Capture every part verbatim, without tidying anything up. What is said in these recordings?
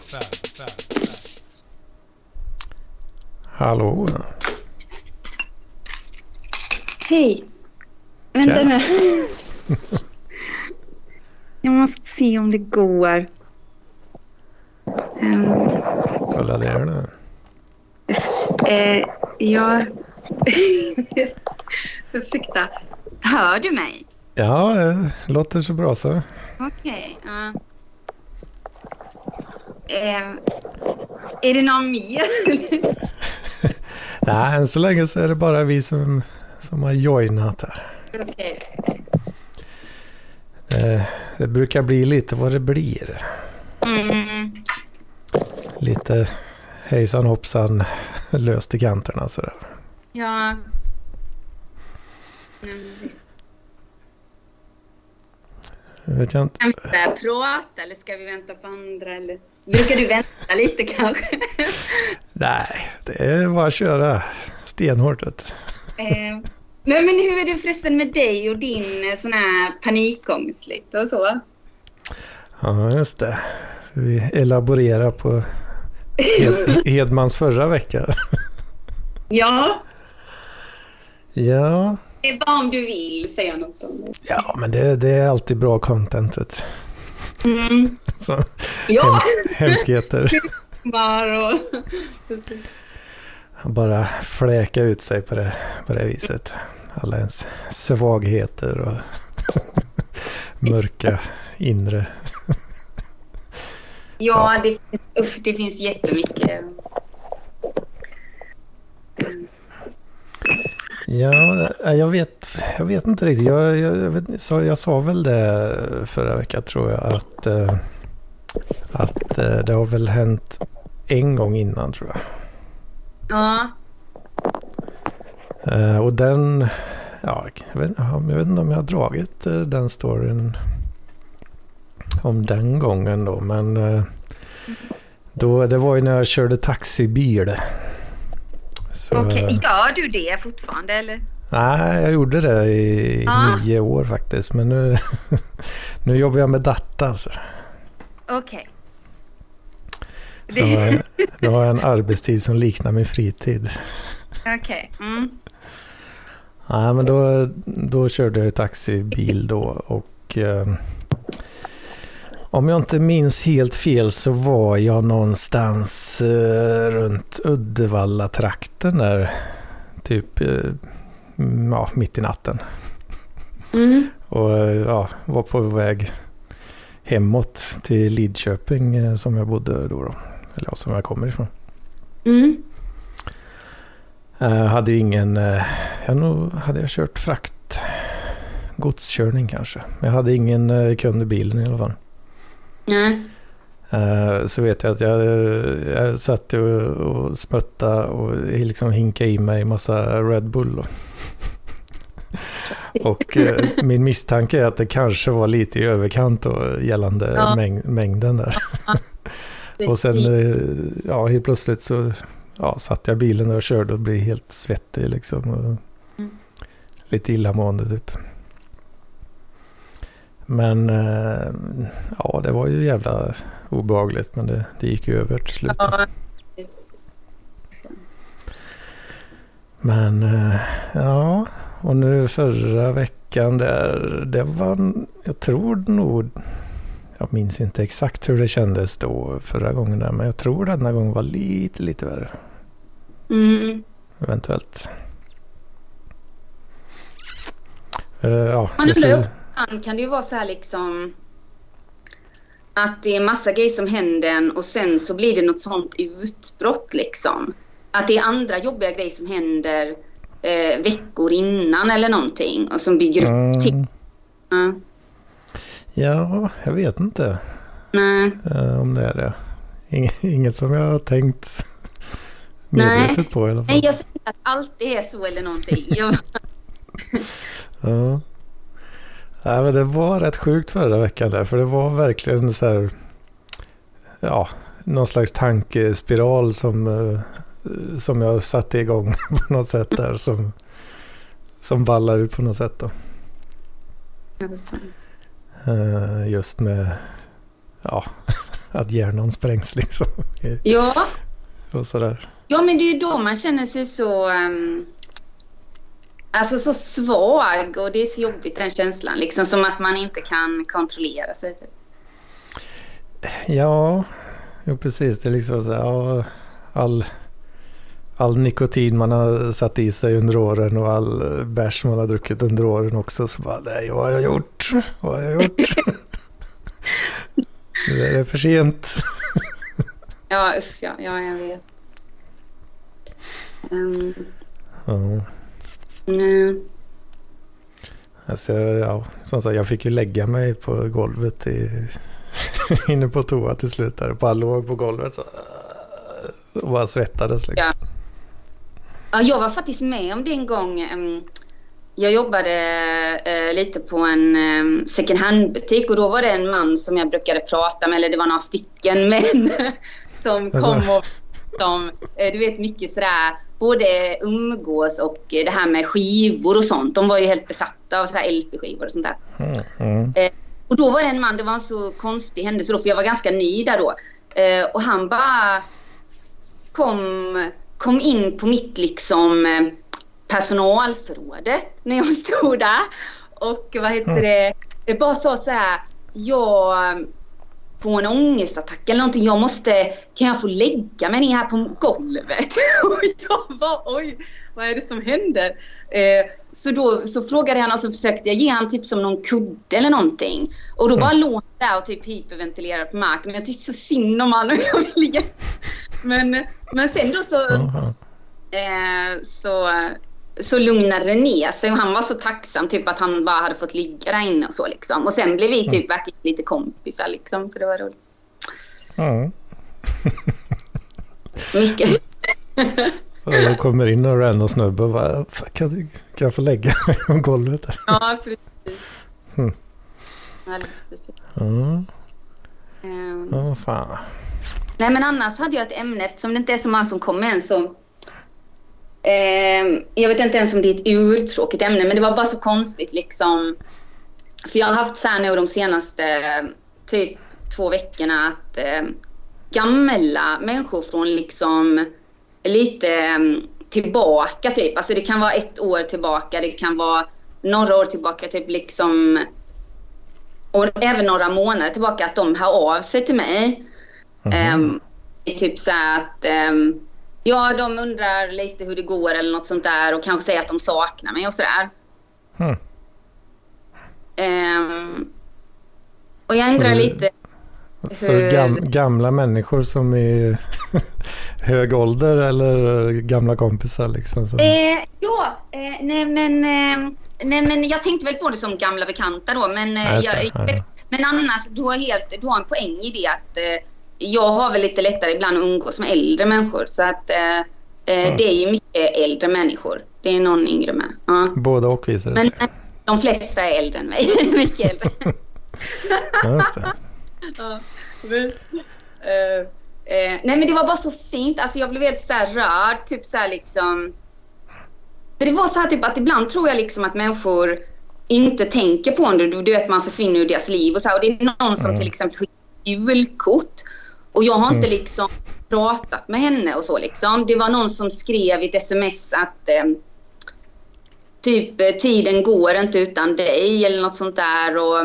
Hallå. Hej. Vänta nu. Jag måste se om det går. Um, Kolla där nu. Eh, ja. Ursäkta. Hör du mig? Ja, det låter så bra så. Okej. Okay, uh. eh, är det någon mer? Nej, än så länge så är det bara vi som, som har joinat här. Okej. Okay. Eh, det brukar bli lite vad det blir. Mm. Lite hejsan hoppsan löst i kanterna sådär. Ja. Mm, visst. Vet jag inte. Kan vi börja prata eller ska vi vänta på andra? Eller? Brukar du vänta lite kanske? Nej, det är bara att köra stenhårt. Eh, nej, men hur är det förresten med dig och din sån här panikångest lite och så? Ja, just det. Vi elaborerar på Hed- Hedmans förra vecka. Ja. Ja. Det är bara om du vill säga något om det. Ja, men det, det är alltid bra content. Mm. Så, ja. hems- hemskheter. och... Bara fläka ut sig på det, på det viset. Alla ens svagheter och mörka inre. Ja, ja. Det, uff, det finns jättemycket. Mm. Ja, jag vet, jag vet inte riktigt. Jag, jag, jag, vet, så jag sa väl det förra veckan tror jag att, att det har väl hänt en gång innan tror jag. Ja. Och den, ja, jag vet, jag vet inte om jag har dragit den storyn om den gången då, men då, det var ju när jag körde taxibil. Okej, okay. Gör du det fortfarande eller? Nej, jag gjorde det i ah. nio år faktiskt, men nu, nu jobbar jag med data. Okej. Okay. Så nu har jag en arbetstid som liknar min fritid. Okej. Okay. Mm. Nej, men då, då körde jag taxibil då och eh, om jag inte minns helt fel så var jag någonstans eh, runt Uddevalla-trakten där, typ eh, ja, mitt i natten. Mm. Och ja, var på väg hemåt till Lidköping eh, som jag bodde då, då. Eller ja, som jag kommer ifrån. Mm. Jag uh, hade ju ingen, uh, jag nog, hade jag kört frakt, godskörning kanske. Jag hade ingen uh, kund i bilen i alla fall. Mm. Uh, så vet jag att jag, jag satt och, och smötta och liksom hinka i mig massa Red Bull. Och, och uh, min misstanke är att det kanske var lite i överkant då, gällande ja. mäng- mängden där. Ja. Och sen, uh, ja, helt plötsligt så ja, satt jag i bilen och körde och blev helt svettig liksom. Och mm. lite illamående typ. Men äh, ja, det var ju jävla obehagligt, men det, det gick ju över till slut. Ja. Men äh, ja, och nu förra veckan där, det var, jag tror nog, jag minns inte exakt hur det kändes då förra gången där, men jag tror den här gången var lite, lite värre. Mm. Eventuellt. Uh, ja, Man skulle... kan det ju vara så här liksom att det är massa grejer som händer och sen så blir det något sånt utbrott liksom. Att det är andra jobbiga grejer som händer eh, veckor innan eller någonting och som bygger upp mm. till. Mm. Ja, jag vet inte. Nej. Uh, om det är det. Inget, inget som jag har tänkt medvetet Nej. på i alla fall. Nej, jag säger inte att allt är så eller någonting. Jag... ja. Nej, men det var rätt sjukt förra veckan där, för det var verkligen så här, ja, någon slags tankespiral som, uh, som jag satte igång på något sätt där, som, som ballar ut på något sätt då. Uh, just med, ja, att hjärnan sprängs liksom. Ja. Och sådär. Ja, men det är ju då man känner sig så... Um, alltså så svag, och det är så jobbigt, den känslan. Liksom som att man inte kan kontrollera sig. Typ. Ja, jo, precis. Det är liksom så här, ja, all... all nikotin man har satt i sig under åren och all bärs man har druckit under åren också. Så bara, nej, vad har jag gjort? Vad har jag gjort? Nu är det för sent. Ja, usch, ja, ja, jag vet. Um, ja. Nej. Alltså, ja, som sagt, jag fick ju lägga mig på golvet i, inne på toa till slut. Där, bara låg på golvet så, och bara svettades liksom. Ja. Ja, jag var faktiskt med om det en gång. Jag jobbade eh, lite på en eh, second hand-butik, och då var det en man som jag brukade prata med, eller det var några stycken män som kom alltså. och som, eh, du vet, mycket sådär, både umgås och eh, det här med skivor och sånt. De var ju helt besatta av så här L P-skivor och sånt där. Mm, mm. Eh, och då var det en man, det var en så konstig händelse då, för jag var ganska ny där då. Eh, och han bara kom... kom in på mitt liksom personalförrådet när jag stod där, och vad heter mm. det, jag bara sa så här, jag får en ångestattack eller någonting, jag måste, kan jag få lägga mig ner här på golvet? Och jag bara, oj, vad är det som händer? Eh, så då så frågade han, och så försökte jag ge han typ som någon kudde eller någonting, och då bara mm. låg där och typ hyperventilerade på marken, men jag tyckte så synd om han, och jag ville men, men sen då så, uh-huh. eh, så så lugnade det ner sig, och han var så tacksam typ att han bara hade fått ligga där inne och så liksom. Och sen blev vi typ mm. verkligen lite kompisar liksom, så det var roligt. Mm. Mycket. Och då kommer in och random snubbe och bara, kan, du, kan jag få lägga mig på golvet där? Ja, precis. Mm. Ja, lite speciellt. Mm. Um. Oh, fan. Nej, men annars hade jag ett ämne, eftersom det inte är så många som kommer än, så eh, jag vet inte ens om det är ett urtråkigt ämne, men det var bara så konstigt liksom, för jag har haft så här nu de senaste typ två veckorna att eh, gamla människor från liksom lite eh, tillbaka typ, alltså det kan vara ett år tillbaka, det kan vara några år tillbaka typ liksom, och även några månader tillbaka, att de hör av sig till mig. Mm-hmm. Um, typ så att um, ja, de undrar lite hur det går eller något sånt där, och kanske säger att de saknar mig och sådär. Mm. Um, och jag undrar så, lite hur... Så gam, gamla människor som är hög ålder, eller gamla kompisar liksom? Så. Eh, ja, eh, nej men eh, nej men jag tänkte väl på det som gamla bekanta då, men eh, ja, jag, jag vet, men annars du har helt du har en poäng i det att eh, jag har väl lite lättare ibland att umgås med äldre människor, så att eh, mm. det är ju mycket äldre människor. Det är någon yngre med. Ja. Båda och visar det men, men de flesta är äldre än mig. Mycket äldre. Just det. Ja, men, eh, eh, nej men det var bara så fint. Alltså jag blev helt så här rörd, typ så här liksom. För det var så här typ att ibland tror jag liksom att människor inte tänker på en. Du, du vet, man försvinner ur deras liv och så här, och det är någon som mm. till exempel skickar julkort, och jag har inte mm. liksom pratat med henne och så liksom. Det var någon som skrev i ett sms att eh, typ tiden går inte utan dig eller något sånt där, och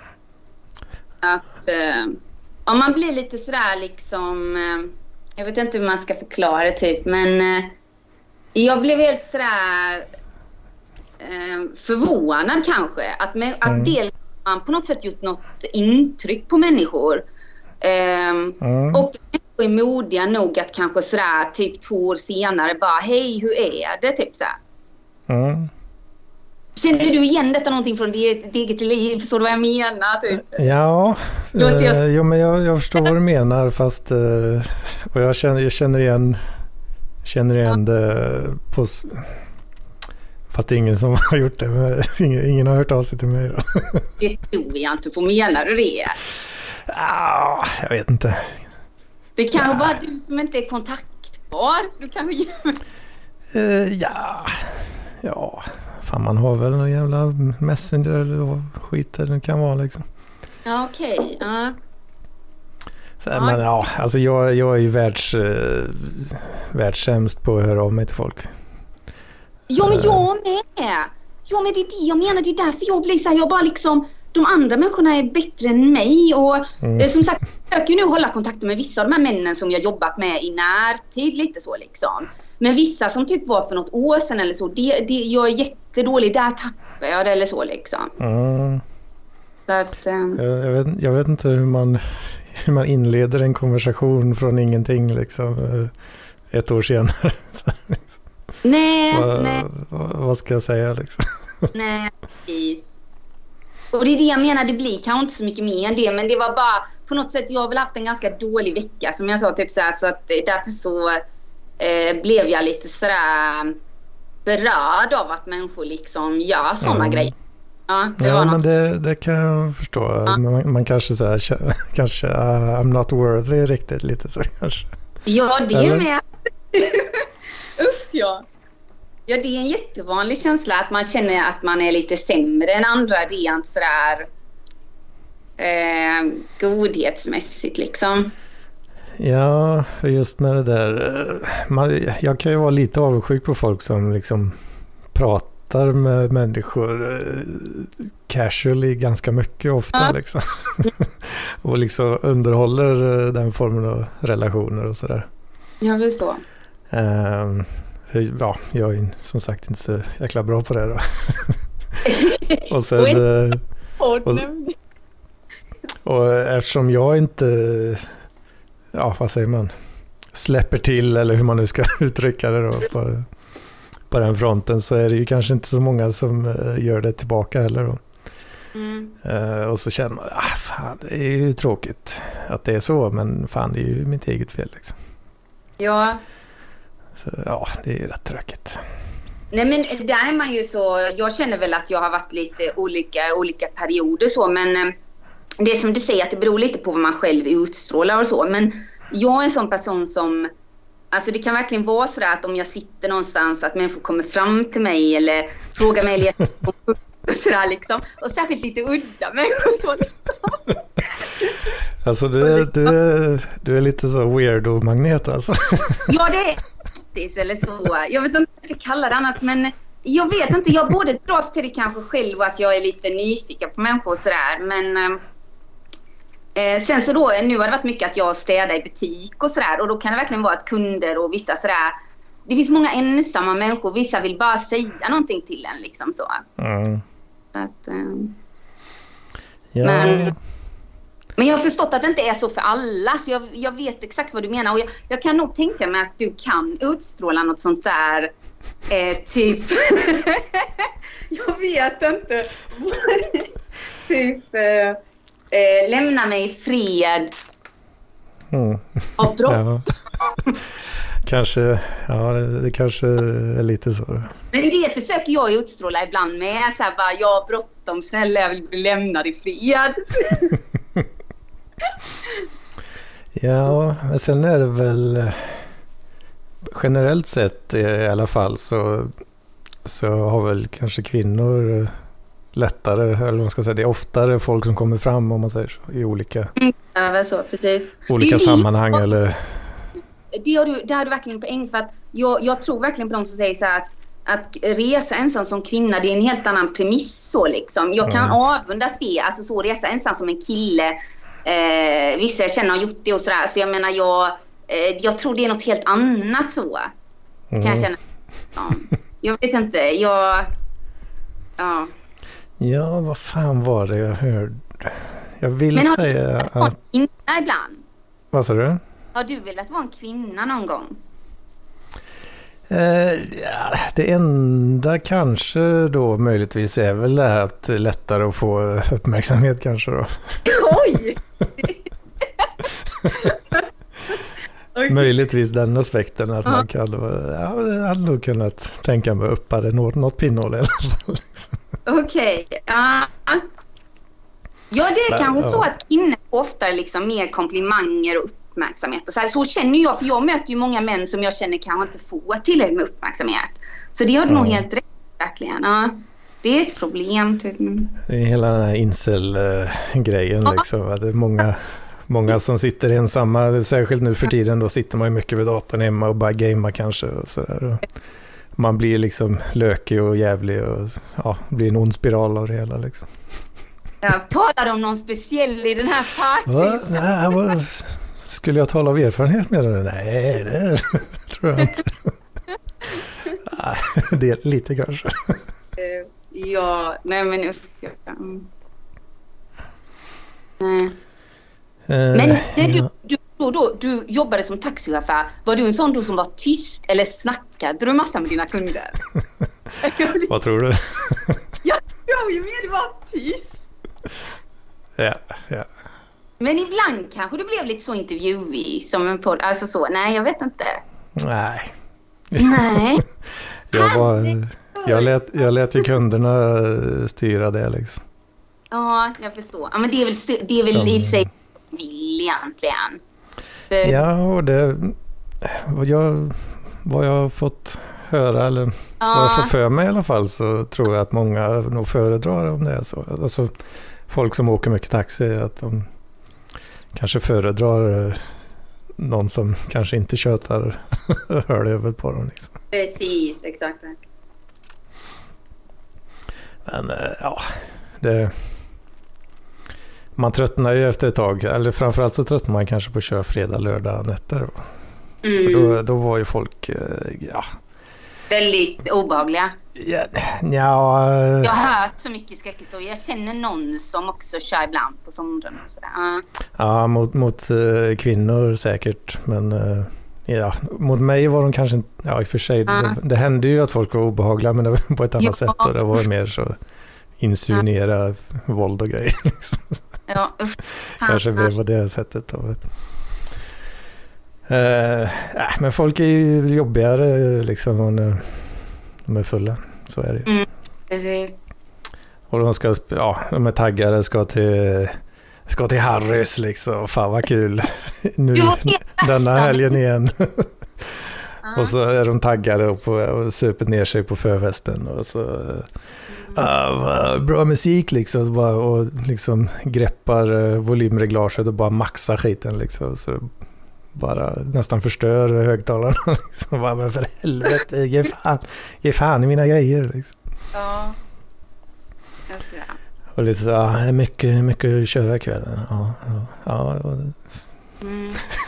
att eh, ja, man blir lite sådär liksom, eh, jag vet inte hur man ska förklara typ, men eh, jag blev helt sådär eh, förvånad kanske att, med, att mm. dels man på något sätt gjort något intryck på människor. Um, mm. Och är modiga nog att kanske sådär typ två år senare bara, hej, hur är det? Typ så här. Mm. Känner du igen detta någonting från ditt eget liv? Så vad jag menar? Typ? Ja, eh, jag... jo, men jag, jag förstår vad du menar, fast eh, och jag känner, jag känner igen känner igen ja. det på, fast det är ingen som har gjort det, men ingen, ingen har hört av sig till mig då. Det tror jag inte på, menar du det? Ah, jag vet inte. Det kanske ja. bara du som inte är kontaktbar. Du kanske... uh, ja, ja. Fan, man har väl någon jävla messenger eller skit eller det kan vara liksom. Ja, okej. Okay. Uh. Så, men ja, alltså jag, jag är ju världs, eh, världssämst på att höra av mig till folk. Ja, men jag med. Ja, men det är det jag menar. Det är därför jag blir så här, jag bara liksom, de andra människorna är bättre än mig. Och mm. eh, som sagt, jag försöker ju nu hålla kontakten med vissa av de här männen som jag jobbat med i närtid, lite så liksom. Men vissa som typ var för något år sedan eller så, det, det, jag är jättedålig, där tappar jag det eller så liksom. Mm. Så att, eh, jag, jag, vet, jag vet inte hur man, hur man inleder en konversation från ingenting liksom ett år senare. Så, liksom. Nej, vad, nej. Vad, vad ska jag säga liksom? Nej, precis. Och det är det jag menar, det blir kanske inte så mycket mer än det, men det var bara på något sätt, jag har väl haft en ganska dålig vecka som jag sa typ så här, så att därför så eh, blev jag lite sådär berörd av att människor liksom gör sådana mm. grejer. Ja, det ja var men något. det, det kan jag förstå. Ja. Man, man kanske så här, kanske uh, I'm not worthy riktigt lite så kanske. Ja, det Eller? är med. Uff, ja. Ja, det är en jättevanlig känsla att man känner att man är lite sämre än andra rent sådär eh, godhetsmässigt liksom. Ja, just med det där. Man, jag kan ju vara lite avundsjuk på folk som liksom pratar med människor casually ganska mycket ofta ja. liksom. Och liksom underhåller den formen av relationer och sådär. Jag förstår. Um, ja, jag är som sagt inte så jäkla bra på det då. och sen och, och eftersom jag inte ja, vad säger man, släpper till eller hur man nu ska uttrycka det då på, på den fronten, så är det ju kanske inte så många som uh, gör det tillbaka heller då. Mm. Uh, och så känner man, ah, fan, det är ju tråkigt att det är så, men fan, det är ju mitt eget fel liksom. Ja. Så ja, det är ju rätt tråkigt. Nej, men där är man ju så, jag känner väl att jag har varit lite olika olika perioder så, men det är som du säger att det beror lite på vad man själv utstrålar och så, men jag är en sån person som, alltså det kan verkligen vara så att om jag sitter någonstans att människor kommer fram till mig eller frågar mig eller sådär liksom, och särskilt lite udda människor så liksom. Alltså du, du, är, du är lite så weirdo-magnet alltså. Ja, det är faktiskt eller så. Jag vet inte vad jag ska kalla det annars, men jag vet inte. Jag både dras till det kanske själv och att jag är lite nyfiken på människor och sådär. Men eh, sen så då, nu har det varit mycket att jag städar i butik och sådär. Och då kan det verkligen vara att kunder och vissa sådär. Det finns många ensamma människor. Vissa vill bara säga någonting till en liksom så. Mm. Så att, eh, ja. Men... Men jag har förstått att det inte är så för alla, så jag, jag vet exakt vad du menar. Och jag, jag kan nog tänka mig att du kan utstråla något sånt där, eh, typ, jag vet inte, typ, eh, eh, lämna mig i fred. Mm. Och ja. Kanske, ja det, det kanske är lite så. Men det försöker jag utstråla ibland med, så här bara, jag har bråttom, snälla jag vill bli lämnad i fred. Ja, men sen är det väl generellt sett i alla fall så, så har väl kanske kvinnor lättare, eller vad man ska säga, det är oftare folk som kommer fram om man säger så, i olika, ja, väl så, precis. olika sammanhang. Eller... Det har du, det har du verkligen poäng för att jag, jag tror verkligen på de som säger så här att att resa ensam som kvinna, det är en helt annan premiss så liksom. Jag kan mm. avundas det, alltså så resa ensam som en kille. Eh, vissa jag känner har gjort det och sådär. Så jag menar, jag, eh, jag tror det är något helt annat så. Mm. Kan jag känna. Ja. Jag vet inte, jag... Ja. Ja, vad fan var det jag hörde? Jag vill Men har säga du velat vara en kvinna ibland? Vad sa du? Har du velat vara en kvinna någon gång? Eh, ja, det enda kanske då möjligtvis är väl det här att det är lättare att få uppmärksamhet kanske då. Oj! Okay. Möjligtvis den aspekten att uh. man kan, ja, jag hade nog kunnat tänka mig upp hade något, något pinnhål i alla fall. Okej, okay. uh. Ja, det är kanske ja. så att kvinnor ofta liksom mer komplimanger och uppmärksamhet och så här. Så känner jag, för jag möter ju många män som jag känner kanske inte får tillräckligt med uppmärksamhet. Så det har du ja. nog helt rätt verkligen. Ja, det är ett problem typ. Det är hela den här incel-grejen ja. liksom, att det är många Många som sitter ensamma, särskilt nu för tiden, då sitter man ju mycket vid datorn hemma och bara gamar kanske och sådär. Man blir liksom lökig och jävlig och ja, blir en ond spiral av det hela liksom. Jag talar om någon speciell i den här parken. Nej, vad... Skulle jag tala av erfarenhet med det? Nej, det tror jag inte. Nej, det är lite kanske. Ja, nej men usch. Mm. Nej. Uh, men när du, ja. du, då, då, du jobbade som taxichaufför, var du en sån då som var tyst eller snackade du massa med dina kunder? Vad tror du? Jag tror ju mer du var tyst. Ja, ja. Men ibland kanske du blev lite så intervjuig som en podd. Alltså så, nej jag vet inte. Nej. Nej. jag, var, jag, lät, jag lät ju kunderna styra det liksom. Ja, jag förstår. Ja, men det är väl, det är väl som... i sig vill egentligen. För... Ja, och det vad jag, vad jag har fått höra eller ja. vad jag fått för mig i alla fall, så tror jag att många nog föredrar om det är så. Alltså folk som åker mycket taxi, att de kanske föredrar någon som kanske inte tjötar hör det över på dem liksom. Precis, exakt. Men ja, det man tröttnar ju efter ett tag, eller framförallt så tröttnar man kanske på att köra fredag, lördag, nätter. Mm. För då, då var ju folk ja, väldigt obehagliga. Ja, ja, jag har hört så mycket skräckhistorier. Jag känner någon som också kör ibland på sommaren och sådär. Uh. Ja, mot, mot uh, kvinnor säkert. Men uh, ja, mot mig var de kanske inte... Ja, i och för sig. Uh. Det, det hände ju att folk var obehagliga, men det var på ett annat ja. sätt. Och det var mer så insinuera uh. våld och grejer. Liksom. Ja, uff, kanske mer på det sättet. Då. Uh, äh, men folk är ju jobbigare liksom när de är fulla, så är det ju. Mm, precis. Och de ska, ja, de är taggade, ska till ska till Harrys liksom, fan vad kul nu denna helgen igen. Uh-huh. Och så är de taggade och, på, och super ner sig på förfesten och så mm. uh, bra musik liksom, och, och liksom greppar uh, volymreglaget och bara maxar skiten liksom, så bara nästan förstör högtalarna liksom. Bara, men för helvete, ge fan, ge fan i mina grejer liksom. Ja. Och lite så, ja, mycket, mycket att köra kvällen. Ja, ja, ja. Och... Mm.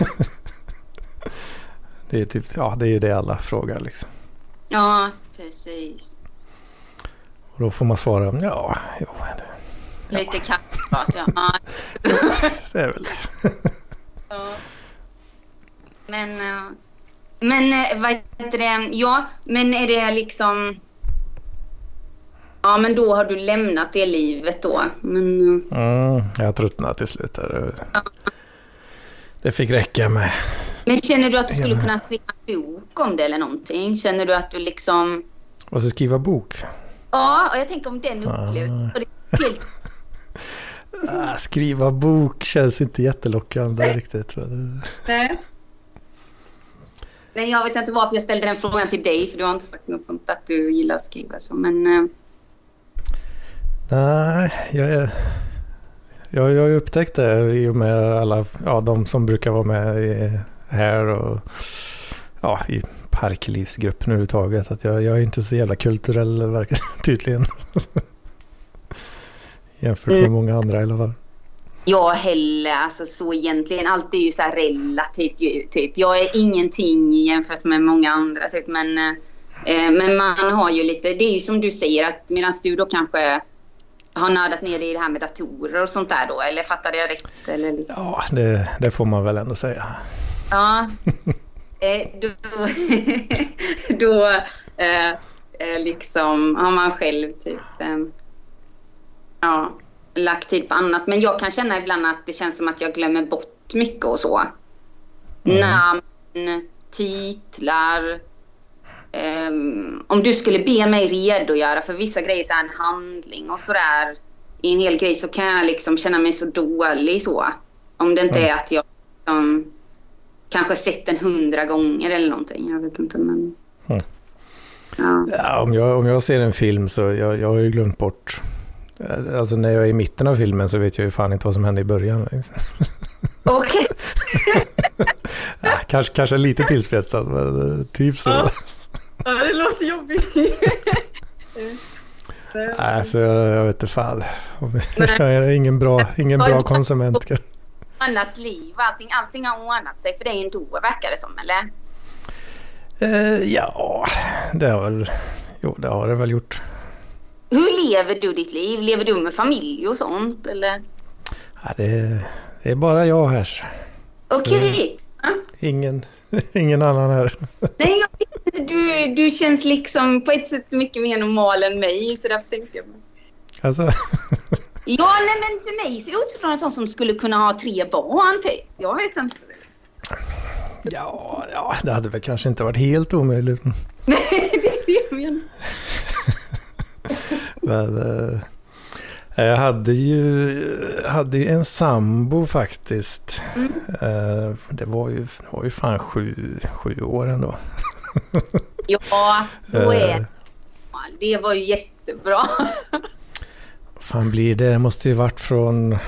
det är typ, ja, det är ju det alla frågar liksom. Ja, precis. Och då får man svara, ja, jo. Det, ja. Lite kattprat, ja. Det är väl det. Ja. Men, men vad heter det? Ja, men är det liksom... Ja, men då har du lämnat det livet då. Men... Mm, jag tröttnade till slut. Där. Ja. Det fick räcka med... Men känner du att du skulle kunna skriva en bok om det eller någonting? Känner du att du liksom... Och så skriva bok? Ja, och jag tänker om den upplevelsen. Ah. Helt... ah, skriva bok känns inte jättelockande riktigt. Nej. Nej, jag vet inte varför jag ställde den frågan till dig, för du har inte sagt något sånt att du gillar att skriva så, men... Uh... Nej, jag är... Jag, jag har ju upptäckt det i och med alla, ja, de som brukar vara med i, här och ja, i parklivsgruppen överhuvudtaget, att jag, jag är inte så jävla kulturell verkligen, tydligen. Jämfört med mm. många andra i alla fall. Jag heller, alltså så egentligen, allt är ju så här relativt ju, typ. Jag är ingenting jämfört med många andra, typ, men, eh, men man har ju lite, det är ju som du säger, att medan du då kanske har nördat ner i det här med datorer och sånt där då, eller fattade jag rätt? Eller liksom? Ja, det, det får man väl ändå säga. Ja, eh, då, då eh, liksom har man själv typ, eh, ja, lagt tid på annat. Men jag kan känna ibland att det känns som att jag glömmer bort mycket och så. Mm. Namn, titlar. Um, om du skulle be mig redogöra för vissa grejer, så en handling och sådär i en hel grej, så kan jag liksom känna mig så dålig så. Om det inte mm. är att jag um, kanske sett den hundra gånger eller någonting. Jag vet inte, men... Mm. Ja. Ja, om, jag, om jag ser en film så jag, jag har ju glömt bort. Alltså när jag är i mitten av filmen så vet jag ju fan inte vad som hände i början. Okej. Ja, kanske, kanske lite tillspetsat, men typ så. Ja, ja det låter jobbigt. Alltså, jag vet inte fan. Jag är ingen bra, ingen bra konsument. Annat liv, allting, allting har ordnat sig för dig ändå, verkar det som, eller? Eh, ja, det har väl, jo, det har det väl gjort. Hur lever du ditt liv? Lever du med familj och sånt, eller? Ja, det, det är bara jag här. Okej. Okay. Ja. Ingen, ingen annan här. Nej, jag vet inte. Du, du känns liksom på ett sätt mycket mer normal än mig, så därför tänkte jag. Alltså... Ja, nej, men för mig så är jag utifrån en sån som skulle kunna ha tre barn, typ. Jag vet inte. Ja, ja, det hade väl kanske inte varit helt omöjligt. Nej, det är det jag menar. Men, äh, jag hade ju, hade ju en sambo faktiskt. Mm. Äh, det var ju, var ju fan sju, sju år ändå. Ja, då är det var ju jättebra. Fan blir det? Det måste ju varit från...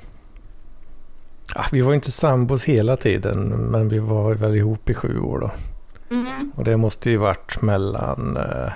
Ja, vi var inte sambos hela tiden, men vi var väl ihop i sju år då. Mm. Och det måste ju varit mellan... Eh,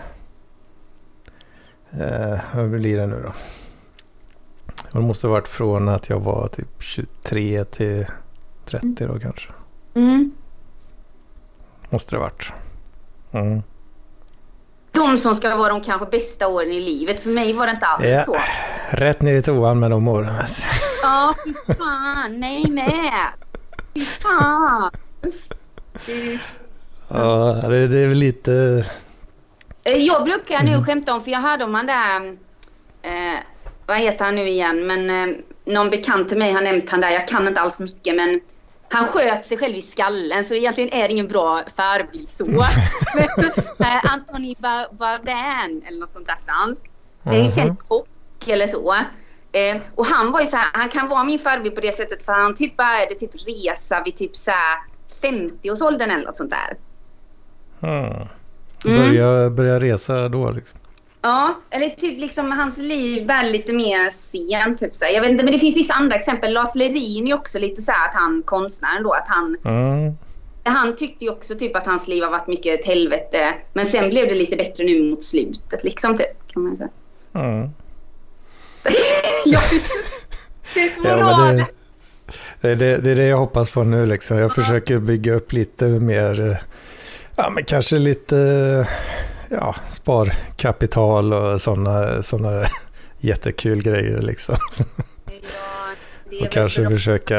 eh, vad blir det nu då? Det måste ha varit från att jag var typ tjugotre till trettio då kanske. Mm. Måste det ha varit. Mm. De som ska vara de kanske bästa åren i livet. För mig var det inte alls ja, så. Rätt ner i toan med de åren. Ja, fy fan. Mig med. Fy fan. Det... Ja, det, det är väl lite... Jag brukar nu skämta om, för jag hörde om han där... Eh, vad heter han nu igen? Men eh, någon bekant till mig har nämnt han där. Jag kan inte alls mycket, men... Han sköt sig själv i skallen, så egentligen är det ingen bra förebild så. Anthony Bourdain eller något sånt där franskt. Det är en känd kock eller så. Eh, och han var ju så här, han kan vara min förebild på det sättet, för han typ började typ resa vid typ så här femtio-årsåldern eller något sånt där. Mm. Börja, börja resa då liksom. Ja, eller typ liksom hans liv var lite mer sent typ så här. Jag vet inte, men det finns vissa andra exempel. Lars Lerin är också lite så här att han konstnären då, att han mm. han tyckte ju också typ att hans liv har varit mycket ett helvete, men sen blev det lite bättre nu mot slutet liksom typ, kan man säga. Mm. Ja, det är så ja, det, det, det, det är det jag hoppas på nu liksom. Jag ja. försöker bygga upp lite mer, ja men kanske lite ja, sparkapital och sådana såna jättekul grejer liksom. Ja, det är och kanske bra. Försöka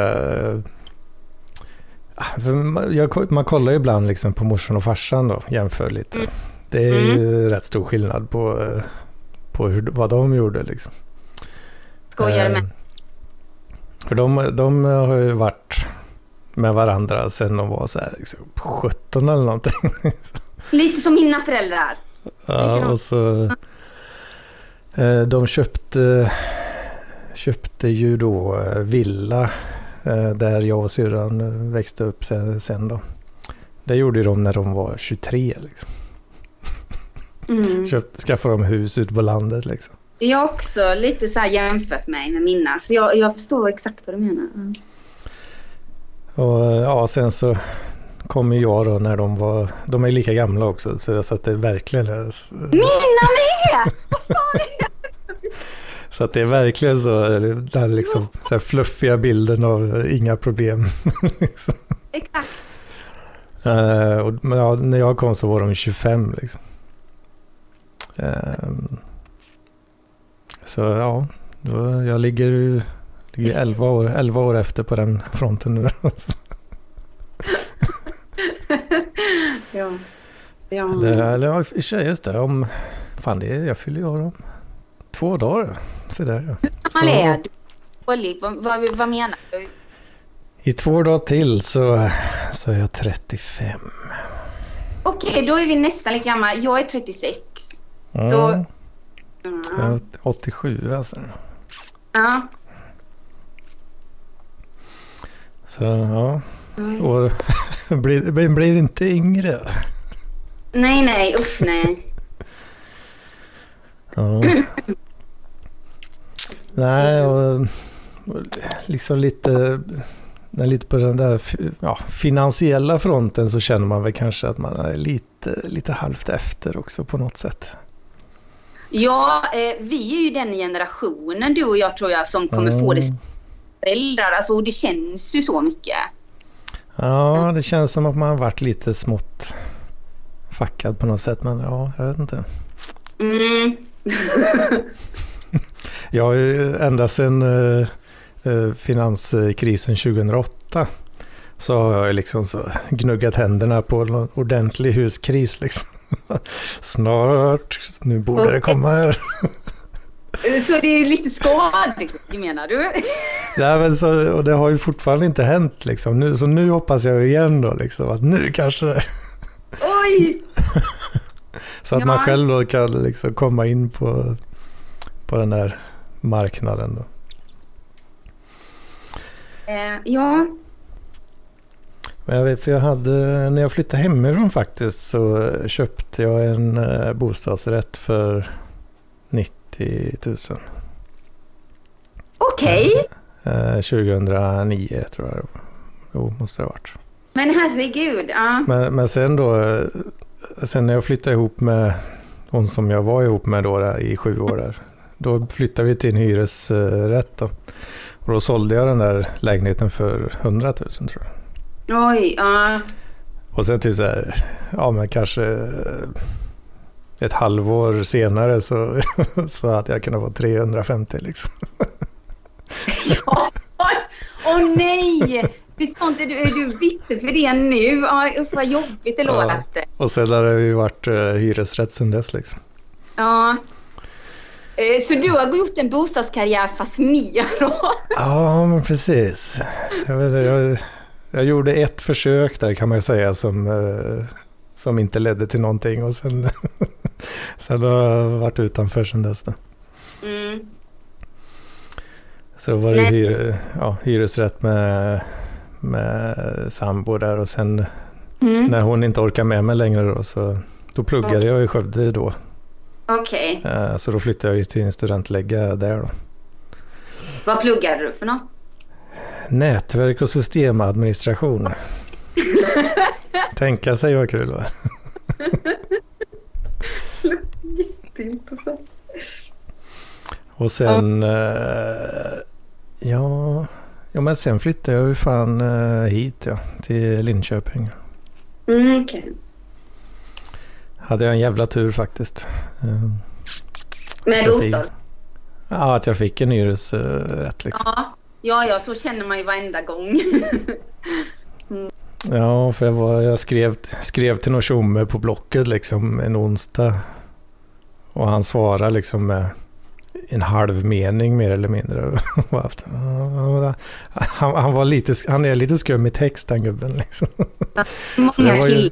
jag, man kollar ju ibland liksom på morsan och farsan då, jämför lite. Mm. Det är mm. ju rätt stor skillnad på, på hur, vad de gjorde liksom. Skojar med. För de, de har ju varit med varandra sedan de var så här liksom, sjutton eller någonting. Lite som mina föräldrar. Ja, och så eh, de köpte köpte ju då villa eh, där jag och syrran växte upp sen, sen då. Det gjorde de när de var tjugotre liksom. Mm. Köpte, skaffade de hus ut på landet liksom. Jag också lite så här jämfört mig med mina, så jag, jag förstår exakt vad du menar. Mm. Och ja, sen så kom jag då när de var, de är lika gamla också, så jag satt det verkligen är, mina med! Så att det är verkligen så, den liksom den fluffiga bilden av inga problem. Liksom. Exakt. Uh, och, men ja, när jag kom så var de tjugofem liksom. Uh, så ja, då, jag ligger, ligger elva år, elva år efter på den fronten nu. Ja. Ja. Eller, eller ja, just det, om fan det är, jag fyller ju år om två dagar. Så där ja. Hur är du? Vad, vad, vad menar du? I två dagar till så, så är jag trettiofem. Okej, okay, då är vi nästan lika gamla. Jag är trettiosex. Mm. Så mm. Jag är åttiosju alltså. Ja. Så ja. Mm. Och blir, blir, blir inte yngre. Nej, nej, usch nej. Ja. Nej, och, och liksom lite lite på den där ja, finansiella fronten så känner man väl kanske att man är lite, lite halvt efter också på något sätt. Ja, eh, vi är ju den generationen, du och jag tror jag, som kommer mm. få det föräldrar. Alltså det känns ju så mycket. Ja, det känns som att man har varit lite smått fackad på något sätt, men ja, jag vet inte. Mm. Jag har ju ända sedan uh, uh, finanskrisen tjugohundraåtta så har jag liksom så gnuggat händerna på en ordentlig huskris liksom. Snart, nu borde okay. det komma här. Så det är lite skadligt, menar du? Nej, men så, och det har ju fortfarande inte hänt liksom. Nu, så nu hoppas jag igen då liksom, att nu kanske det... Oj! Så att ja. man själv då kan liksom komma in på, på den där marknaden då. Eh, ja. Men jag vet, för jag hade, när jag flyttade hemifrån faktiskt så köpte jag en eh, bostadsrätt för nittio tusen. Okej. Okay. Eh, tjugohundranio tror jag det var. Jo, måste det ha varit. Men herregud, ja. Men, men sen då, sen när jag flyttade ihop med hon som jag var ihop med då där, i sju år där, då flyttade vi till en hyresrätt då. Och då sålde jag den där lägenheten för hundratusen tror jag. Oj, ja. Och sen till så här, ja men kanske ett halvår senare så, så hade jag kunnat få trehundrafemtio liksom. Ja, åh oh, nej! Det är sånt, är du, är du bitter för det nu? Ja, usch vad jobbigt det låter. Ja, och sen har det ju varit uh, hyresrätt sen dess liksom. Ja. Så du har gjort en bostadskarriär fast neråt? Ja, men precis. Jag, vet, jag, jag gjorde ett försök där kan man ju säga som, uh, som inte ledde till någonting. Och sen, sen har jag varit utanför sen dess. Då. Mm. Så då var det hyr, ja, hyresrätt med, med sambo där. Och sen mm. när hon inte orkar med mig längre då, så då pluggade okay. jag i Skövde då. Okej. Okay. Så då flyttade jag till en studentlägga där då. Vad pluggade du för något? Nätverk och systemadministration. Tänka sig vad kul va? Jätteintressant. Och sen uh, ja, ja men sen flyttade jag ju fan uh, hit ja, till Linköping. Mm, okej. Okay. Hade jag en jävla tur faktiskt. Uh, Med bostad? Ja, att jag fick en hyresrätt uh, liksom. Ja, ja, ja, så känner man ju varenda gång. mm. Ja, för jag, var, jag skrev, skrev till någon tjomme på Blocket liksom en onsdag. Och han svarade liksom med en halv mening mer eller mindre. han, han, var lite, han är lite skum i text den gubben liksom. Många killar.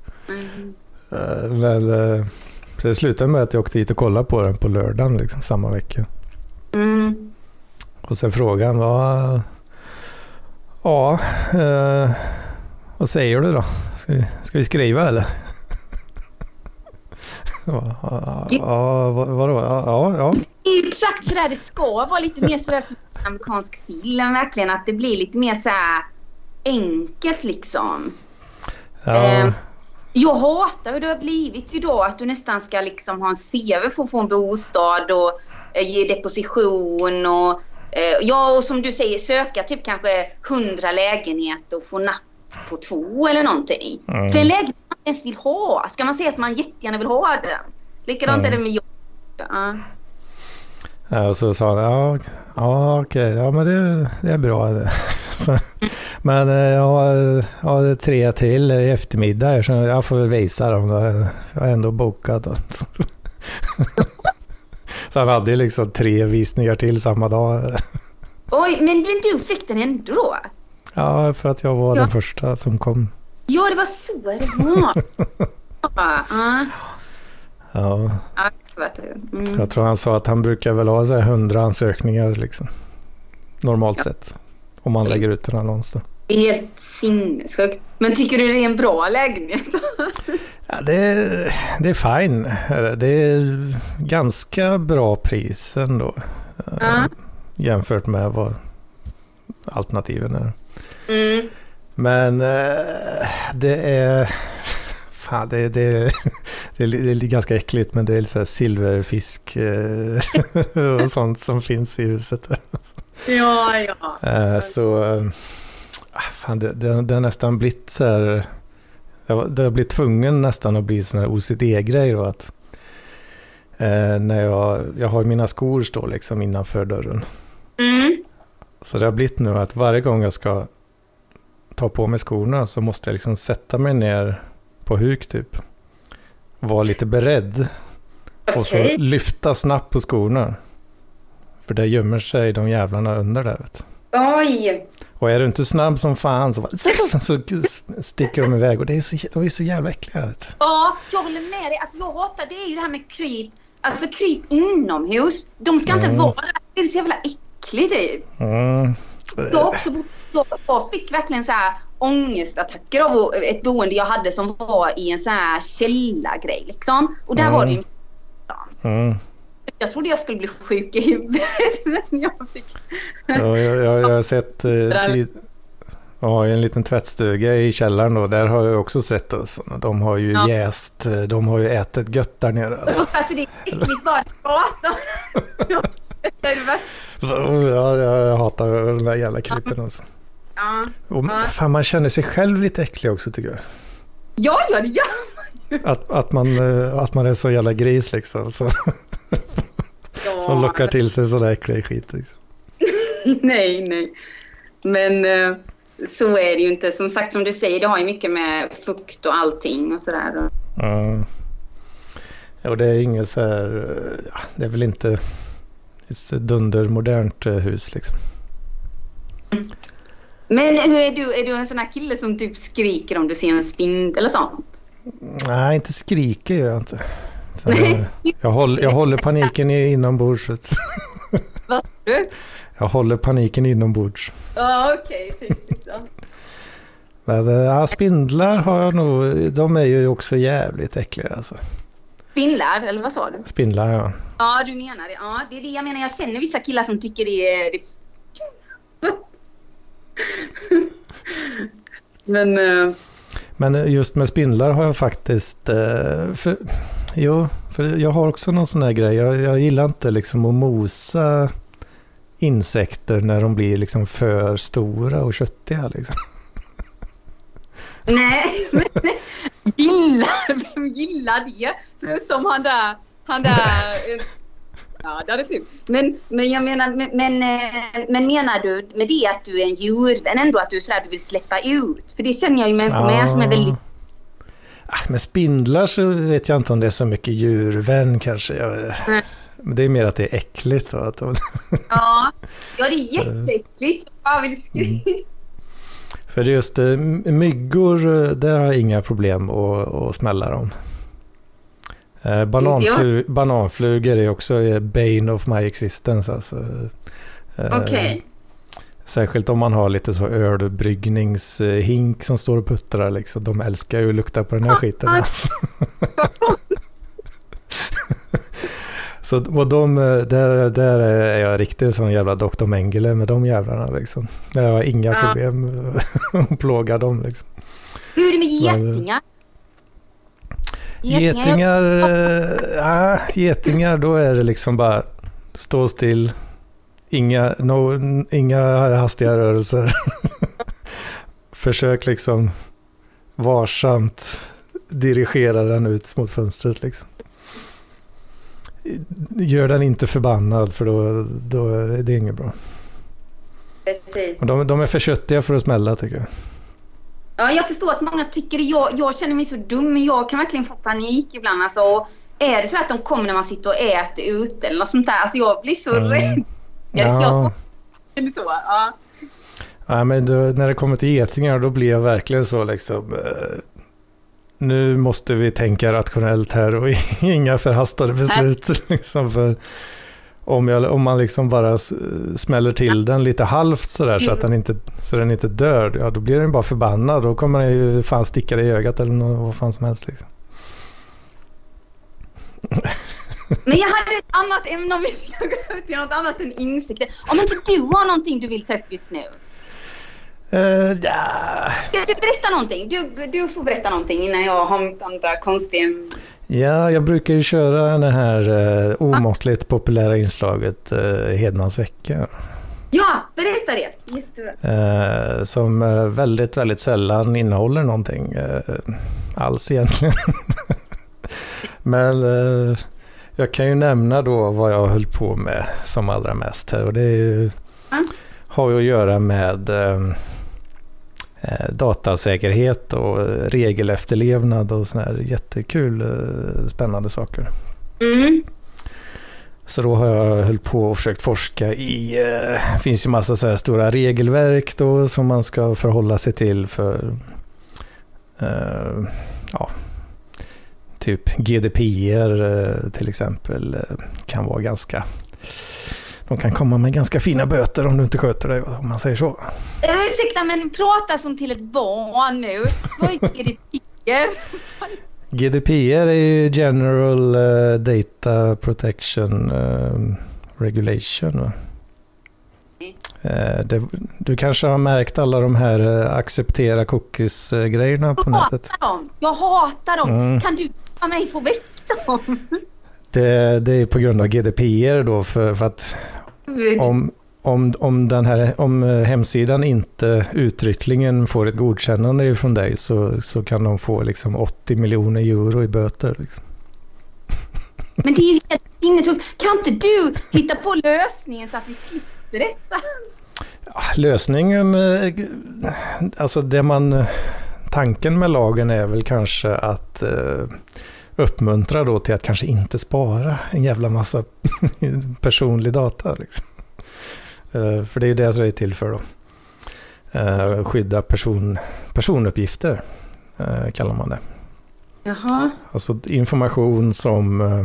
Men så det slutade med att jag åkte hit och kollade på den på lördagen liksom, samma vecka. Mm. Och sen frågade han vad ja eh, vad säger du då? Ska vi, ska vi skriva eller? ja, ja, ja, vad, vadå? Ja, ja. Exakt sådär det ska vara lite mer sådär som amerikansk film verkligen, att det blir lite mer så här enkelt liksom. Ja. Eh, Jag hatar hur det har blivit idag, att du nästan ska liksom ha en C V för att få en bostad och eh, ge deposition och eh, ja, och som du säger söka typ kanske hundra lägenheter och få napp på två eller någonting. Mm. För en lägenhet man ens vill ha, ska man säga att man jättegärna vill ha den. Likadant mm. är det med jobb. Ja. Ja, och så sa han, ja, ja okej, ja men det, det är bra det. Så, men jag har, jag har tre till i eftermiddag så jag får väl visa dem då. Jag har ändå bokat då. Så han hade liksom tre visningar till samma dag. Oj, men du fick den ändå då? Ja, för att jag var ja. den första som kom. Ja, det var så det var. ja. Ja. Ja. Mm. Jag tror han sa att han brukar väl ha så här hundra ansökningar liksom. Normalt ja. sett. Om man lägger ut en annons då. Det är helt sinnessjukt. Men tycker du det är en bra lägenhet? Ja, det, är, det är fine. Det är ganska bra pris ändå. Uh. Jämfört med vad alternativen är. Mm. Men eh, det är... Fan, det, det, det, är, det är ganska äckligt, men det är så här silverfisk eh, och sånt som finns i huset. Ja, ja. Eh, så... Eh, fan, det, det, det har nästan blivit så här... Jag, det har blivit tvungen nästan att bli sån här O C D-grej då, att eh, när jag, jag har mina skor stå liksom innanför dörren. Mm. Så det har blivit nu att varje gång jag ska ta på mig skorna så måste jag liksom sätta mig ner på huk typ. Vara lite beredd. Okay. Och så lyfta snabbt på skorna. För där gömmer sig de jävlarna under där, vet. Oj! Och är du inte snabb som fan så, så sticker de iväg. Och det är så, de är så jävla äckliga, vet. Ja, jag håller med dig. Alltså jag hatar, det är ju det här med kryp. Alltså kryp inomhus. De ska inte mm. vara där. Det är så jävla äckligt typ. Mm. Jag, också, jag, jag fick verkligen så här ångestattacker av ett boende jag hade som var i en så här källargrej liksom. Och där mm. var det ju mm. Jag trodde jag skulle bli sjuk i huvudet, men jag fick... Ja, jag, jag, jag har sett eh, li, ja, en liten tvättstuga i källaren då. Där har jag också sett oss. De har ju ja. jäst, de har ju ätit gött där nere. Alltså, alltså det är äckligt bara att prata om. Ja, jag hatar den där jävla krypen alltså. Ja. Och, fan, man känner sig själv lite äcklig också, tycker jag. Ja, ja, det gör man. Att, att, man, att man är så jävla gris liksom. Så, ja. Som lockar till sig sådär äcklig skit liksom. Nej, nej. Men så är det ju inte. Som sagt, som du säger, det har ju mycket med fukt och allting och sådär. Ja. Och det är inget så här... Ja, det är väl inte ett dundermodernt hus liksom. Men hur är du? Är du en sån här kille som typ skriker om du ser en spindel eller sånt? Nej, inte skriker gör jag inte. Jag, jag, håller, jag håller paniken inombords. Vad sa du? Jag håller paniken inombords. Ja, okej. Okay, typ Men ja, spindlar har jag nog... De är ju också jävligt äckliga alltså. Spindlar, eller vad sa du? Spindlar, ja. Ja, du menar det. Ja, det är det jag menar. Jag känner vissa killar som tycker det är... Det... Men... Uh... Men just med spindlar har jag faktiskt... Uh, för, jo, för jag har också någon sån här grej. Jag, jag gillar inte liksom att mosa insekter när de blir liksom för stora och köttiga liksom. Nej, men gillar, vem gillar det? Förutom han där, han där, ja det är typ. Men, men jag menar, men, men, men menar du med det att du är en djurvän ändå, att du sådär du vill släppa ut? För det känner jag ju människor med ja. som är väldigt... Med spindlar så vet jag inte om det är så mycket djurvän kanske. Jag... Mm. Men det är mer att det är äckligt. Och att de... ja. ja, det är jätteäckligt. Jag bara vill skriva. Mm. För just myggor, där har jag inga problem att, att smälla dem. Eh, bananflug, bananflugor är också bane of my existence. Alltså. Eh, okay. Särskilt om man har lite så ölbryggningshink som står och puttrar. Liksom. De älskar ju att lukta på den här skiten. Alltså. Så och de, där, där är jag riktigt som en jävla doktor Mengele med de jävlarna liksom. Jag har inga ja. problem att plåga dem liksom. Hur är det med getingar? Getingar, ja, getingar då är det liksom bara stå still. Inga, no, inga hastiga rörelser. Försök liksom varsamt dirigera den ut mot fönstret liksom. Gör den inte förbannad, för då, då är det inget bra. Precis. Och de, de är för köttiga för att smälla, tycker jag. Ja, jag förstår att många tycker det. Jag, jag känner mig så dum, men jag kan verkligen få panik ibland. Alltså, är det så att de kommer när man sitter och äter ute eller något sånt där? Alltså jag blir så mm. rädd. Jag, ja. jag så, så, ja. Ja, men då, när det kommer till getingar då blir jag verkligen så liksom... Eh, nu måste vi tänka rationellt här och inga förhastade beslut. Liksom, för om, jag, om man liksom bara smäller till den lite halvt sådär mm. så att den inte, så den inte dör, ja, då blir den bara förbannad. Då kommer den ju fan sticka det i ögat eller något, vad fan som helst. Liksom. Men jag hade ett annat ämne om vi ska gå ut till något annat än insekter. Om inte du har någonting du vill ta upp just nu? Uh, ja. Ska du berätta någonting? Du, du får berätta någonting innan jag har mitt andra konstiga... Ja, jag brukar ju köra det här uh, omåttligt populära inslaget uh, Hedmans vecka. Ja, berätta det. Jättebra. Uh, som uh, väldigt, väldigt sällan innehåller någonting uh, alls egentligen. Men uh, jag kan ju nämna då vad jag höll på med som allra mest här. Och det är ju, mm. har ju att göra med uh, uh, datasäkerhet och regelefterlevnad och såna här jättekul uh, spännande saker. Mm. Så då har jag höll på och försökt forska i, det eh, finns ju massa så här stora regelverk då som man ska förhålla sig till för, eh, ja, typ G D P R eh, till exempel eh, kan vara ganska, de kan komma med ganska fina böter om du inte sköter dig, om man säger så. Äh, ursäkta, men prata som till ett barn nu. Vad är G D P R? G D P R är ju General uh, Data Protection uh, Regulation. Va? Mm. Uh, det, du kanske har märkt alla de här uh, acceptera cookies-grejerna uh, på jag nätet. Hatar dem. Jag hatar dem. Mm. Kan du ta mig få väcka dem? Det, det är på grund av G D P R då, för, för att om, om, om, den här, om hemsidan inte uttryckligen får ett godkännande från dig så, så kan de få liksom åttio miljoner euro i böter. Liksom. Men det är ju helt sinnessjukt. Kan inte du hitta på lösningen så att vi slipper detta? Ja, lösningen, alltså det man, tanken med lagen är väl kanske att uh, uppmuntra då till att kanske inte spara en jävla massa personlig data liksom. Uh, för det är ju det som det är till för då. Uh, skydda person, personuppgifter uh, kallar man det. Jaha. Alltså information som, uh,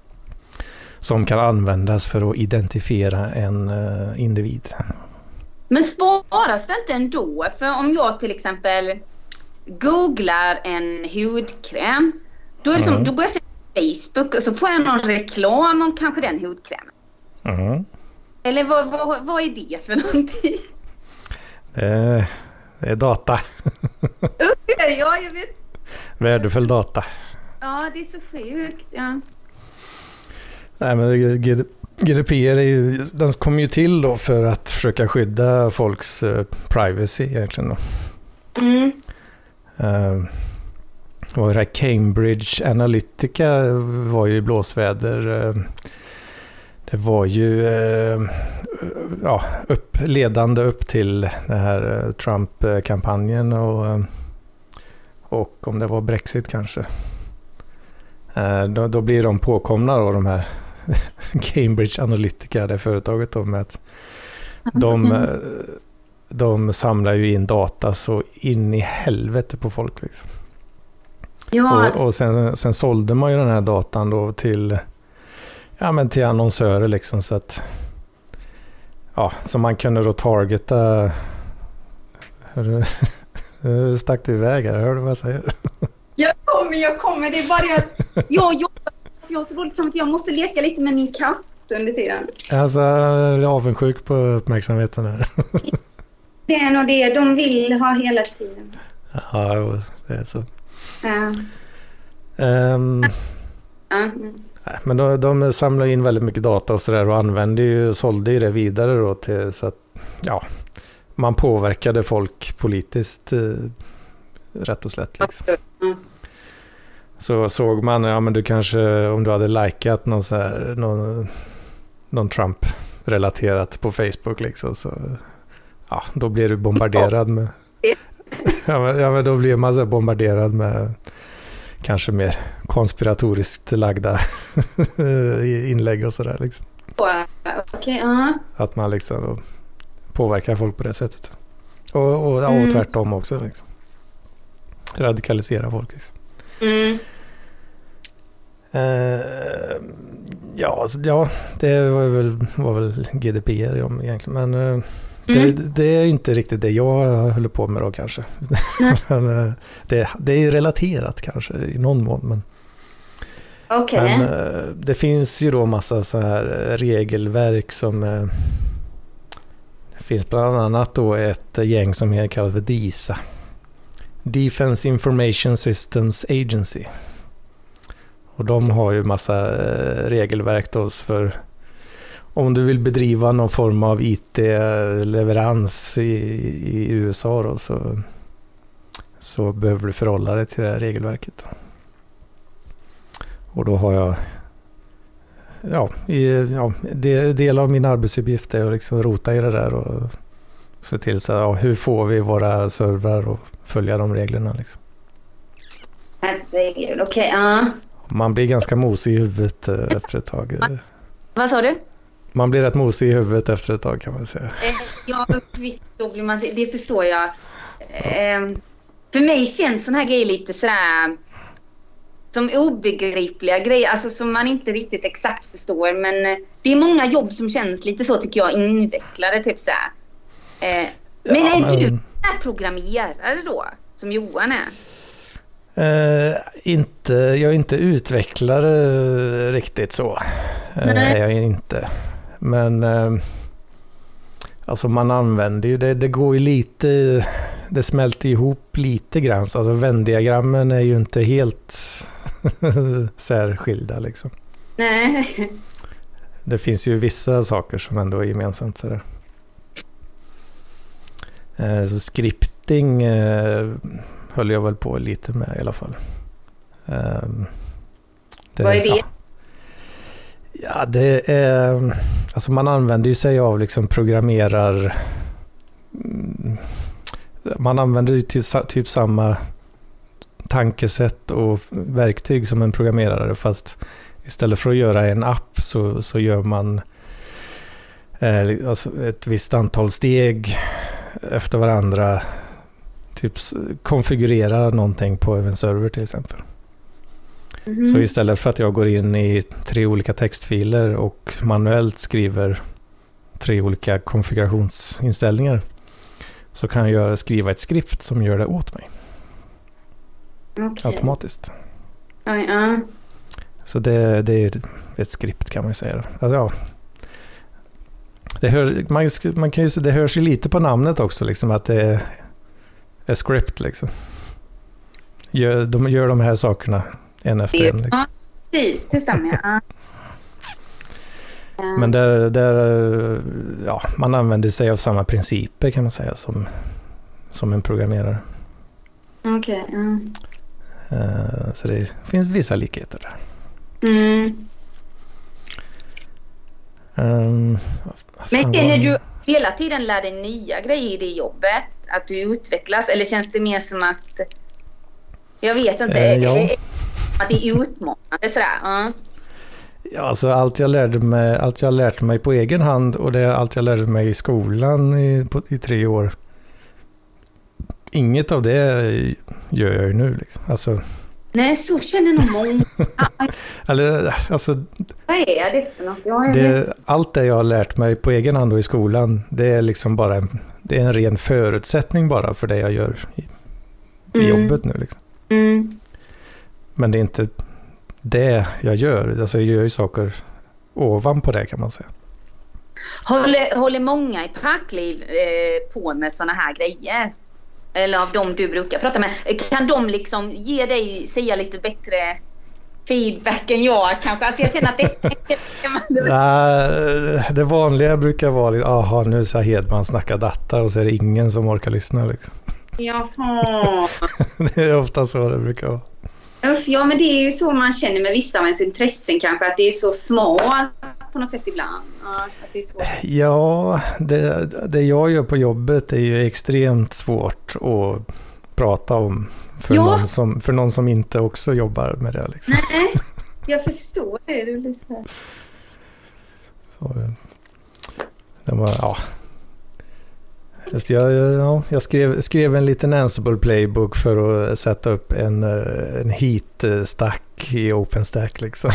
som kan användas för att identifiera en uh, individ. Men sparas det inte ändå? För om jag till exempel googlar en hudkräm, då, är det som, mm. då går jag till Facebook och så får jag någon reklam om kanske den hudkrämen. Mm. Eller vad, vad, vad är det för någonting? Det, det är data. Okay, ja, jag vet. Värdefull data. Ja, det är så sjukt, ja. Nej, men G D P R är ju, den kommer ju till då för att försöka skydda folks uh, privacy egentligen då. Mm. Uh, och det här Cambridge Analytica var ju i blåsväder. Uh, det var ju uh, ja, upp, ledande upp till den här uh, Trump-kampanjen och, uh, och om det var Brexit kanske. Uh, då, då blir de påkomna då, de här Cambridge Analytica, det företaget då, med att de, de samlar ju in data så in i helvete på folk liksom. Ja. Och, och sen, sen sålde man ju den här datan då till, ja, men till annonsörer liksom, så att ja, så man kunde då targeta. Stack du iväg här, hör du vad jag säger? Jag kommer, jag kommer, det är bara att jag jobbar. Jag har så roligt som att jag måste leka lite med min katt under tiden. Alltså, jag är avundsjuk på uppmärksamheten här. Det är nog det de vill ha hela tiden. Ja, det är så. Ja. Um, mm. Men de, de samlar in väldigt mycket data och sådär och använde ju, sålde ju det vidare då till, så att ja, man påverkade folk politiskt eh, rätt och slätt liksom. Mm. Så såg man, ja men du kanske, om du hade likat någon så här, någon, någon Trump-relaterat på Facebook liksom, så ja, då blir du bombarderad med ja, men, ja men då blir man så bombarderad med kanske mer konspiratoriskt lagda inlägg och sådär liksom. Okay, uh. Att man liksom då påverkar folk på det sättet. Och, och, ja, och mm. tvärtom också liksom. Radikalisera folk liksom. Mm. Uh, ja, alltså, ja, det var väl, var väl G D P R om egentligen, men uh, det, mm. det är inte riktigt det jag håller på med då kanske. men, uh, det, det är relaterat kanske i någon mån, men, okay. men uh, det finns ju då massa så här regelverk som uh, finns bland annat då ett gäng som är kallat för DISA. Defense Information Systems Agency. Och de har ju massa regelverk då för om du vill bedriva någon form av I T-leverans i, i U S A då, så, så behöver du förhålla dig till det här regelverket. Och då har jag ja, i, ja det, del av min arbetsuppgift är att liksom rota i det där och se till så ja, hur får vi våra servrar och följa de reglerna liksom. Okej, okay, ja. Uh. Man blir ganska mosig i huvudet eh, efter ett tag. Vad sa du? Man blir rätt mosig i huvudet efter ett tag kan man säga. Ja, då blir man, det förstår jag. Ja. För mig känns sån här grejer lite sådär som obegripliga grejer, alltså som man inte riktigt exakt förstår. Men det är många jobb som känns lite så, tycker jag, invecklade typ så här. Men ja, är men... du är programmerare då, som Johan är? Uh, inte, jag är inte utvecklare riktigt så. Uh, är jag inte. Men uh, alltså man använder ju det, det går ju lite, det smälter ihop lite grann. Alltså Venn-diagrammen är ju inte helt särskilda liksom. Nej. Det finns ju vissa saker som ändå är gemensamt sådär. Uh, så scripting uh, höll jag väl på lite med i alla fall. Um, det, Vad är det? Ja, ja, det är... Alltså man använder ju sig av liksom programmerar... Man använder ju typ, typ samma tankesätt och verktyg som en programmerare, fast istället för att göra en app så, så gör man eh, alltså ett visst antal steg efter varandra. Typ konfigurera någonting på en server till exempel. Mm. Så istället för att jag går in i tre olika textfiler och manuellt skriver tre olika konfigurationsinställningar, så kan jag skriva ett skript som gör det åt mig. Okay. Automatiskt. Uh-uh. Så det, det är ett skript kan man säga. Alltså, ja. det, hör, man, man kan ju, det hörs ju lite på namnet också liksom, att det är är script liksom. Gör, de gör de här sakerna en efter en. Liksom. Ja, precis. Det stämmer. Ja. Men där, där, ja, man använder sig av samma principer kan man säga som, som en programmerare. Okej. Okay, ja. Uh, så det finns vissa likheter där. Mm. Um, Men känner du hela tiden lär dig nya grejer i det jobbet? Att du utvecklas? Eller känns det mer som att... Jag vet inte. Eh, ja. Att det är utmanande sådär. Uh. Ja, alltså allt jag lärde mig, allt jag lärt mig på egen hand, och det är allt jag lärde mig i skolan i, på, i tre år. Inget av det gör jag ju nu liksom. Alltså... Nej, så känner nog många. Eller, alltså, vad är det för något? Jag det, allt det jag har lärt mig på egen hand och i skolan, det är liksom bara en, det är en ren förutsättning bara för det jag gör i, i mm. jobbet nu liksom. Mm. Men det är inte det jag gör. Alltså jag gör ju saker ovanpå det kan man säga. Håller, håller många i Parkliv eh, på med såna här grejer? Eller av dem du brukar prata med. Kan de liksom ge dig, säga lite bättre feedback än jag kanske? Alltså jag känner att det... Nej, det vanliga brukar vara, jaha, nu så Hedman snackar data och så är det ingen som orkar lyssna liksom. Jaha. Det är ofta så det brukar vara. Ja, men det är ju så man känner med vissa av ens intressen kanske, att det är så små på något sätt ibland. Ja, att det är svårt. Ja, det, det jag gör på jobbet är ju extremt svårt att prata om för, ja. någon, som, för någon som inte också jobbar med det. Liksom. Nej, jag förstår det. Det blir så här. Så, det var, ja. Just jag, ja, jag skrev, skrev en liten Ansible playbook för att sätta upp en, en heat-stack i OpenStack liksom.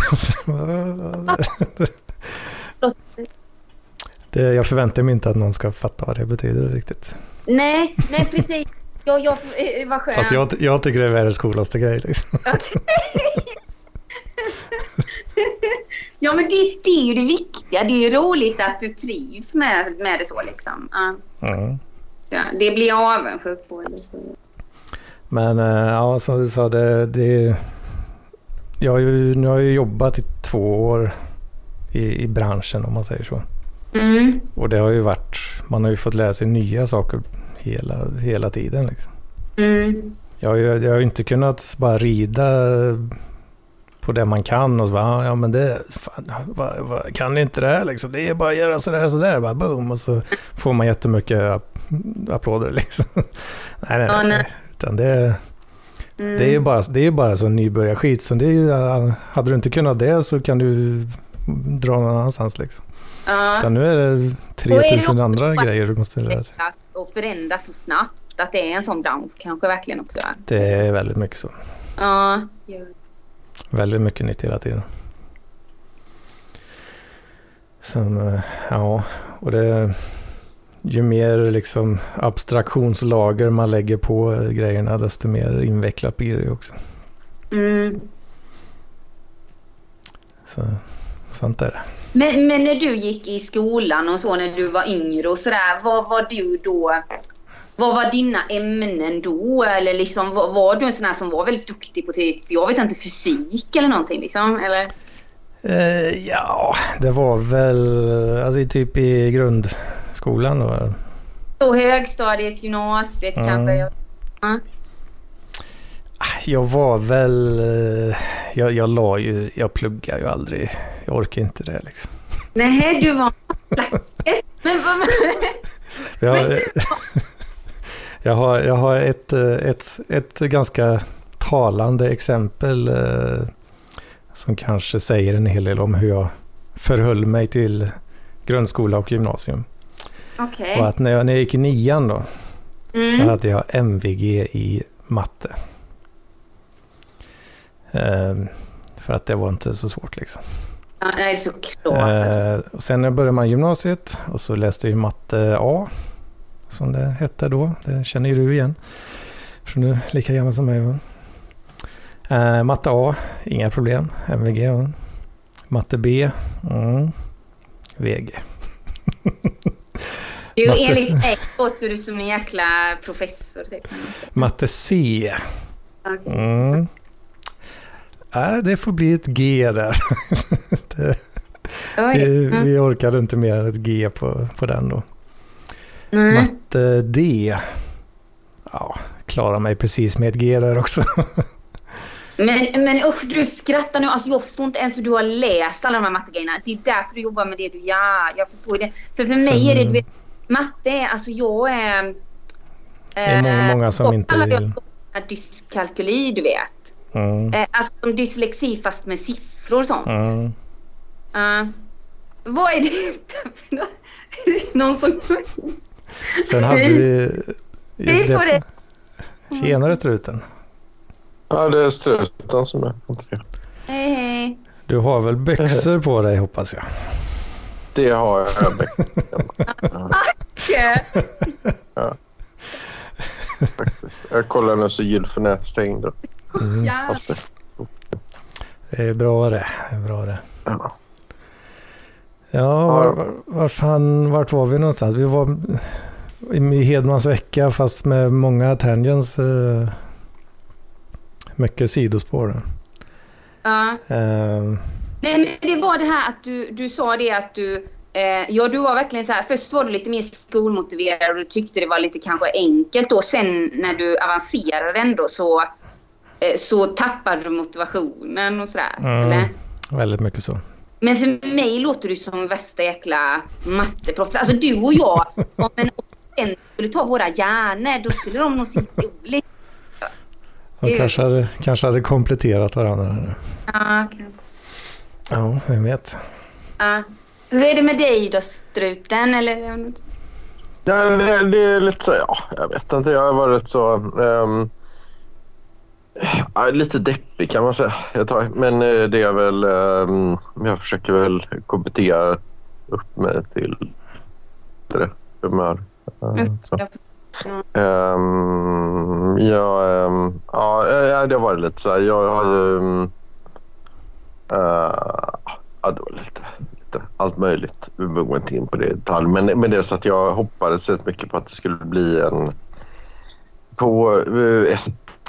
Det, jag förväntar mig inte att någon ska fatta vad det betyder riktigt. Nej, nej precis. Jag, jag, vad skönt. Fast jag, jag tycker det är världens coolaste grej liksom. Okay. Ja, men det, det är ju det viktiga. Ja, det är ju roligt att du trivs med, med det så liksom. Ja. Mm. Ja, det blir jag avundsjuk på. Eller så. Men ja, som du sa, det, det, jag har ju, nu har jag jobbat i två år i, i branschen om man säger så. Mm. Och det har ju varit, man har ju fått lära sig nya saker hela, hela tiden liksom. Mm. Jag har ju jag har inte kunnat bara rida på det man kan och så bara, ja men det, fan, va, va, kan inte det här liksom, det är bara att göra sådär sådär, bara boom, och så får man jättemycket app, applåder liksom. nej, nej, Ja, nej. nej. Utan det, Mm. det är ju bara, det är ju bara så nybörjarskit, så det är ju, hade du inte kunnat det så kan du dra någon annanstans liksom. Ja. Utan nu är det tre tusen andra grejer du måste lära sig. Och förändras så snabbt att det är en sån bransch kanske verkligen också. Det är väldigt mycket så. Ja. Väldigt mycket nytt hela tiden. Sen, ja, och det, ju mer liksom abstraktionslager man lägger på grejerna, desto mer invecklat blir det också. Mm. Så, sånt är det. Men, men när du gick i skolan och så, när du var yngre och sådär, vad var du då? Vad var dina ämnen då? Eller liksom, var, var du en sån här som var väldigt duktig på typ, jag vet inte, fysik eller någonting liksom? Eller? Eh, ja, det var väl alltså typ i grundskolan då. Så högstadiet, gymnasiet Mm. kanske? Ja. Jag var väl, jag, jag la ju, jag pluggar ju aldrig, jag orkar inte det liksom. Nej, du var slacket. Men vad... Jag, jag har, jag har ett, ett, ett ganska talande exempel eh, som kanske säger en hel del om hur jag förhöll mig till grundskola och gymnasium. Okej. Och att när jag, när jag gick i nian då, Mm. så hade jag M V G i matte. Eh, för att det var inte så svårt liksom. Ja, det är såklart. Eh, och sen när jag började man gymnasiet och så läste jag matte A, som det hette då. Det känner ju du igen. För du är lika gammal som mig. Eh, matte A, inga problem. M V G. Ja. Matte B, mm. V G. Du, matte... enligt mig låter du som en jäkla professor. Typ. Matte C. Okay. Mm. Äh, det får bli ett G där. det, vi, mm. vi orkade inte mer än ett G på, på den då. Mm. Matte D. Ja, klarar mig precis med ett G där också. Men, men usch, du skrattar nu. Alltså, jag förstår inte ens hur du har läst alla de här mattegrejerna. Det är därför du jobbar med det du gör. Jag förstår det. För för mig Sen, är det, du vet, matte är, alltså jag är... Det är många, många som inte vill. Dyskalkyli, du vet. Mm. Eh, alltså dyslexi fast med siffror och sånt. Mm. Uh, vad är det för något? Någon som... Sen hade vi... Vi får det. Tjenare struten. Ja, det är struten som är. Hej, hej. Du har väl byxor på dig, hoppas jag. Det har jag. Tack! Ja. Faktiskt. Jag kollar nu så gylfen är stängd. Mm. Ja. Det är bra det. Det är bra det. Ja. Ja, var, var, var fan, vart var vi någonstans? Vi var i Hedmans vecka fast med många tangents. Eh, mycket sidospår. Ja. Eh, Nej, men det var det här att du, du sa det att du... Eh, ja, du var verkligen så här... Först var du lite mer skolmotiverad och du tyckte det var lite kanske enkelt då. Sen när du avancerade ändå så, eh, så tappade du motivationen och sådär. mm, eller? väldigt mycket så. Men för mig låter du som värsta jäkla matteproffs. Alltså du och jag, om en en skulle ta våra hjärnor, då skulle de nog se olika. De kanske hade, kanske hade kompletterat varandra. Ja, okay. Ja, vem vet. Ja. Hur är det med dig då, struten? Eller? Ja, det, det är lite så, ja, jag vet inte. Jag har varit så... Um, ja, lite deppig kan man säga. Jag tar, men det är väl... Um, jag försöker väl komplettera upp mig till det humör. Uh, så. Um, ja, um, ja, det har varit lite så här. Jag har ju... Um, uh, ja, det var lite, lite. Allt möjligt. Vi behöver inte in på det i detalj. Men, men det är så att jag hoppades rätt mycket på att det skulle bli en på ett,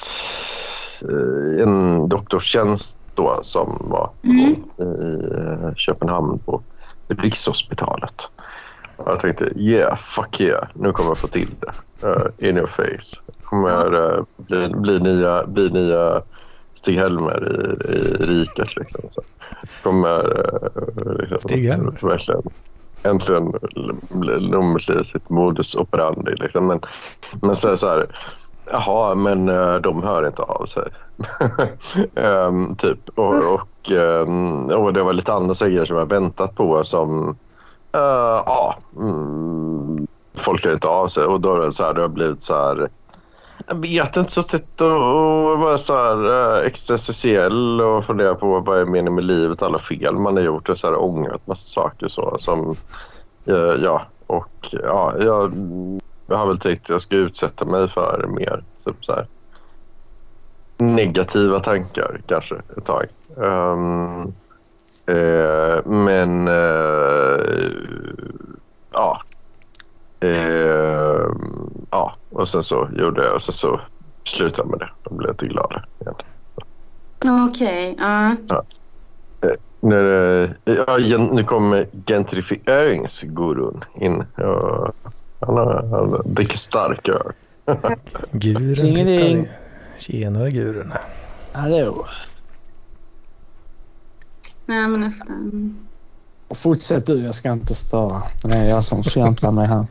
en doktorstjänst då som var Mm. i Köpenhamn på Rikshospitalet. Jag tänkte, yeah, fuck yeah, nu kommer jag få till det. Uh, in your face. Kommer uh, bli, bli nya, bli nya Stig Helmer i, i riket liksom. Så kommer uh, liksom, Stig Helmer? Verkligen äntligen bli sitt modus operandi liksom. Men, men så, så här, jaha, men uh, de hör inte av sig. um, typ. Och, och, um, och det var lite andra grejer som jag väntat på som Uh, ja, mm, folk är inte av sig och då är det så här, det har blivit så här, jag vet inte, suttit och, och vara så här uh, existentiell och fundera på vad är meningen med livet, alla fel man har gjort och så här ångrat massa saker så som uh, ja, och ja, jag, jag har väl tänkt att jag ska utsätta mig för mer typ så här negativa tankar kanske ett tag. Um, Eh, men eh, ja eh, ja och sen så gjorde jag och sen så slutade jag med det. Jag blev inte glad igen. Okej, okay, uh. ja. eh, nu, ja, nu kommer gentrifieringsgurun in. Ja, han har dricker stark öl. Guren tittar. Tjenare guren. Hallå. Nej, men nästan. Och fortsätt du, jag ska inte störa. Det är jag som kämpar mig här.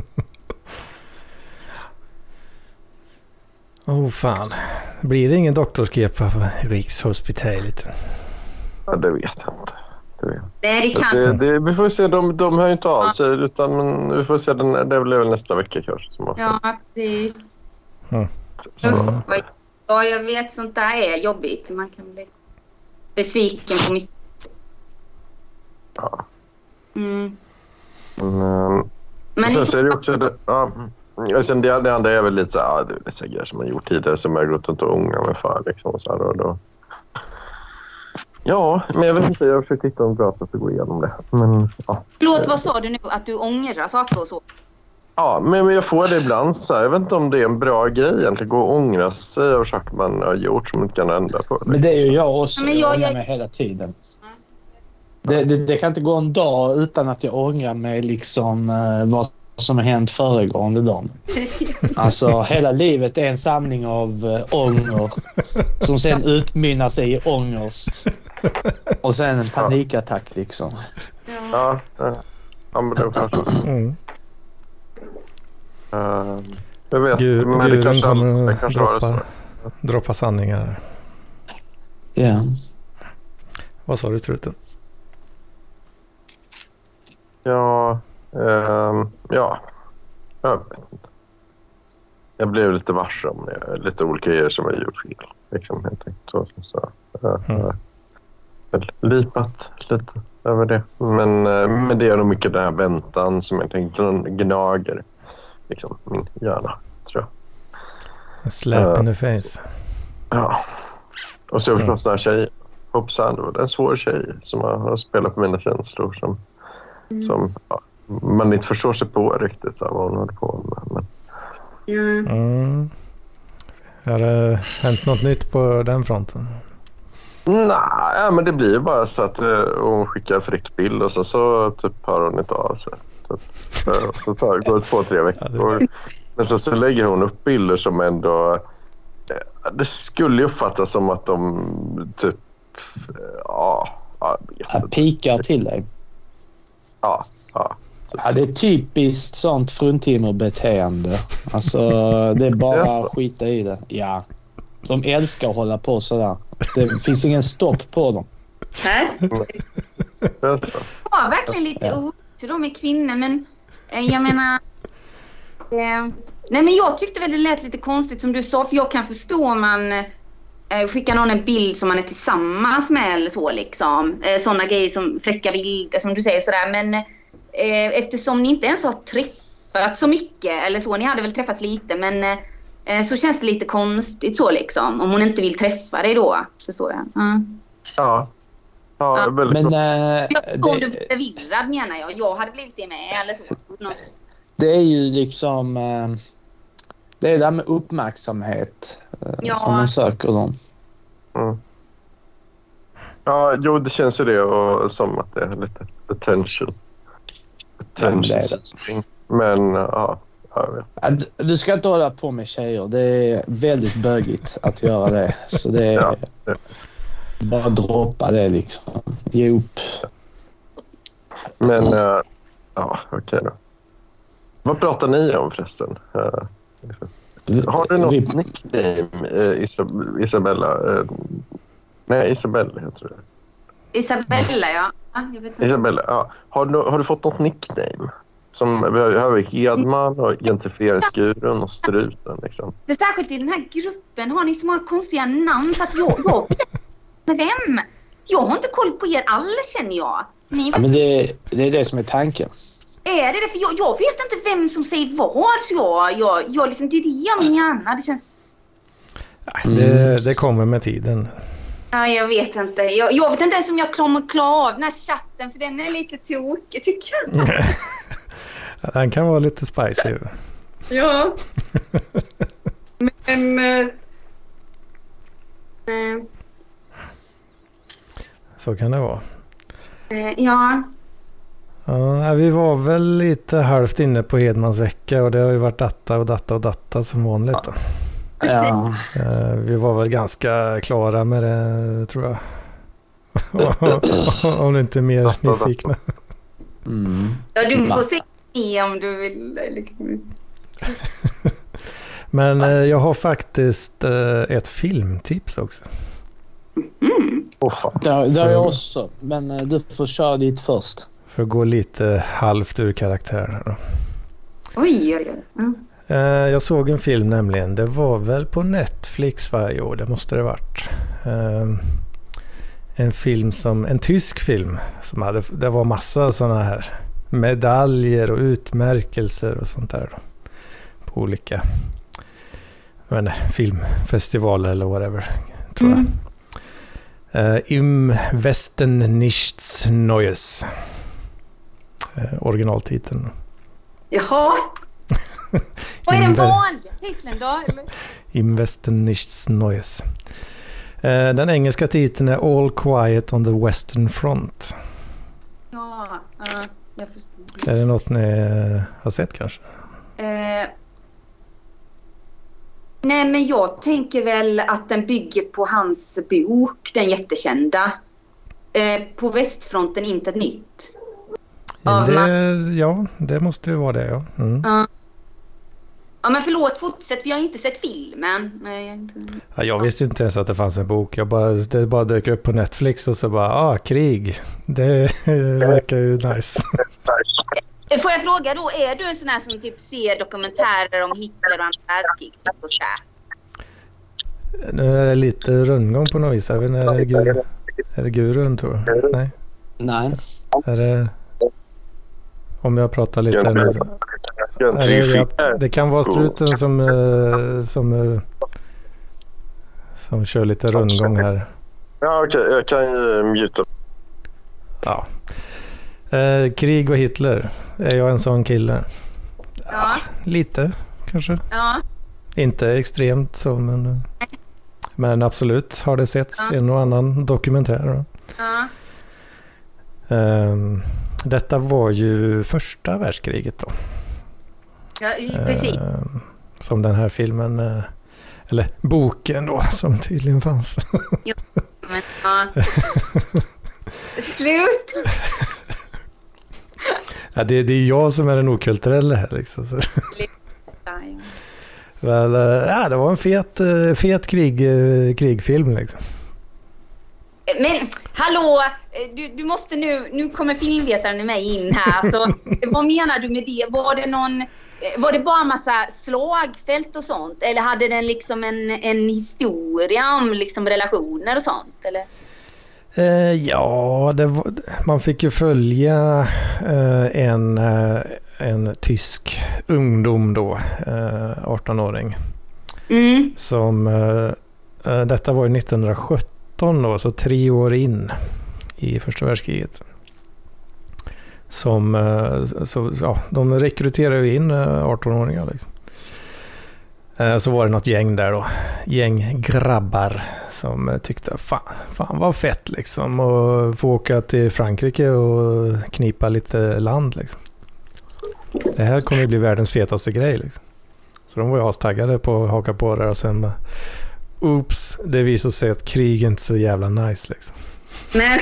Åh oh, fan. Blir det ingen doktorskepa på Rikshospitalet? Ja, det vet jag inte. Det vet. Nej, det kan. Det, det, vi får se, de, de hör ju inte av sig utan men vi får se, den, det blir väl nästa vecka kanske. Som ja, precis. Mm. Så. Ja, jag vet, sånt där är jobbigt. Man kan bli besviken på mycket. Ja. Mm. Men, men sen i... så är det också det, ja, sen det, det andra är väl lite så här, ja, det är lite grejer som man gjort tidigare som jag gått runt och ångrar mig för liksom, och så här, och då. Ja, men jag vet inte, jag försöker hitta en bra sätt att gå igenom det. Men, ja. Förlåt, vad sa du nu? Att du ångrar saker och så? Ja, men jag får det ibland så här. Jag vet inte om det är en bra grej egentligen. Gå och ångra sig över saker man har gjort som inte kan ändra på det. Men det är ju jag också. Men jag, jag ångrar jag... mig hela tiden. Det, det, det kan inte gå en dag utan att jag ångrar mig liksom eh, vad som har hänt föregående dagen. Alltså hela livet är en samling av eh, ånger som sen utmynnar sig i ångest. Och sen en panikattack liksom. Ja, ja. Ja, men det är klart. Mm. Uh, jag vet, Gur, men det kanske, kommer det kanske droppa, så. droppa sanningar. Ja. Yeah. Vad sa du, Truten? Ja, um, ja, jag vet inte. Jag blev lite varse om det. Lite olika grejer som jag gjort fel. Liksom, helt enkelt. Så, så, uh, mm. uh, lipat lite över det. Men, uh, men det är nog mycket den här väntan som jag tänkte gnager. Liksom, min hjärna, tror jag. En slap uh, in the face. Ja. Och så är det förstås den här tjej, hoppsan, det var en svår tjej som har spelat på mina känslor som, mm. som ja, man inte förstår sig på riktigt så här, vad hon håller på med. Men... Mm. Mm. Har det hänt något nytt på den fronten? Nej, men det blir ju bara så att uh, hon skickar fritt bild och så, så typ hör hon inte av sig. Typ. Så tar, går det två, tre veckor. Ja, men så, så lägger hon upp bilder som ändå... Det skulle ju uppfattas som att de typ... Ja, jag jag pikar till dig. Ja, ja. Ja, det är typiskt sånt fruntimmerbeteende. Alltså, det är bara att skita i det. Ja. De älskar att hålla på sådär. Det finns ingen stopp på dem. Här? Ja, verkligen lite ja. Otur de är kvinnor, men eh, jag menar... Eh, nej, men jag tyckte väl det lät lite konstigt som du sa, för jag kan förstå om man eh, skickar någon en bild som man är tillsammans med eller så liksom. Eh, sådana grejer som fräcka bilder som du säger sådär, men eh, eftersom ni inte ens har träffat så mycket eller så, ni hade väl träffat lite, men eh, så känns det lite konstigt så liksom, om hon inte vill träffa dig då, förstår jag. Mm. Ja. Ja, Ja. väldigt Men bra. eh, Jag, om du det, blir förvirrad menar jag. Jag hade blivit det med eller så. Nå- det är ju liksom... Eh, det är det här med uppmärksamhet eh, Ja. som man söker dem. Mm. Ja, jo, det känns ju det och som att det är lite attention. Attention Ja, det är det. seeking. Men ja, jag vet. Ja, du- Du ska inte hålla på med tjejer. Det är väldigt bögigt att göra det. Så det är... Ja, det- Bara droppa det liksom. Ge upp. Men uh, ja, okej då. Vad pratar ni om förresten? Uh, har du något Vi- nickname, uh, Isab- Isabella? Uh, nej, Isabella heter det. Isabella, ja. Ja, jag vet inte. Isabella, ja. Har du, har du fått något nickname? Som, vi har, har vi Hedman och identifieringsgurun och struten liksom. Det är särskilt i den här gruppen har ni så många konstiga namn så att jag... jag med vem? Jag har inte koll på er alla känner jag. Ni Ja, men det, det är det som är tanken. är det det? För jag, jag vet inte vem som säger vad. Så jag, jag, jag liksom, det är det jag min hjärna. Det känns... Det, det kommer med tiden. Ja, jag vet inte. Jag, jag vet inte ens om jag kommer klara av den här chatten. För den är lite tokig tycker jag. Den kan vara lite spicy. Ja. Men... Äh, äh, Så kan det vara. äh, ja. Ja, vi var väl lite halvt inne på Hedmans vecka och det har ju varit datta och datta och datta som vanligt då. Ja. Eh, Vi var väl ganska klara med det, tror jag. Om det inte är mer nyfikna. Mm. Ja, du får se mer om du vill. Liksom. Men eh, jag har faktiskt eh, ett filmtips också. Åh fan. Det, har- det har jag också. Men eh, du får köra dit först. För att gå lite halvt ur karaktär här då. Oj, oj, oj. Mm. Eh, Jag såg en film nämligen. Det var väl på Netflix varje år. Det måste det varit. Eh, En film som, en tysk film som hade, det var massa sådana här medaljer och utmärkelser och sånt där då, på olika jag vet inte, filmfestivaler eller whatever, tror jag. Mm. Uh, Im Westen nichts Neues. Uh, originaltiteln. Jaha. Vad är den Inve- vanliga titeln då? Eller? Im Westen nichts Neues. Uh, den engelska titeln är All Quiet on the Western Front. Ja, ja, jag förstår. Är det något ni uh, har sett kanske? Eh, nej, men jag tänker väl att den bygger på hans bok, den jättekända. Eh, på västfronten, inte ett nytt. Ja, Det, ja, det måste ju vara det, ja. Mm. Ja. Ja, men förlåt, fortsätt, för jag har inte sett filmen. Nej, jag har inte... Ja, jag visste inte ens att det fanns en bok. Jag bara, det bara dök upp på Netflix och så bara, ah, krig. Det verkar ju nice. Får jag fråga då, är du en sån här som typ ser dokumentärer om Hitler och andra världskrig och så där? Nu är det lite rundgång på något vis. Jag vet inte, är det, gur, är det gurun, tror jag? Nej. Nej. Är det... Om jag pratar lite här nu. Är det, att, det kan vara struten som, eh, som, eh, som kör lite rundgång här. Ja, okej. Okay. Jag kan ju muta. Ja. Eh, krig och Hitler. Är jag en sån kille? Ja. Lite, kanske. Ja. Inte extremt så, men, men absolut har det setts Ja. en och annan dokumentär. Då. Ja. Um, detta var ju första världskriget då. Ja, precis. Um, som den här filmen, uh, eller boken då, som tydligen fanns. Men, ja. Slut! Ja, det, det är jag som är den okulturella här liksom. Så. Ja, ja. Väl, uh, ja, det var en fet, uh, fet krig, uh, krigfilm liksom. Men hallå, du, du måste nu, nu kommer filmvetaren i mig in här. Alltså, vad menar du med det? Var det någon, var det bara en massa slagfält och sånt? Eller hade den liksom en, en historia om liksom relationer och sånt? Eller? Eh, ja, det var, man fick ju följa eh, en, eh, en tysk ungdom då, eh, arton-åring. Mm. Som, eh, detta var ju nittonhundrasjutton då, så tre år in i första världskriget. Som, så, ja, de rekryterar ju in arton-åringar liksom. Så var det något gäng där då, gäng grabbar som tyckte fan, fan vad fett liksom och få åka till Frankrike och knipa lite land liksom. Det här kommer ju bli världens fetaste grej liksom. Så de var ju astaggade på att haka på där och sen oops, det visade sig att krig är inte så jävla nice liksom. Nej.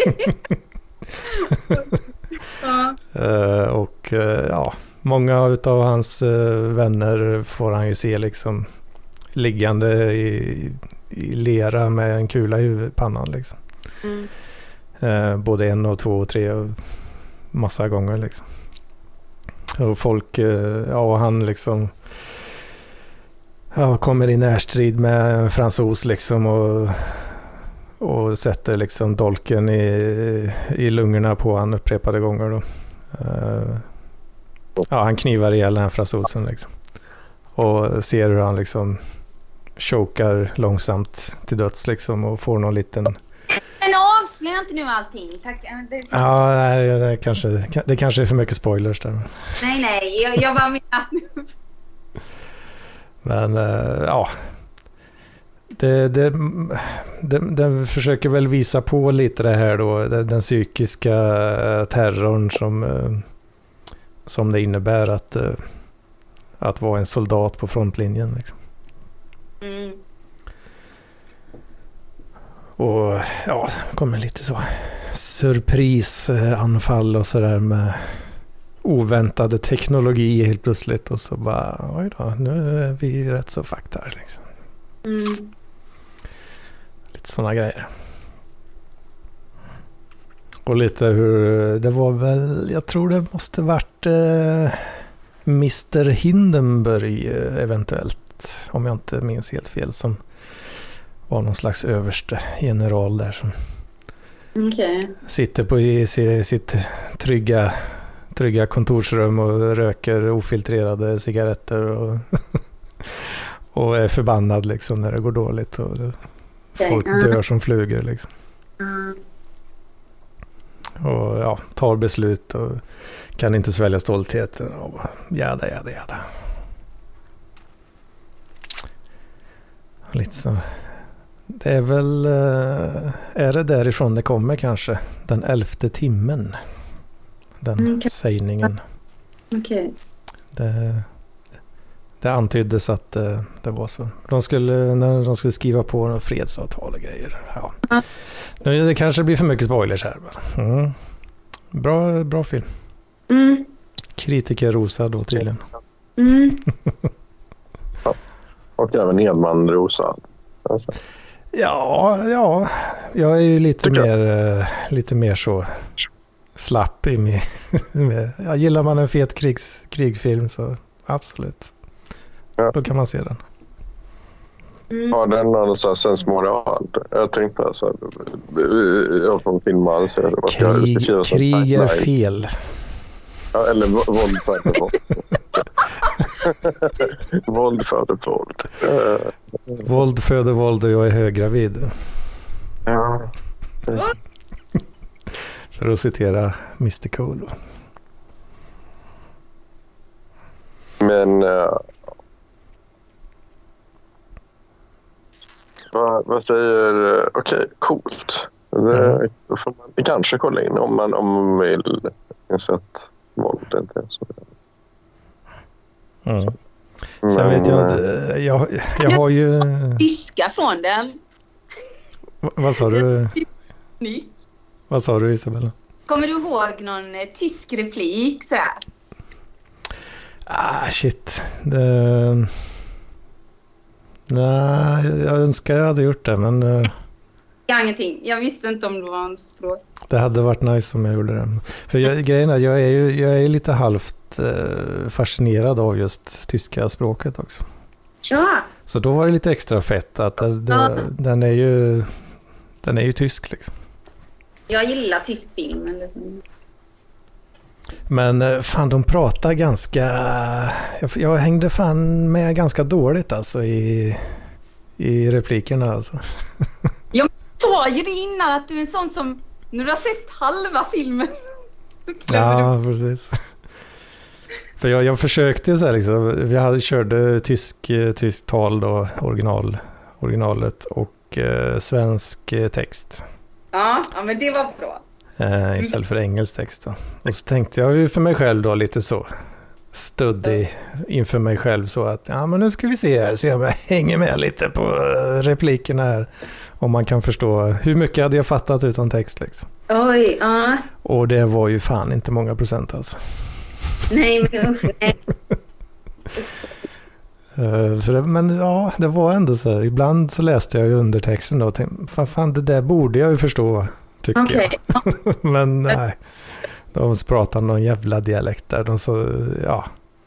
Ja. Uh, och uh, ja, många av hans uh, vänner får han ju se liksom liggande i, i lera med en kula i pannan liksom. Mm. Uh, både en och två och tre och massa gånger liksom. Och folk, uh, ja och han liksom ja, kommer i närstrid med en fransos liksom och och sätter liksom dolken i, i lungorna på han upprepade gånger då. Uh, ja, han knivar ihjäl den här fransosen liksom. Och ser hur han liksom chokar långsamt till döds liksom och får någon liten... Men avslöja inte nu allting, tack. Det... Ja, nej, det kanske, det kanske är för mycket spoilers där. Nej, nej, jag, jag bara menar nu. Men uh, ja... Det, det, det, den försöker väl visa på lite det här då, den, den psykiska terrorn som, som det innebär att, att vara en soldat på frontlinjen. Liksom. Mm. Och ja, det kommer lite så surprisanfall och sådär med oväntade teknologi helt plötsligt och så bara, oj då, nu är vi rätt så fakt här liksom. Mm. Såna grejer. Och lite hur det var väl, jag tror det måste varit eh, mister Hindenburg eh, eventuellt, om jag inte minns helt fel, som var någon slags överste general där som okay. sitter på i, i sitt trygga trygga kontorsrum och röker ofiltrerade cigaretter och och är förbannad liksom när det går dåligt och folk dör som flugor liksom. Mm. Och ja, tar beslut och kan inte svälja stoltheten och jäda, jäda, jäda. Lite så. Det är väl, är det därifrån det kommer kanske? Den elfte timmen. Den mm, okay. sägningen. Okej. Okay. Det... Det antyddes att uh, det var så. De skulle, när de skulle skriva på fredsavtal och grejer. Ja. Nu det kanske blir för mycket spoilers här. Mm. Bra, bra film. Mm. Kritiker Rosa då tydligen. Mm. Ja. Och även Edman Rosa. Alltså. Ja, ja. Jag är ju lite Tycker mer uh, lite mer så slapp i mig. Jag gillar man en fet krigs, krigfilm så absolut. Ja. Då kan man se den. Mm. Ja, den har så här sensmoral. Jag tänkte så här, jag från filmen så jag krig, jag krig är fel. Ja, eller våld föder våld. Våld föder våld. Uh. Våld föder våld och jag är höggravid. Ja. För att citera mister Cole. Men uh, vad, vad säger uh, okej, okay, coolt. Det, mm. Då får man kanske kolla in om man, om man vill inse att våld inte är så. Mm. Så. Men, sen vet jag inte, jag, jag har ju... Tyska från den. V- vad sa du? Ny. Vad sa du, Isabella? Kommer du ihåg någon eh, tysk replik så här? Ah, shit. Det... Nej, jag önskar jag hade gjort det, men... Uh... Ja, ingenting. Jag visste inte om det var en språk. Det hade varit nice om jag gjorde det. För jag, grejen är, jag är ju jag är lite halvt uh, fascinerad av just tyska språket också. Ja. Så då var det lite extra fett att det, det, ja. den är ju den är ju tysk liksom. Jag gillar tysk film. Liksom. Men fan, de pratar ganska... Jag, jag hängde fan med ganska dåligt alltså i, i replikerna alltså. Jag sa ju det innan att du är en sån som När du har sett halva filmen. Ja, precis. För jag, jag försökte ju så här liksom, vi hade, körde tysk, tysk tal då, original, originalet och eh, svensk eh, text. Ja, ja, men det var bra. Eh, istället för engelsk text då. Och så tänkte jag ju för mig själv då lite så stöddig inför mig själv så att ja men nu ska vi se här, se om jag hänger med lite på replikerna här. Om man kan förstå hur mycket hade jag fattat utan text liksom. Oj, ja. Och det var ju fan inte många procent alltså. Nej, men usch, nej. Uh, för det, men ja, det var ändå så här, ibland så läste jag ju undertexten då och tänkte, fan, fan det där borde jag ju förstå, tycker Okay. jag. Men nej, de pratar någon jävla dialekt där, de så, ja.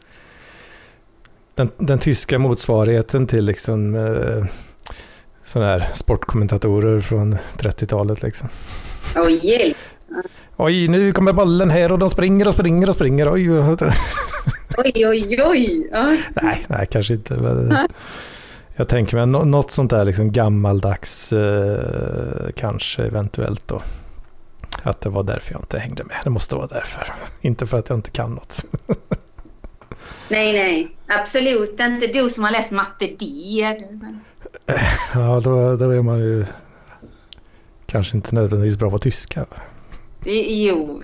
Den, den tyska motsvarigheten till liksom uh, sådana här sportkommentatorer från trettiotalet liksom. Oj, oh, hjälp. Oj, nu kommer bollen här och de springer och springer och springer. Oj, oj, oj, oj. Ja. Nej, nej, kanske inte. Men jag tänker mig något sånt där liksom gammaldags eh, kanske eventuellt då. Att det var därför jag inte hängde med. Det måste vara därför. Inte för att jag inte kan något. Nej, nej. Absolut inte. Du som har läst matte D. Ja, då, då är man ju kanske inte nödvändigtvis bra på tyska. Jo.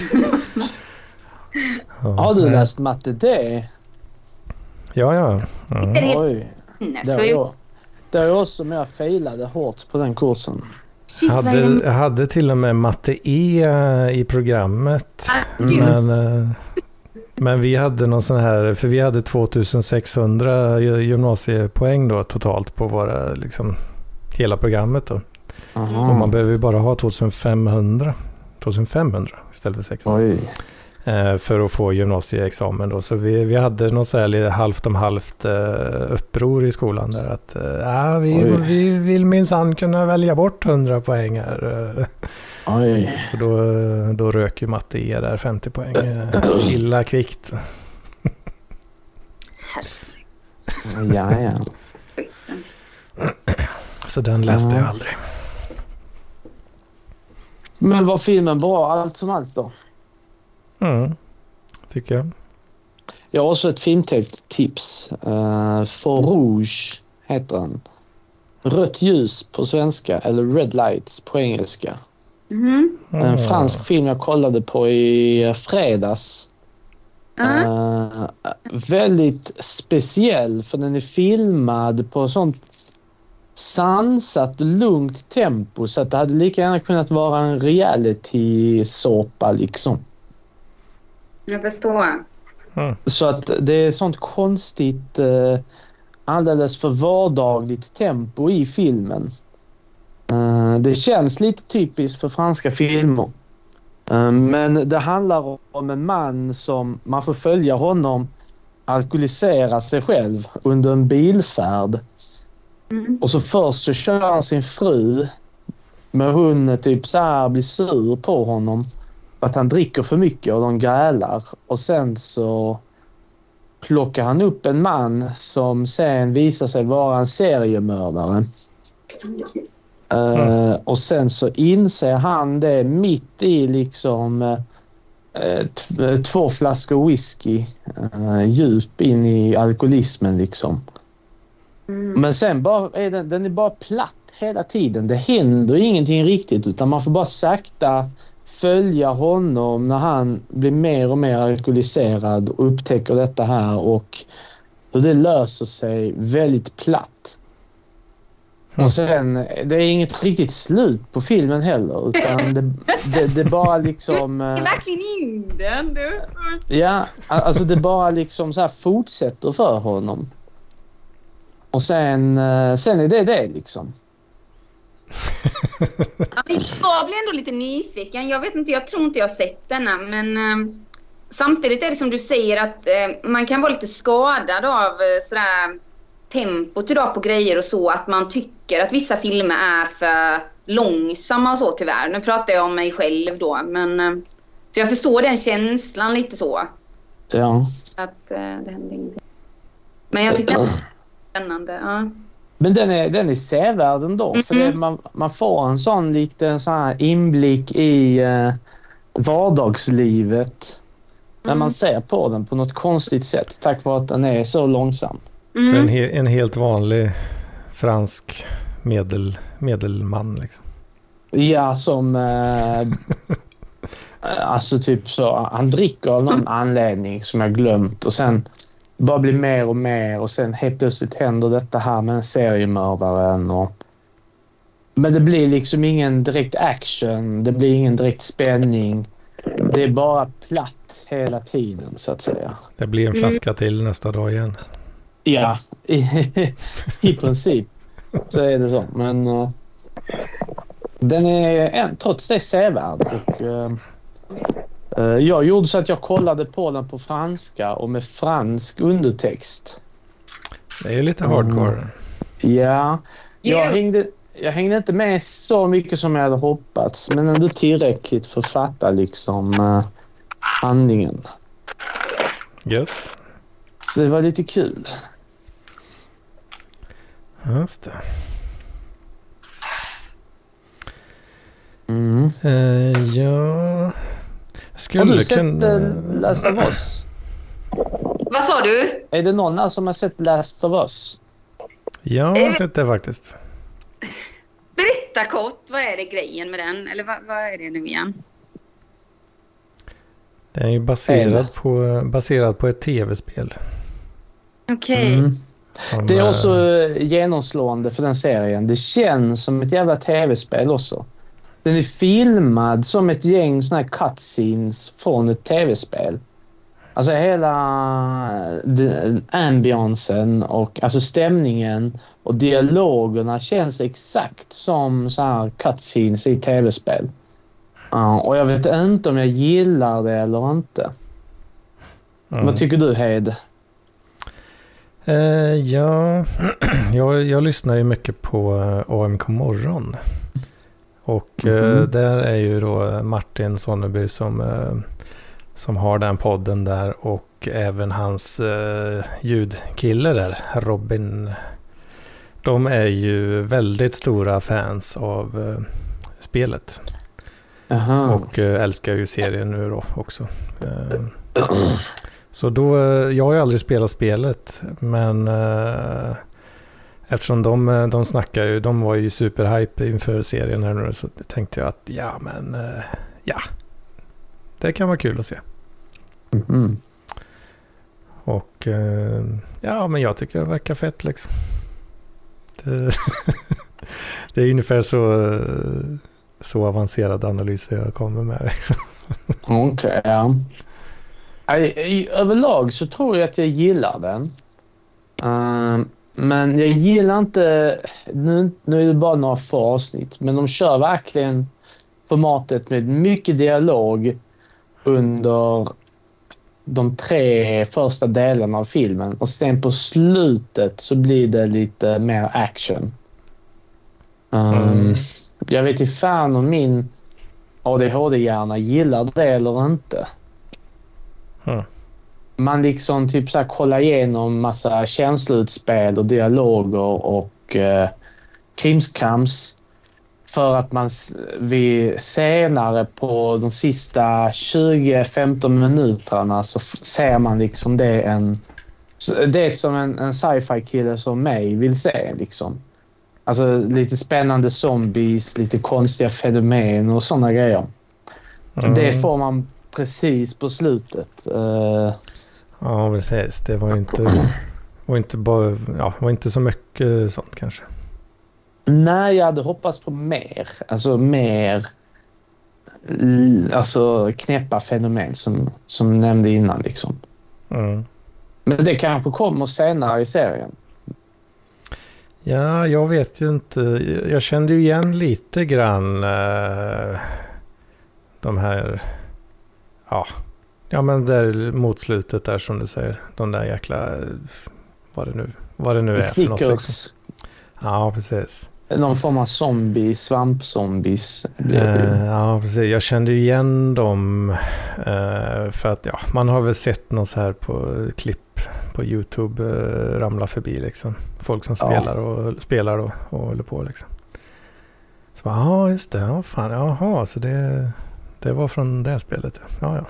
Ja. Har du läst matte D? Ja, ja. Mm. Oj. Det var jag. Det var också med jag failade hårt på den kursen. Jag hade, jag hade till och med matte E i programmet. Mm. Men, men vi hade någon sån här, för vi hade tvåtusensexhundra gymnasiepoäng då totalt på våra, liksom, hela programmet då. Aha. Och man behöver ju bara ha tvåtusenfemhundra istället för sexhundra. Oj. För att få gymnasieexamen då. Så vi, vi hade något så här halvt om halvt uh, uppror i skolan där att uh, vi, vi vill minsann kunna välja bort hundra poäng här. Oj. Så då, då rök ju matte E där femtio poäng. Uh, illa kvickt. Ja, ja. Så den läste ja. jag aldrig. Men var filmen bra allt som allt då? Mm, tycker jag. Jag har också ett filmtips. Uh, For Rouge heter den. Rött ljus på svenska eller Red Lights på engelska. Mm. En fransk film jag kollade på i fredags. Mm. Uh, väldigt speciell för den är filmad på sånt sansat lugnt tempo så att det hade lika gärna kunnat vara en reality-såpa liksom. Jag förstår. Mm. Så att det är sånt konstigt eh, alldeles för vardagligt tempo i filmen. Eh, det känns lite typiskt för franska filmer. Eh, men det handlar om en man som man får följa honom alkoholisera sig själv under en bilfärd. Mm. Och så först så kör han sin fru med hon typ så här blir sur på honom att han dricker för mycket och de grälar. Och sen så plockar han upp en man som sen visar sig vara en seriemördare. Mm. Uh, och sen så inser han det mitt i liksom uh, t- två flaskor whisky uh, djup in i alkoholismen liksom. Mm. Men sen bara är den, den är bara platt hela tiden. Det händer ingenting riktigt utan man får bara sakta följa honom när han blir mer och mer alkoholiserad och upptäcker detta här och hur det löser sig väldigt platt. Mm. Och sen, det är inget riktigt slut på filmen heller utan det, det, det bara liksom... Du är verkligen in den, du. Ja, alltså det bara liksom så här fortsätter för honom. Och sen, sen är det det liksom. Jag blir ändå lite nyfiken. Jag vet inte, jag tror inte jag har sett denna. Men eh, samtidigt är det som du säger att eh, man kan vara lite skadad av eh, sådär tempot idag på grejer och så. Att man tycker att vissa filmer är för långsamma och så tyvärr. Nu pratar jag om mig själv då. Men, eh, så jag förstår den känslan lite så. Ja. Att eh, det händer ingenting. Men jag tycker att det är spännande, ja. Men den är, den är sevärd ändå. Mm-hmm. För det, man, man får en sån liten sån här inblick i eh, vardagslivet när mm. man ser på den på något konstigt sätt. Tack vare att den är så långsam. Mm. En, he- en helt vanlig fransk medel, medelman liksom. Ja, som... Eh, alltså typ så... Han dricker av någon anledning som jag glömt. Och sen bara blir mer och mer. Och sen helt plötsligt händer detta här med en seriemördaren. Och, men det blir liksom ingen direkt action. Det blir ingen direkt spänning. Det är bara platt hela tiden, så att säga. Det blir en flaska till nästa dag igen. Ja, i, i princip så är det så. Men uh, den är en, trots det sevärd. Och, uh, uh, jag gjorde så att jag kollade på den på franska och med fransk undertext. Det är ju lite hardcore. Mm. Ja, jag hängde, jag hängde inte med så mycket som jag hade hoppats. Men ändå tillräckligt för att fatta liksom uh, handlingen. Gött. Så det var lite kul. Just det. Mm. Uh, ja... Skulle har du sett kunna... Last of Us? Vad sa du? Är det någon här som har sett Last of Us? Ja, jag har sett det faktiskt. Berätta kort, vad är det grejen med den? Eller vad, vad är det nu igen? Den är ju baserad på, baserad på ett tv-spel. Okej. Okay. Mm. Det är också genomslående för den serien. Det känns som ett jävla tv-spel också. Den är filmad som ett gäng såna här cutscenes från ett tv-spel. Alltså hela ambiansen och alltså stämningen och dialogerna känns exakt som så här cutscenes i tv-spel. Uh, och jag vet inte om jag gillar det eller inte. Mm. Vad tycker du, Hed? Uh, ja, jag, jag lyssnar ju mycket på A M K Morgon. Och mm. uh, där är ju då Martin Sonneby som, uh, som har den podden där. Och även hans uh, ljudkille där, Robin. De är ju väldigt stora fans av uh, spelet. Aha. Och äh, älskar ju serien nu då också. Äh, så då, jag har ju aldrig spelat spelet, men äh, eftersom de, de snackar ju, de var ju superhype inför serien här nu, så tänkte jag att ja, men äh, ja, det kan vara kul att se. Mm. Och äh, ja, men jag tycker det verkar fett liksom. Det, det är ungefär så... så avancerad analys jag kommer med. Liksom. Okej, okay, ja. I, i, överlag så tror jag att jag gillar den. Uh, men jag gillar inte... Nu, nu är det bara några få avsnitt. Men de kör verkligen formatet med mycket dialog under de tre första delarna av filmen. Och sen på slutet så blir det lite mer action. Um, mm. Jag vet inte fan om min A D H D-hjärna gillar det eller inte. Mm. Man liksom typ så här kollar igenom massa känsloutspel och dialoger och eh, krimskrams för att man vid senare på de sista tjugo till femton minuterna så f- ser man liksom det en det är som en, en sci-fi kille som mig vill se liksom. Alltså lite spännande zombies, lite konstiga fenomen och sådana grejer. Mm. Det får man precis på slutet. Uh... Ja, precis. Det var inte, var inte bara, ja, var inte så mycket sånt kanske. Nej, jag hade hoppats på mer. Alltså mer alltså knäppa fenomen som, som nämnde innan liksom. Mm. Men det kanske kommer senare i serien. Ja, jag vet ju inte. Jag kände ju igen lite grann uh, de här, ja, ja men där mot slutet där som du säger, de där jäkla, vad det nu, vad det nu är för något liksom. Ja, precis. Någon form av zombie, svampzombies. Uh, ja, precis. Jag kände igen dem uh, för att ja, man har väl sett något så här på klipp på YouTube uh, ramla förbi liksom. Folk som Ja. spelar och spelar och, och håller på liksom. Så ja, just det. Ja, fan. Jaha, så det, det var från det spelet. Ja, ja.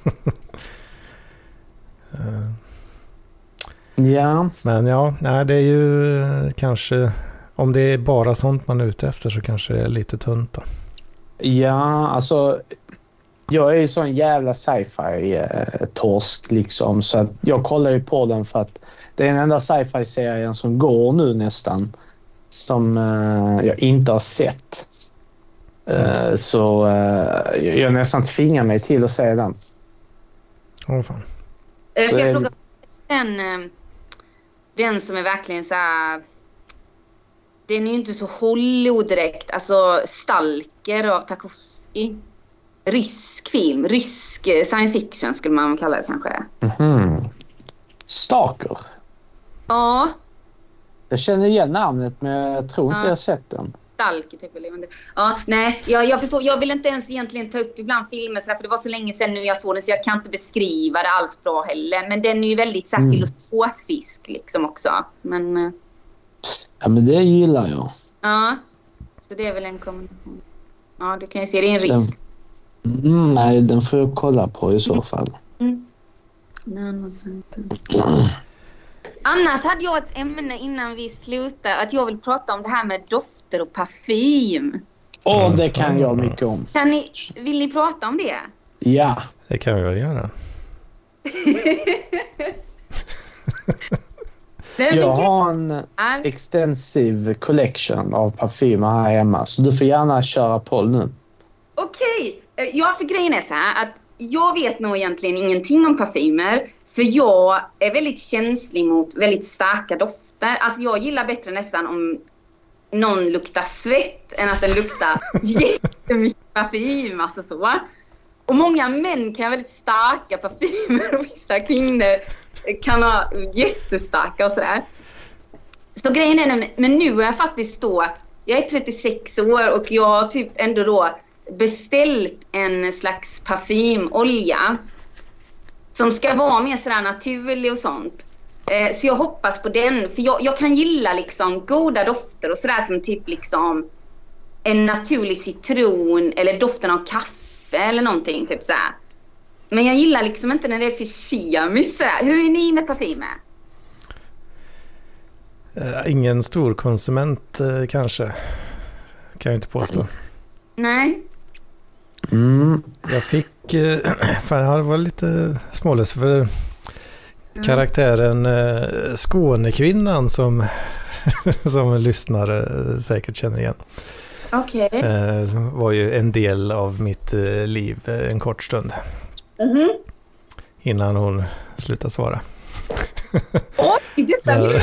uh. Ja. Men ja, nej, det är ju uh, kanske... Om det är bara sånt man är ute efter så kanske det är lite tunt då. Ja, alltså jag är ju sån jävla sci-fi eh, torsk liksom, så att jag kollar ju på den för att det är den enda sci-fi-serien som går nu nästan som eh, jag inte har sett. Eh, så eh, jag nästan tvingar mig till att se den. Åh fan. Eh, Så Får jag är- fråga den, eh, den som är verkligen så här... Den är ju inte så Hollywood direkt. Alltså Stalker av Tarkovsky. Rysk film. Rysk eh, science fiction skulle man kalla det kanske. Mhm. Stalker. Ja, Jag känner igen namnet men jag tror inte Ja. jag har sett den. Stalker typ. Eller, det- ja, nej, jag, jag förstår. Jag vill inte ens egentligen ta upp ibland filmer så här, för det var så länge sedan nu jag såg den så jag kan inte beskriva det alls bra heller. Men den är ju väldigt så här, Mm. filosofisk liksom också. Men eh, Ja, men det gillar jag. ja, så det är väl en kombination. Ja, du kan ju se, det är en Den, risk. mm, nej, den får jag kolla på i så fall. Mm. Nej, något sånt. Annars hade jag ett ämne innan vi slutar att jag vill prata om det här med dofter och parfym. Åh, det kan jag mycket om. Kan ni, vill ni prata om det? Ja. Det kan vi väl göra. Nej, men Jag gud, har en är- extensive collection av parfymer här hemma. Så du får gärna köra på nu. Okej, eh, ja, för grejen är så här att jag vet nog egentligen ingenting om parfymer. För jag är väldigt känslig mot väldigt starka dofter. Alltså jag gillar bättre nästan om någon luktar svett än att den luktar jättemycket parfym. Alltså så. Och många män kan ha väldigt starka parfymer och vissa kvinnor kan ha jättestarka och sådär. Så grejen är, nu- men nu är jag faktiskt då, jag är trettiosex år och jag har typ ändå då beställt en slags parfymolja som ska vara mer sådär naturlig och sånt. Eh, så jag hoppas på den, för jag, jag kan gilla liksom goda dofter och sådär som typ liksom en naturlig citron eller doften av kaffe eller någonting typ såhär. Men jag gillar liksom inte när det är för kemiskt sådär. Hur är ni med parfymer? Eh, ingen stor konsument eh, kanske. Kan jag inte påstå. Nej. Mm. Jag fick... Eh, fan, jag var lite småledsen för Mm. karaktären eh, Skånekvinnan som, som lyssnare eh, säkert känner igen. Okej. Eh, som var ju en del av mitt eh, liv eh, en kort stund. Mhm. Innan hon slutade svara. Oj, detta Men,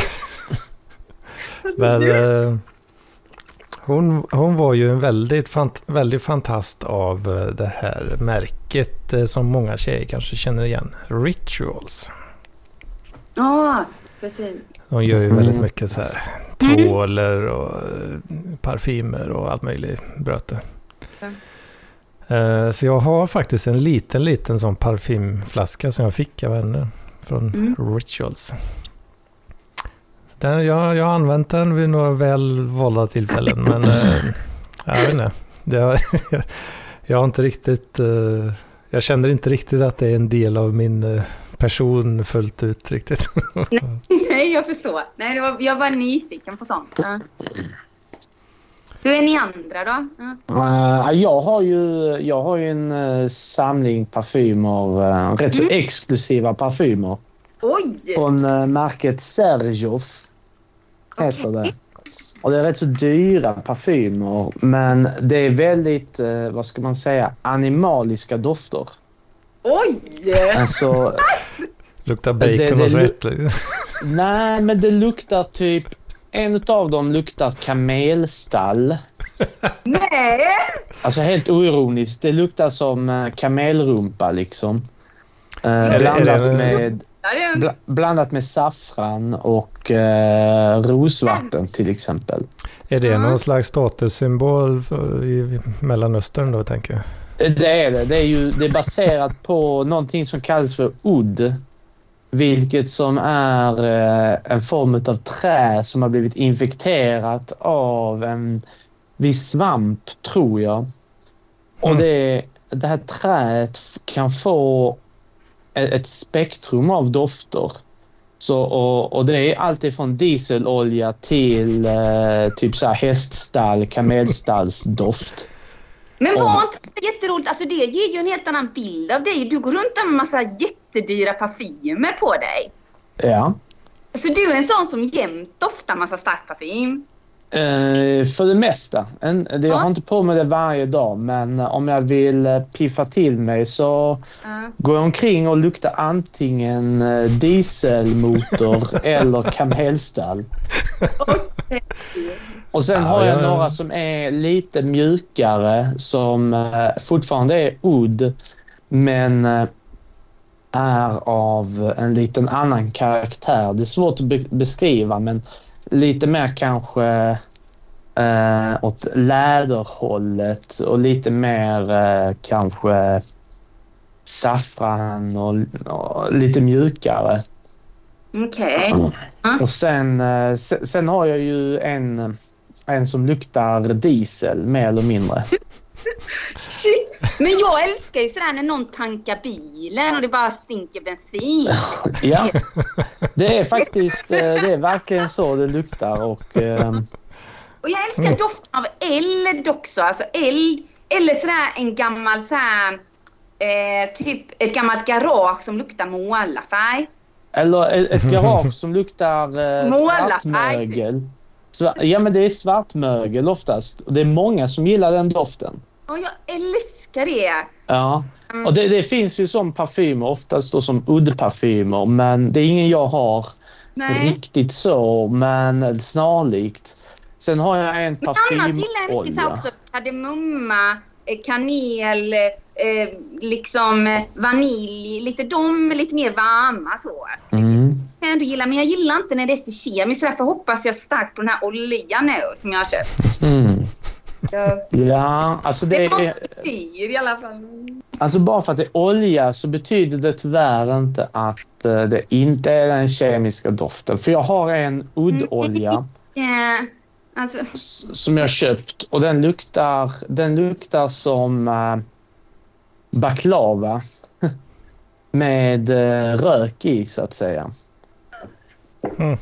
men, eh, hon, hon var ju en väldigt, fant, väldigt fantast av eh, det här märket eh, som många tjejer kanske känner igen. Rituals. Ja, precis. De gör ju Mm. väldigt mycket så här tvåler och eh, parfymer och allt möjligt bröte. Mm. Eh, Så jag har faktiskt en liten, liten sån parfymflaska som jag fick av henne från Mm. Rituals. Så den, jag, jag har använt den vid några väl valda tillfällen, men eh, jag vet inte. Det har, jag har inte riktigt... eh, Jag känner inte riktigt att det är en del av min eh, person fullt ut riktigt. Nej, jag förstår. Nej, det var, jag var nyfiken på sånt. Ja. Hur är ni andra då? Ja. Uh, jag, har ju, jag har ju en uh, samling parfymer, uh, rätt så Mm. exklusiva parfymer. Oj! Från uh, märket Serjof heter Okej. det. Och det är rätt så dyra parfymer, men det är väldigt, uh, vad ska man säga, animaliska dofter. Oj! Alltså, Luktar bacon Det- det och lu- svett. nej, men det luktar typ, en av dem luktar kamelstall. Nej! Alltså helt oironiskt. Det luktar som uh, kamelrumpa liksom. Uh, Är det- är blandat det en- med... Bl- blandat med saffran och eh, rosvatten till exempel. Är det någon slags statussymbol för, i Mellanöstern då, tänker jag? Det är det. Det är ju det är baserat på någonting som kallas för oud. Vilket som är eh, en form av trä som har blivit infekterat av en viss svamp, tror jag. Och Mm. det, det här träet kan få ett, ett spektrum av dofter. Så, och, och det är alltid från dieselolja till eh, typ så här häststall, kamelstallsdoft. Men var Om- inte det jätteroligt? Alltså det ger ju en helt annan bild av dig. Du går runt med en massa jättedyra parfymer på dig. Ja. Så du är en sån som jämt doftar massa stark parfym. Eh, för det mesta. En, det, jag Ja. har inte på mig det varje dag, men om jag vill eh, piffa till mig så Ja. går jag omkring och luktar antingen eh, dieselmotor eller kamelstall. Och sen Ja, har jag ja, ja. några som är lite mjukare som eh, fortfarande är oud men eh, är av en liten annan karaktär. Det är svårt att be- beskriva, men lite mer kanske eh, åt läderhållet och lite mer eh, kanske saffran och, och lite mjukare. Okej. Och sen, eh, sen, sen har jag ju en, en som luktar diesel mer eller mindre. Shit. Men jag älskar ju sådär när någon tankar bilen och det bara stinker bensin. Ja, det är faktiskt, eh, det är verkligen så det luktar och eh, Och jag älskar doften av eld också. Alltså eld. Eller sådär en gammal såhär, eh, typ ett gammalt garage som luktar målarfärg. eller ett, ett garage som luktar eh, Målarfärg, svartmögel. Sva- ja, men det är svartmögel oftast. Och det är många som gillar den doften. Och jag älskar det. Ja, och det, det finns ju som parfymer, oftast då som uddparfymer, men det är ingen jag har Nej. riktigt så, men snarlikt. Sen har jag en Men annars gillar jag mycket så här parfymolja. också kardemumma, eh, kanel, eh, liksom eh, vanilj, lite de lite mer varma så. Mm. Jag ändå gillar, men jag gillar inte när det är för kemiskt, så därför hoppas jag starkt på den här oljan nu som jag har köpt. Mm. Jag, Ja, alltså det det var är, inte så dyr i alla fall. alltså bara för att det är olja så betyder det tyvärr inte att eh, det inte är den kemiska doften. För jag har en uddolja Ja, alltså, s- som jag köpt och den luktar, den luktar som eh, baklava med eh, rök i, så att säga. Mm.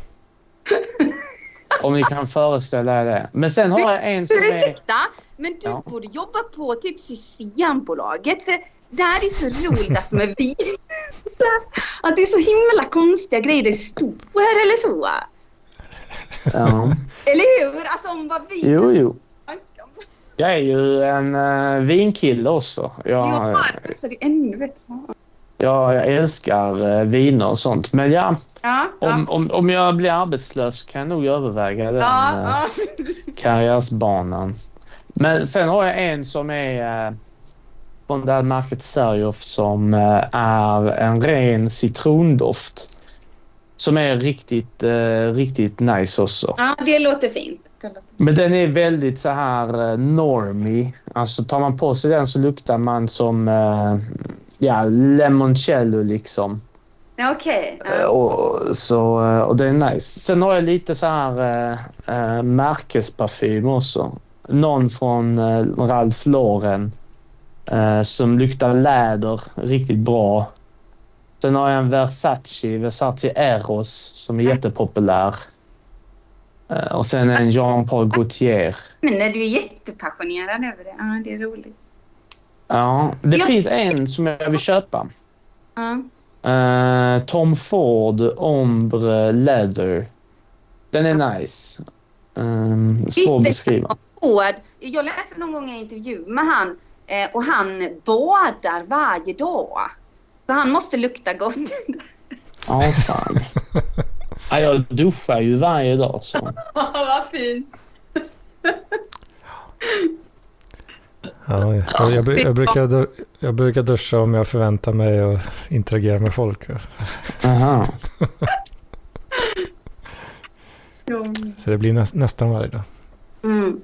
Om ni kan föreställa er det. Men sen har jag en som är... ursäkta, men du Ja. borde jobba på typ Systembolaget, för där är det så roligt alltså med vin. Så att det är så himla konstiga grejer det står eller så. Ja. Eller hur? Alltså om vad vin... Jo, jo. Jag är ju en uh, vinkille också. Jag, Ja, så det är ännu bättre. jag, jag älskar uh, viner och sånt. Men ja, Ja, ja. om, om, om jag blir arbetslös kan jag nog överväga den Ja, uh, ja. karriärsbanan. Men sen har jag en som är uh, från det här märket Serjof som uh, är en ren citrondoft. Som är riktigt, uh, riktigt nice också. Ja, det låter fint. Men den är väldigt så här uh, normie. Alltså tar man på sig den så luktar man som uh, ja, limoncello liksom. Ja, okej. Uh, Ja. och, så, uh, och det är nice. Sen har jag lite så här uh, uh, märkesparfym också. Någon från uh, Ralph Lauren uh, som luktar läder riktigt bra. Sen har jag en Versace, Versace Eros som är jättepopulär. Uh, och sen en Jean-Paul Gaultier. Men när du är jättepassionerad över det. Ja, det är roligt. Ja, det Jag- finns en som jag vill köpa. Ja. Uh, Tom Ford Ombre Leather. Den är nice. Um, svår att beskriva. Ford, jag läste någon gång en intervju med han eh, och han badar varje dag. Så han måste lukta gott. Ja, fan. Ja, jag duschar ju varje dag. Så. Vad fint. Ja, jag, jag, jag, brukar, jag brukar duscha om jag förväntar mig att interagera med folk. Aha. Så det blir nä, nästan varje dag. Mm.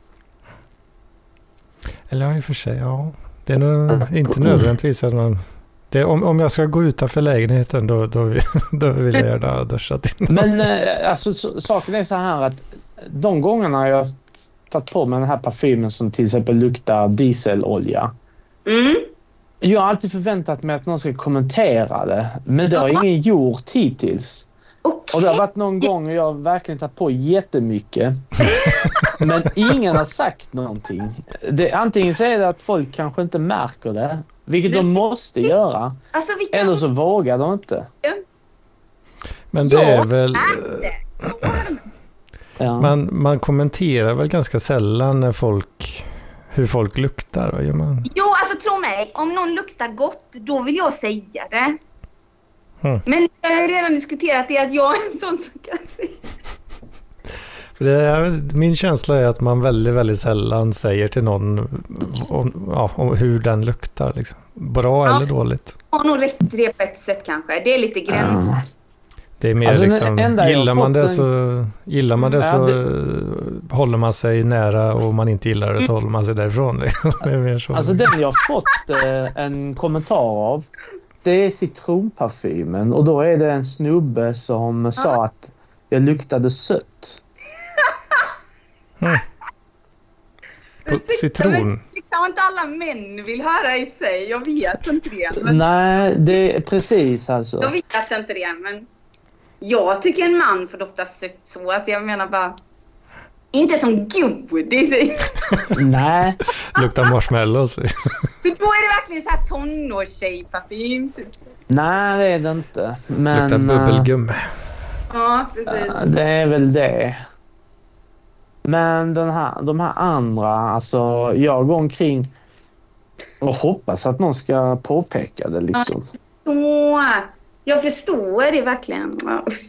Eller ja, i och för sig, ja. Det är nog inte nödvändigtvis att man... Det, om, om jag ska gå utanför lägenheten då, då, då vill jag gärna duscha till. Men eh, alltså, så, saken är så här att de gångerna jag har tagit på mig den här parfymen som till exempel luktar dieselolja. Mm. Jag har alltid förväntat mig att någon ska kommentera det. Men det har ingen gjort hittills. Okay. Och det har varit någon gång jag har verkligen tagit på jättemycket. Men ingen har sagt någonting. Det, antingen så är det att folk kanske inte märker det. Vilket de måste göra. Alltså, kan... Eller så vågar de inte. Men det är väl... Ja. Man, man kommenterar väl ganska sällan när folk... Hur folk luktar. Vad gör man? Jo, alltså tro mig. Om någon luktar gott, då vill jag säga det. Hmm. Men jag har redan diskuterat det att jag är en sån som kan säga. För det är, min känsla är att man väldigt, väldigt sällan säger till någon om, ja, om hur den luktar. Liksom. Bra ja. eller dåligt. Jag har nog rätt till det på ett sätt kanske. Det är lite gräns. Mm. Det är mer alltså, liksom, gillar man det, en... så, gillar man det ja, så det... håller man sig nära och om man inte gillar det så håller man sig därifrån. Det är mer så. Alltså den jag har fått eh, en kommentar av, det är citronparfymen och då är det en snubbe som ja. sa att jag luktade sött. Mm. På citron? Det kan inte alla män vill höra i sig. Jag vet inte det. Men... Nej, det är precis alltså. Jag vet inte det, men jag tycker en man får dofta sött så. Alltså jag menar bara... Inte som godis. Nej. Luktar marshmallows. Då är det verkligen så här tonårstjejparfym. Typ. Nej, det är det inte. Men, luktar bubbelgum. Ja, precis. Det är väl det. Men den här, de här andra, alltså jag går omkring och hoppas att någon ska påpeka det liksom. Så, jag förstår det verkligen.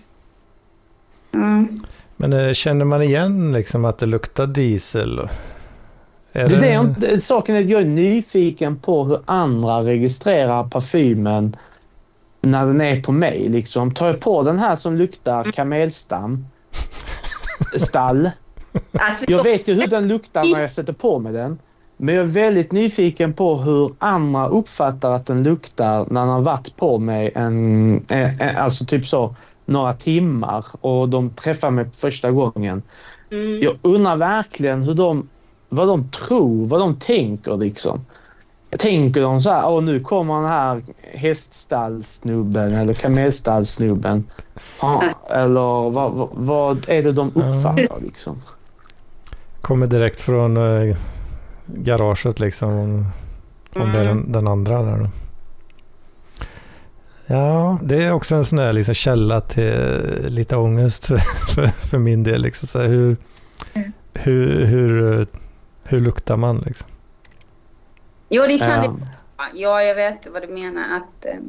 Mm. Men äh, känner man igen liksom att det luktar diesel? Är det det... är inte, saken är att jag är nyfiken på hur andra registrerar parfymen när den är på mig. Liksom. Tar jag på den här som luktar kamelstam, stall. Alltså, jag vet ju hur den luktar när jag sätter på mig den. Men jag är väldigt nyfiken på hur andra uppfattar att den luktar när den har varit på mig en, en, alltså typ så några timmar och de träffar mig första gången. Mm. Jag undrar verkligen hur de, vad de tror, vad de tänker liksom. Tänker de så här, åh nu kommer den här häststallsnubben eller kamelstallsnubben. Ja, eller vad, vad, vad är det de uppfattar liksom? Kommer direkt från äh, garaget liksom. Om mm. det är den, den andra där då. Ja, det är också en sån här liksom källa till lite ångest för, för min del. Liksom. Så här, hur, mm. hur, hur, hur luktar man liksom? Jo, det kan ja. det. Ja, jag vet vad du menar. Att, eh...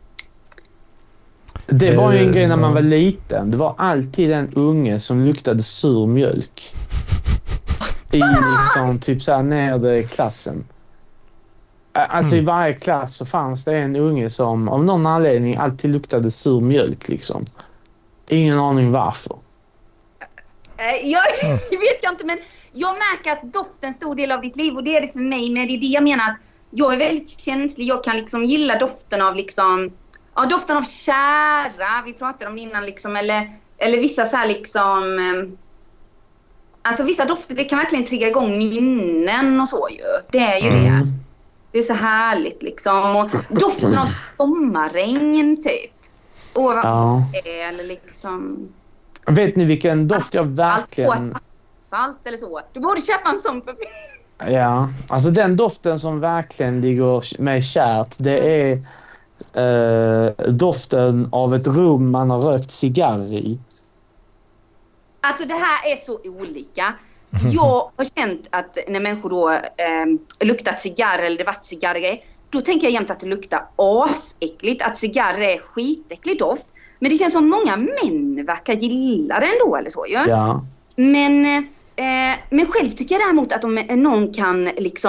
Det var ju en grej när man var liten. Det var alltid en unge som luktade sur mjölk. I liksom typ så här nere i klassen. Alltså mm. i varje klass så fanns det en unge som av någon anledning alltid luktade sur mjölk liksom. Ingen aning varför. Jag vet jag inte, men jag märker att doften är en stor del av ditt liv och det är det för mig. Men det är det jag menar, jag är väldigt känslig. Jag kan liksom gilla doften av liksom, ja, doften av kära. Vi pratade om det innan liksom, eller, eller vissa så här liksom, alltså vissa dofter, det kan verkligen trigga igång minnen och så ju. Det är ju mm. det. Det är så härligt liksom. Och doften av sommarregn typ. Och vad ja. det är, eller liksom. Vet ni vilken doft jag verkligen... Asfalt eller så. Du borde köpa en sån papper. Ja, alltså den doften som verkligen ligger mig kärt, det är eh, doften av ett rum man har rökt cigarr i. Alltså det här är så olika. Jag har känt att när människor då eh, luktat cigarr eller det varit cigarrer, då tänker jag jämt att det luktar asäckligt. Att cigarrer är skitäcklig doft. Men det känns som många män verkar gilla det ändå eller så. Ja. ja. Men, eh, men själv tycker jag däremot att om någon kan liksom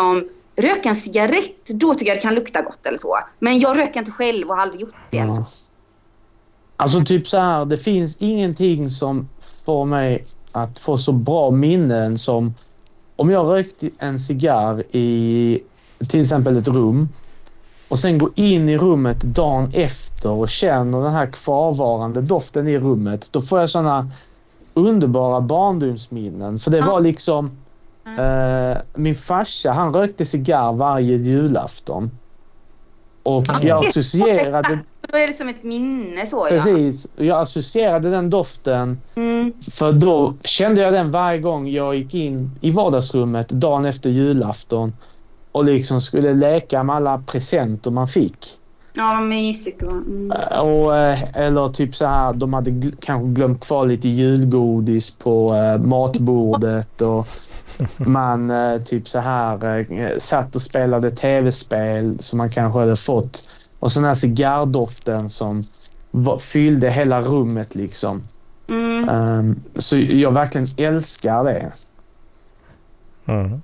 röka en cigarett, då tycker jag det kan lukta gott eller så. Men jag röker inte själv och har aldrig gjort det. Ja. Alltså typ så här, det finns ingenting som får mig att få så bra minnen som om jag rökte en cigarr i till exempel ett rum och sen går in i rummet dagen efter och känner den här kvarvarande doften i rummet. Då får jag såna underbara barndomsminnen. För det var liksom eh, min farsa, han rökte cigarr varje julafton. Och jag associerade... Då är det som ett minne så, Precis. Ja. Jag associerade den doften. Mm. För då kände jag den varje gång jag gick in i vardagsrummet dagen efter julafton. Och liksom skulle leka med alla presenter man fick. Ja, vad mysigt det var. Mm. Och, eller typ så här, de hade gl- kanske glömt kvar lite julgodis på eh, matbordet. Och man eh, typ så här eh, satt och spelade tv-spel som man kanske hade fått. Och sån här cigarrdoften som var, fyllde hela rummet liksom. Mm. Um, så jag verkligen älskar det. Mm.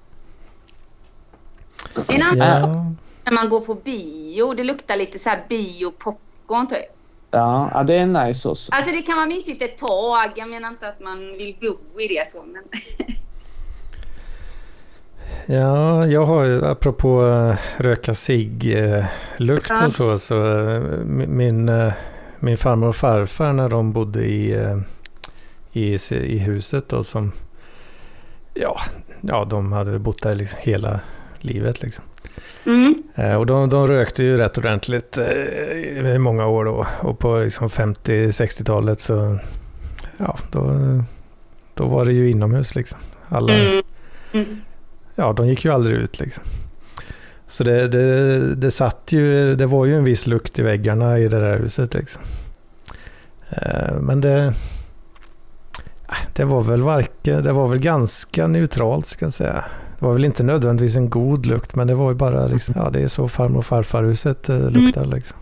En annan Ja. när man går på bio, det luktar lite så här bio-popcorn typ. Ja, ja, det är nice också. Alltså det kan vara mysigt ett tag. Jag menar inte att man vill bo i det så, men... Ja, jag har ju, apropå uh, röka cigg, uh, lukt Ja. och så, så uh, min, uh, min farmor och farfar när de bodde i, uh, i, i huset då som, ja, ja de hade bott där liksom hela livet liksom. Mm. Uh, och de, de rökte ju rätt ordentligt uh, i många år då, och på liksom femtio-sextiotalet så, ja, då, då var det ju inomhus liksom. Alla... Mm. Mm. Ja, de gick ju aldrig ut liksom. Så det, det, det satt ju, det var ju en viss lukt i väggarna i det där huset liksom. Eh, men det det var väl varken, det var väl ganska neutralt ska jag säga. Det var väl inte nödvändigtvis en god lukt, men det var ju bara liksom, ja, det är så farmor och farfarhuset eh, luktar liksom.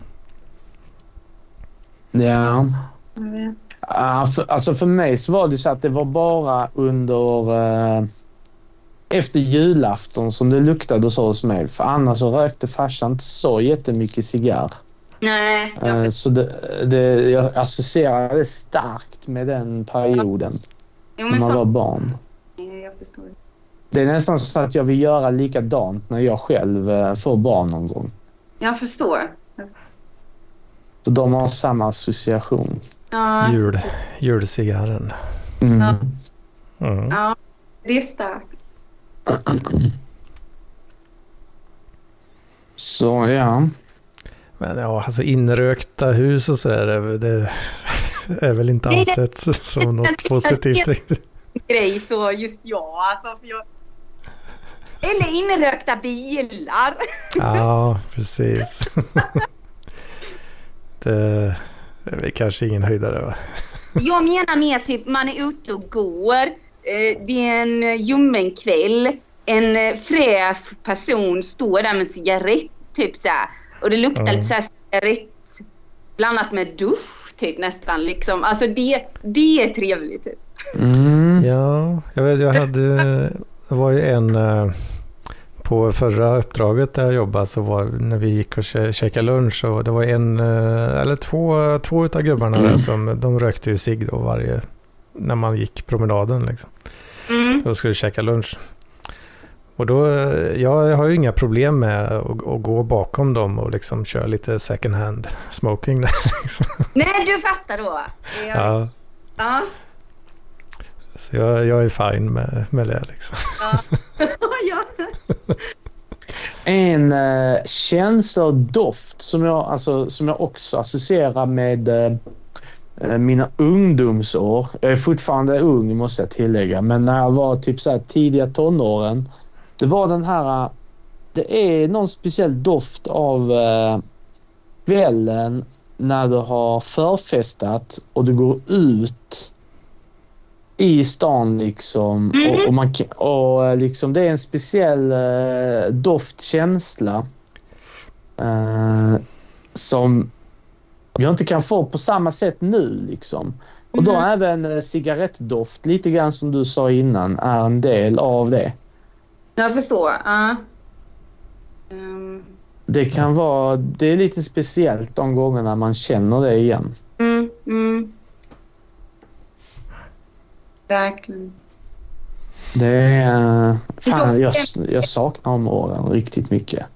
Ja. Jag vet. Ja, för, alltså för mig så var det så att det var bara under eh, efter julafton som det luktade så hos mig. För annars så rökte farsan inte så jättemycket cigarr. Nej, jag Eh, så det, det, jag associerade starkt med den perioden Jo, när men man så... var barn. Jag förstår. Det är nästan så att jag vill göra likadant när jag själv eh, får barn någon gång. Jag förstår. Så de har samma association. Ja, Jul, julcigarren. Mm. Ja. Mm. ja, det är starkt. Så ja. Men ja, alltså inrökta hus och sådär, det, det är väl inte ansett som något positivt riktigt. Grej så just jag, alltså för jag... Eller inrökta bilar. Ja, precis. Det är väl kanske ingen höjdare, va? Jag menar mer typ man är ute och går. Eh, det är en ljummen kväll. En eh, fräsch person står där med en cigarett typ så här. Och det luktar Mm. lite så här cigarett blandat med dusch typ nästan liksom. Alltså det, det är trevligt typ. Mm. Ja, jag vet, jag hade, det var ju en eh, på förra uppdraget där jag jobbade, så var när vi gick och kä- käkade lunch, och det var en eh, eller två, två utav gubbarna där som, de rökte ju cigg då varje, när man gick promenaden liksom. Mm. Då skulle käka lunch. Och då, eh, jag har ju inga problem med att, att gå bakom dem och liksom köra lite second hand smoking där liksom. Nej, du fattar då. Det är- Ja, Ja. så jag, jag är fine med, med det liksom. Ja. Ja. En eh, känsla och doft som jag, alltså, som jag också associerar med eh, mina ungdomsår. Jag är fortfarande ung måste jag tillägga, men när jag var typ så här tidiga tonåren, det var den här, det är någon speciell doft av eh, kvällen när du har förfestat och du går ut i stan liksom, och, och, man, och liksom det är en speciell eh, doftkänsla eh, som jag inte kan få på samma sätt nu liksom. Och då Mm. även eh, cigarettdoft, lite grann som du sa innan, är en del av det. Jag förstår. Ja. Um, Det kan vara... Det är lite speciellt de gångerna man känner det igen. mm, mm. Verkligen. Det är... Fan, jag, jag saknar om åren riktigt mycket.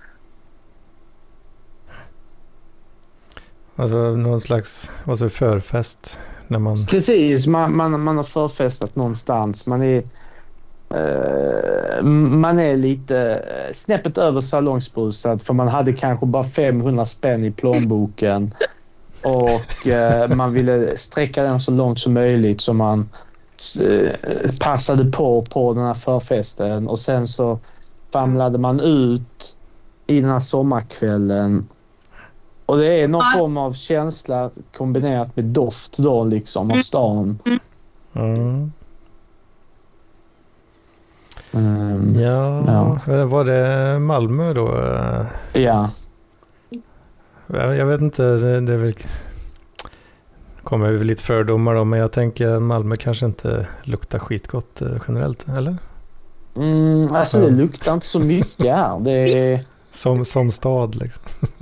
Alltså någon slags alltså förfest när man... Precis, man, man, man har förfestat någonstans. Man är... Uh, man är lite snäppet över salongsbrusad för man hade kanske bara femhundra spänn i plånboken och uh, man ville sträcka den så långt som möjligt så man uh, passade på på den här förfesten och sen så famlade man ut i den här sommarkvällen och det är någon form av känsla kombinerat med doft då liksom av stan. Mm. Um, ja, ja, var det Malmö då? Ja. Jag vet inte, det, det är väl... kommer väl lite fördomar då, men jag tänker Malmö kanske inte luktar skitgott generellt, eller? Mm, alltså det luktar inte så mycket här. Det är... som, som stad liksom.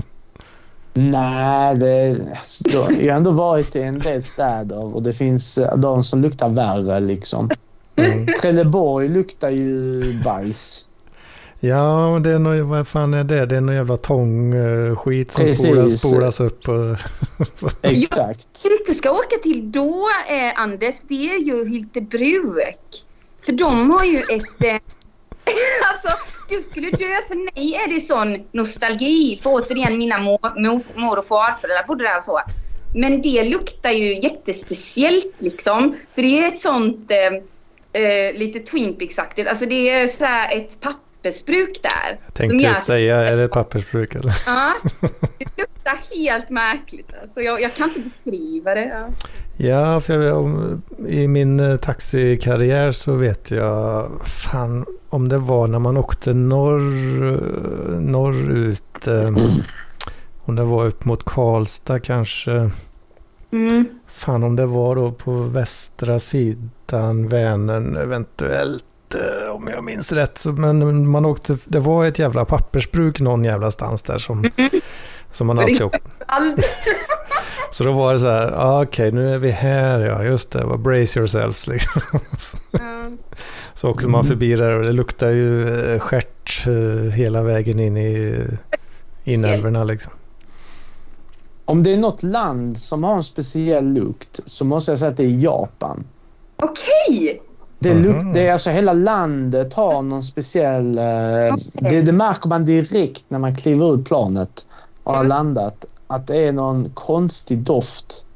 Nej, det, jag har ändå varit i en del städer och det finns de som luktar värre liksom. Mm. Trelleborg luktar ju bajs. Ja, men det är nog, vad fan är det? Det är någon jävla tångskit som spolas, spolas upp. Och exakt. Jag inte ska åka till då, eh, Anders, det är ju Hyltebruk. För de har ju ett... Eh, alltså, du skulle dö. För mig är det sån nostalgi. För återigen, mina mor, mor, mor och farföräldrar bodde där så. Men det luktar ju jättespeciellt liksom. För det är ett sånt... Eh, Uh, lite Twin Peaks-aktigt. Alltså det är så här ett pappersbruk där. Jag tänkte jag... säga, är det ett pappersbruk eller? Ja, det luktar helt märkligt. Alltså jag, jag kan inte beskriva det. Ja, ja för jag, i min taxikarriär så vet jag fan om det var när man åkte norr, norrut. Um, om det var upp mot Karlstad kanske. Mm. Fan om det var då på västra sidan Vänern eventuellt om jag minns rätt. Men man åkte, det var ett jävla pappersbruk någon jävla stans där som, mm. som man alltid åkte. Så då var det så här, ah, okej okay, nu är vi här, ja just det, var brace yourselves liksom. Mm. Så åkte man förbi där och det luktar ju stjärt hela vägen in i inälvorna liksom. Om det är något land som har en speciell lukt så måste jag säga att det är Japan. Okej! Det, lukt, det är alltså hela landet har någon speciell... Eh, okay. det, det märker man direkt när man kliver ut planet och har landat. Att det är någon konstig doft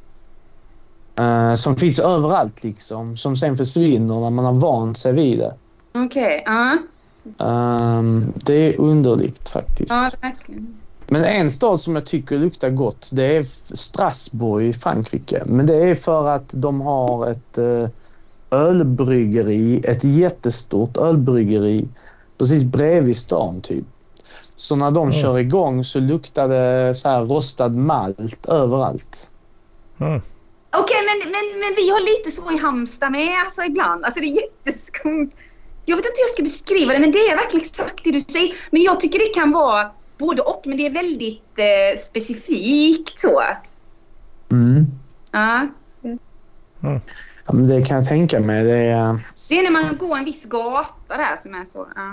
eh, som finns överallt liksom. Som sen försvinner när man har vant sig vid det. Okej, okay. uh. um, Det är underligt faktiskt. Ja, verkligen. Men en stad som jag tycker luktar gott, det är Strasbourg i Frankrike. Men det är för att de har ett eh, ölbryggeri, ett jättestort ölbryggeri precis bredvid stan typ. Så när de mm. kör igång så luktar det så här rostad malt överallt. Mm. Okej, okay, men, men, men vi har lite så i Halmstad med alltså ibland. Alltså det är jätteskumt. Jag vet inte hur jag ska beskriva det, men det är verkligen exakt det du säger. Men jag tycker det kan vara både och, men det är väldigt eh, specifikt så. Mm. Ja. Mm. Ja, men det kan jag tänka mig. Det är, det är när man går en viss gata där som är så. Ja,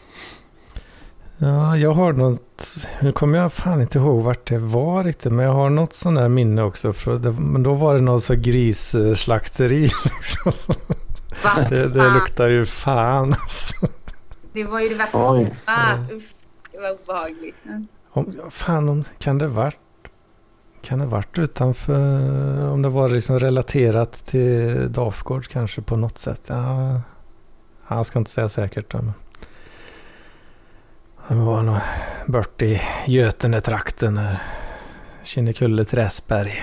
ja jag har något... Nu kommer jag fan inte ihåg vart det var riktigt, men jag har något sån där minne också. För det, men då var det något så grisslakteri. Liksom. det, det luktar ju fan. Alltså. Det var ju det värsta. Ah, usch. Det var obehagligt. Ja. Om, fan, om, kan det varit kan det varit utanför, om det var liksom relaterat till Dafgård kanske på något sätt. Ja, jag ska inte säga säkert. Men det var nog bort i Götene-trakten där. Kinnekulle Träsberg.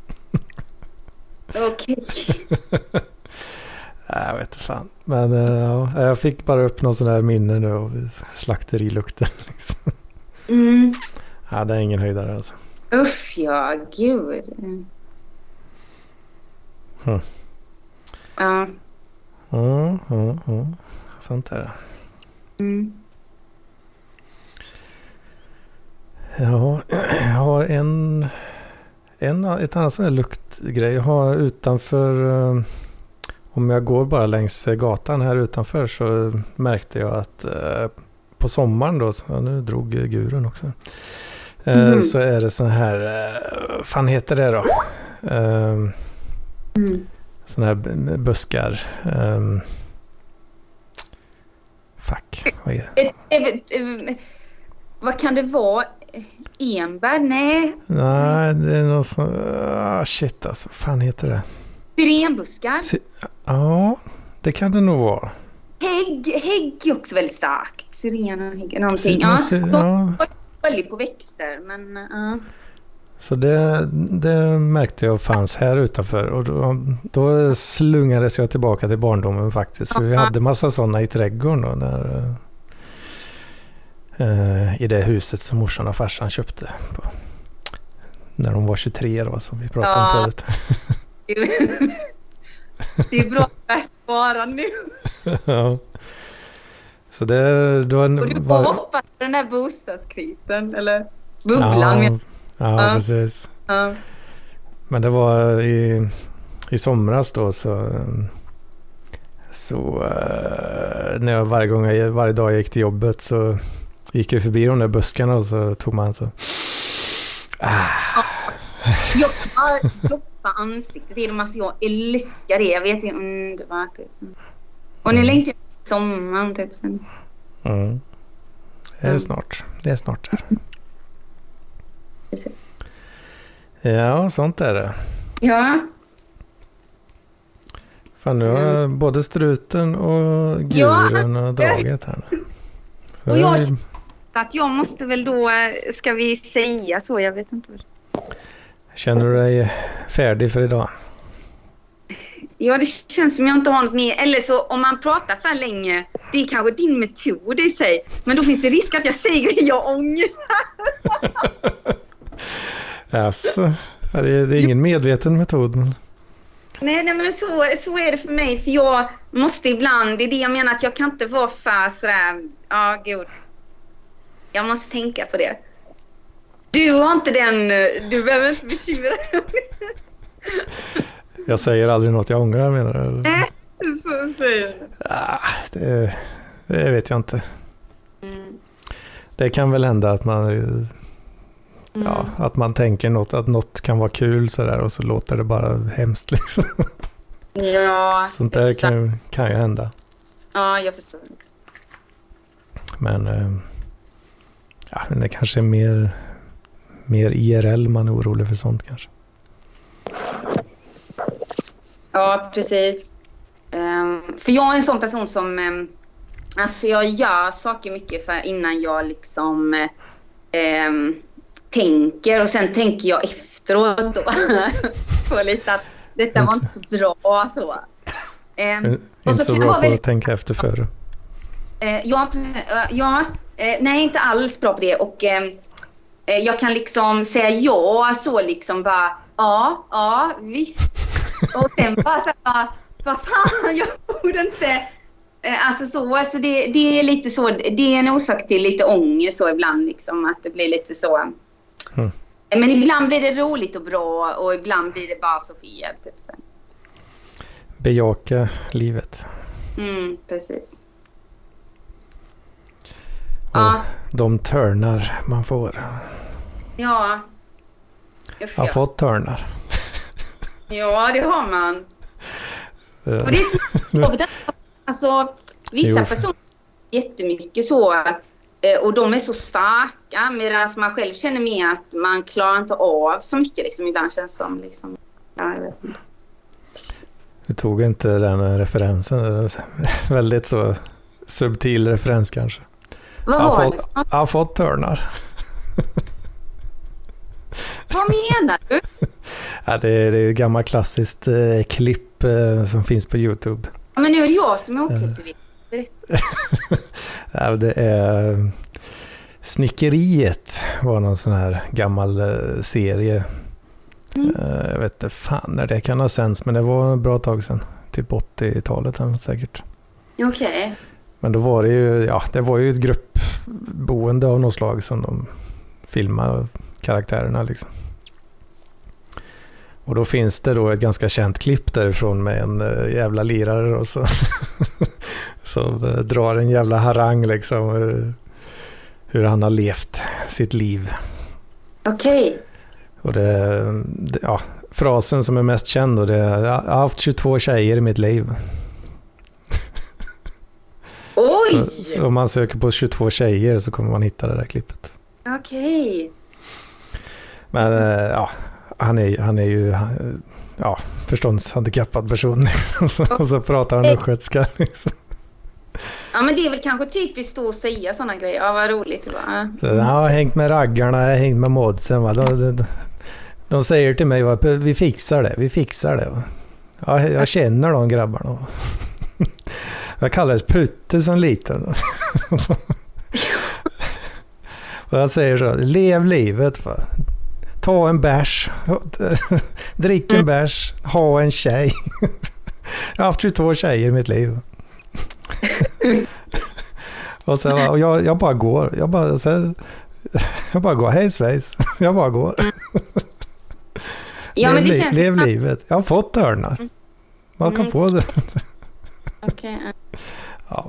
Okej. Okay. Jag vet inte fan. Men ja, jag fick bara upp någon sån här minne nu av slakterilukten. Liksom. Mm. Ja, det är ingen höjdare alltså. Uff, ja, gud. Hmm. Ja. Ja, ja, ja. Sånt är det. Mm. Ja, jag har en, en ett annat sån här luktgrej. Jag har utanför, om jag går bara längs gatan här utanför så märkte jag att på sommaren då, så nu drog guren också, mm. så är det sån här, fan heter det då? Mm. Sån här buskar. Um, fuck, vad är det? Vad kan det vara? Enbär? Nej. Nej, det är någon sån... Ah, shit alltså. Vad fan heter det? Syrenbuskar? Sy- ja, det kan det nog vara. Hägg, hägg är också väldigt starkt. Syren och hägg, någonting. Sy- ja, sy- de ja. var väldigt på växter, men... Uh. Så det, det märkte jag fanns här utanför. Och då, då slungades jag tillbaka till barndomen faktiskt. För vi hade massa sådana i trädgården då, där... Uh, i det huset som morsan och farsan köpte på, när de var tjugotre då, som vi pratade ja. om förut. Det är bra att spara nu. Ja. Så det då en, och du var... hoppas på den här bostadskrisen eller bubblan. Ja, ja, ja. Precis. Ja. Men det var i, i somras då så så uh, när jag varje gång jag, varje dag jag gick till jobbet så gick jag förbi de där buskarna och så tog man så... Ah. Jag bara droppa ansiktet i dem. Alltså jag älskar det. Jag vet inte om det var typ. Och nu mm. längtar jag till sommaren typ sen. Mm. Det är mm. snart. Det är snart här. Precis. Ja, sånt är det. Ja. Fan, nu har mm. både struten och guren ja. och draget här nu. Och jag att jag måste väl då, ska vi säga så, jag vet inte. Känner du dig färdig för idag? Ja, det känns som jag inte har något mer. Eller så om man pratar för länge, det är kanske din metod i sig. Men då finns det risk att jag säger att jag ångrar. Alltså, det är, det är ingen medveten metod. Men... Nej, nej, men så, så är det för mig. För jag måste ibland, det är det jag menar, att jag kan inte vara för sådär, ja gud. Jag måste tänka på det. Du har inte den, du behöver inte bekymra dig. Jag säger aldrig något jag ångrar, menar du? Nej, så säger jag. Ah, det, det vet jag inte. Mm. Det kan väl hända att man mm. ja, att man tänker något, att något kan vara kul sådär och så låter det bara hemskt liksom. Ja. Sånt där kan, kan ju hända. Ja, jag förstår. Men ja, men det kanske är mer mer I R L man är orolig för sånt kanske. Ja, precis. Um, för jag är en sån person som um, alltså jag gör saker mycket för innan jag liksom um, tänker, och sen tänker jag efteråt då. Så lite att detta var inte så bra så. Um, inte och så så bra på väldigt... att tänka efter före. Uh, ja, uh, ja uh, nej, inte alls bra på det. Och um, uh, jag kan liksom säga ja, så liksom bara ja, ja, visst. Och sen bara så här, vad fan, jag borde inte. Alltså så, alltså det, det är lite så, det är en orsak till lite ångest så ibland liksom, att det blir lite så. Mm. Men ibland blir det roligt och bra och ibland blir det bara så fel typ så. Bejaka livet. Mm, precis. Och ja. De törnar man får. Ja. Jag har fått törnar. Ja, det har man. Och det är så, alltså vissa jo. personer jättemycket så och de är så starka, medan man själv känner mer att man klarar inte av så mycket liksom, ibland känns som liksom, ja, jag vet inte. Du tog inte den referensen, väldigt så subtil referens kanske. Vad jag var har det? Fått, jag har fått törnar. Vad menar du? Ja, det är det gamla klassiskt eh, klipp eh, som finns på YouTube. Ja, men nu är det jag som är okultivert. Ja, det är Snickeriet var någon sån här gammal eh, serie. Mm. Eh, jag vet inte fan när det kan ha sänds, men det var en bra tag sedan. Typ åttiotalet eller säkert. Okej. Okay. Men då var det ju, ja, det var ju ett gruppboende av något slag som de filma karaktärerna liksom. Och då finns det då ett ganska känt klipp därifrån med en uh, jävla lirare och så, så uh, drar en jävla harang liksom uh, hur han har levt sitt liv. Okej. Okay. Och det, det, ja, frasen som är mest känd och det är, jag har haft tjugotvå tjejer i mitt liv. Oj! Så, om man söker på tjugotvå tjejer så kommer man hitta det där klippet. Okej. Okay. Men uh, ja, han är, han är ju ja, förståndshandikappad person liksom. så, och så pratar han östgötska liksom. Ja, men det är väl kanske typiskt att säga sådana grejer. Ja, vad roligt det var. Så, jag har hängt med raggarna, jag har hängt med modsen. Va? De, de, de säger till mig, va? Vi fixar det, vi fixar det. Va? Ja, jag känner de grabbarna. Jag kallades Putte som liten. Och jag säger så, lev livet. Va? Ta en bärs, drick en bärs, ha en tjej. Jag har haft tjugotvå tjejer i mitt liv. Och sen och jag, jag bara går. Jag bara, så, jag bara går, hej svejs. Jag bara går. Ja, men det lev, känns lev livet. Jag har fått hörnar. Man kan mm. få det. Okej. Okay. Ja.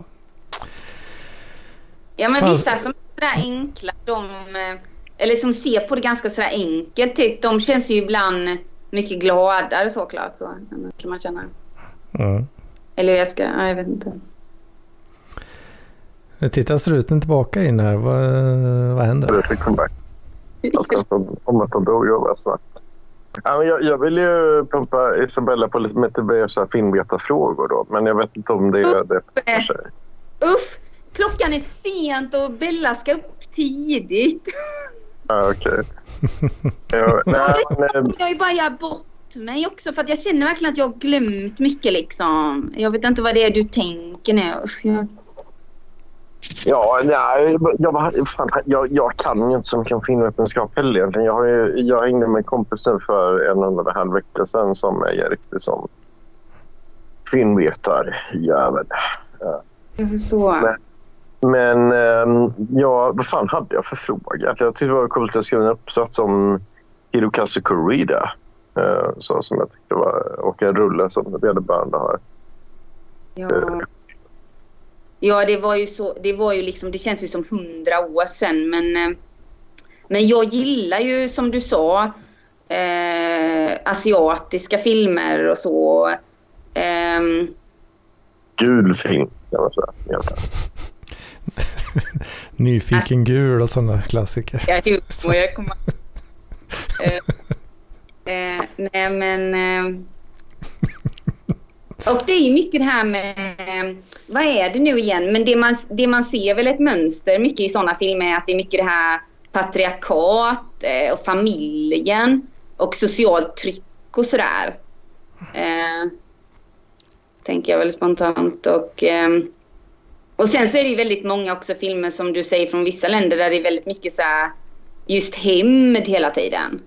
Ja, men vissa som är där enkla, de... Eller som ser på det ganska sådär enkelt, typ. De känns ju ibland mycket gladare såklart. Så kan man känna. Mm. Eller jag ska, ja, jag vet inte. Nu tittar struten tillbaka in här. Vad, vad händer? Om att de då jobbar snabbt. Ja, men jag, jag vill ju pumpa Isabella på lite mer filmvetarfrågor då. Men jag vet inte om det är det för sig. Uff, klockan är sent och Bella ska upp tidigt. Ja, okej. Okay. ja, jag är bara göra bort mig också för att jag känner verkligen att jag har glömt mycket liksom. Jag vet inte vad det är du tänker nu. Uff, jag... Ja, nej, jag, fan, jag, jag kan ju inte så mycket om filmvetenskap heller egentligen. Jag, har ju, jag hängde med en kompis nu för en och en halv vecka sedan som är riktigt som filmvetare. Jävel. Ja. Jag förstår. Men, men ja, vad fan hade jag för fråga? Jag tyckte det var coolt att jag skrev en uppsats om Hirokazu Korida. Så som jag tyckte var, och en rulle som vederbörande har. Ja. Ja, det var ju så, det var ju liksom, det känns ju som hundra år sedan, men men jag gillar ju som du sa eh, asiatiska filmer och så. Eh, Gul film kan man säga. Ja. Nyfiken alltså, gul och sådana klassiker. Ja, ju, och jag kommer eh, eh, nej men eh, och det är ju mycket det här med, vad är det nu igen? Men det man, det man ser väl ett mönster mycket i sådana filmer är att det är mycket det här patriarkat och familjen och socialt tryck och sådär. Eh, tänker jag väl spontant. Och, eh, och sen så är det ju väldigt många också filmer som du säger från vissa länder där det är väldigt mycket så här, just hem hela tiden.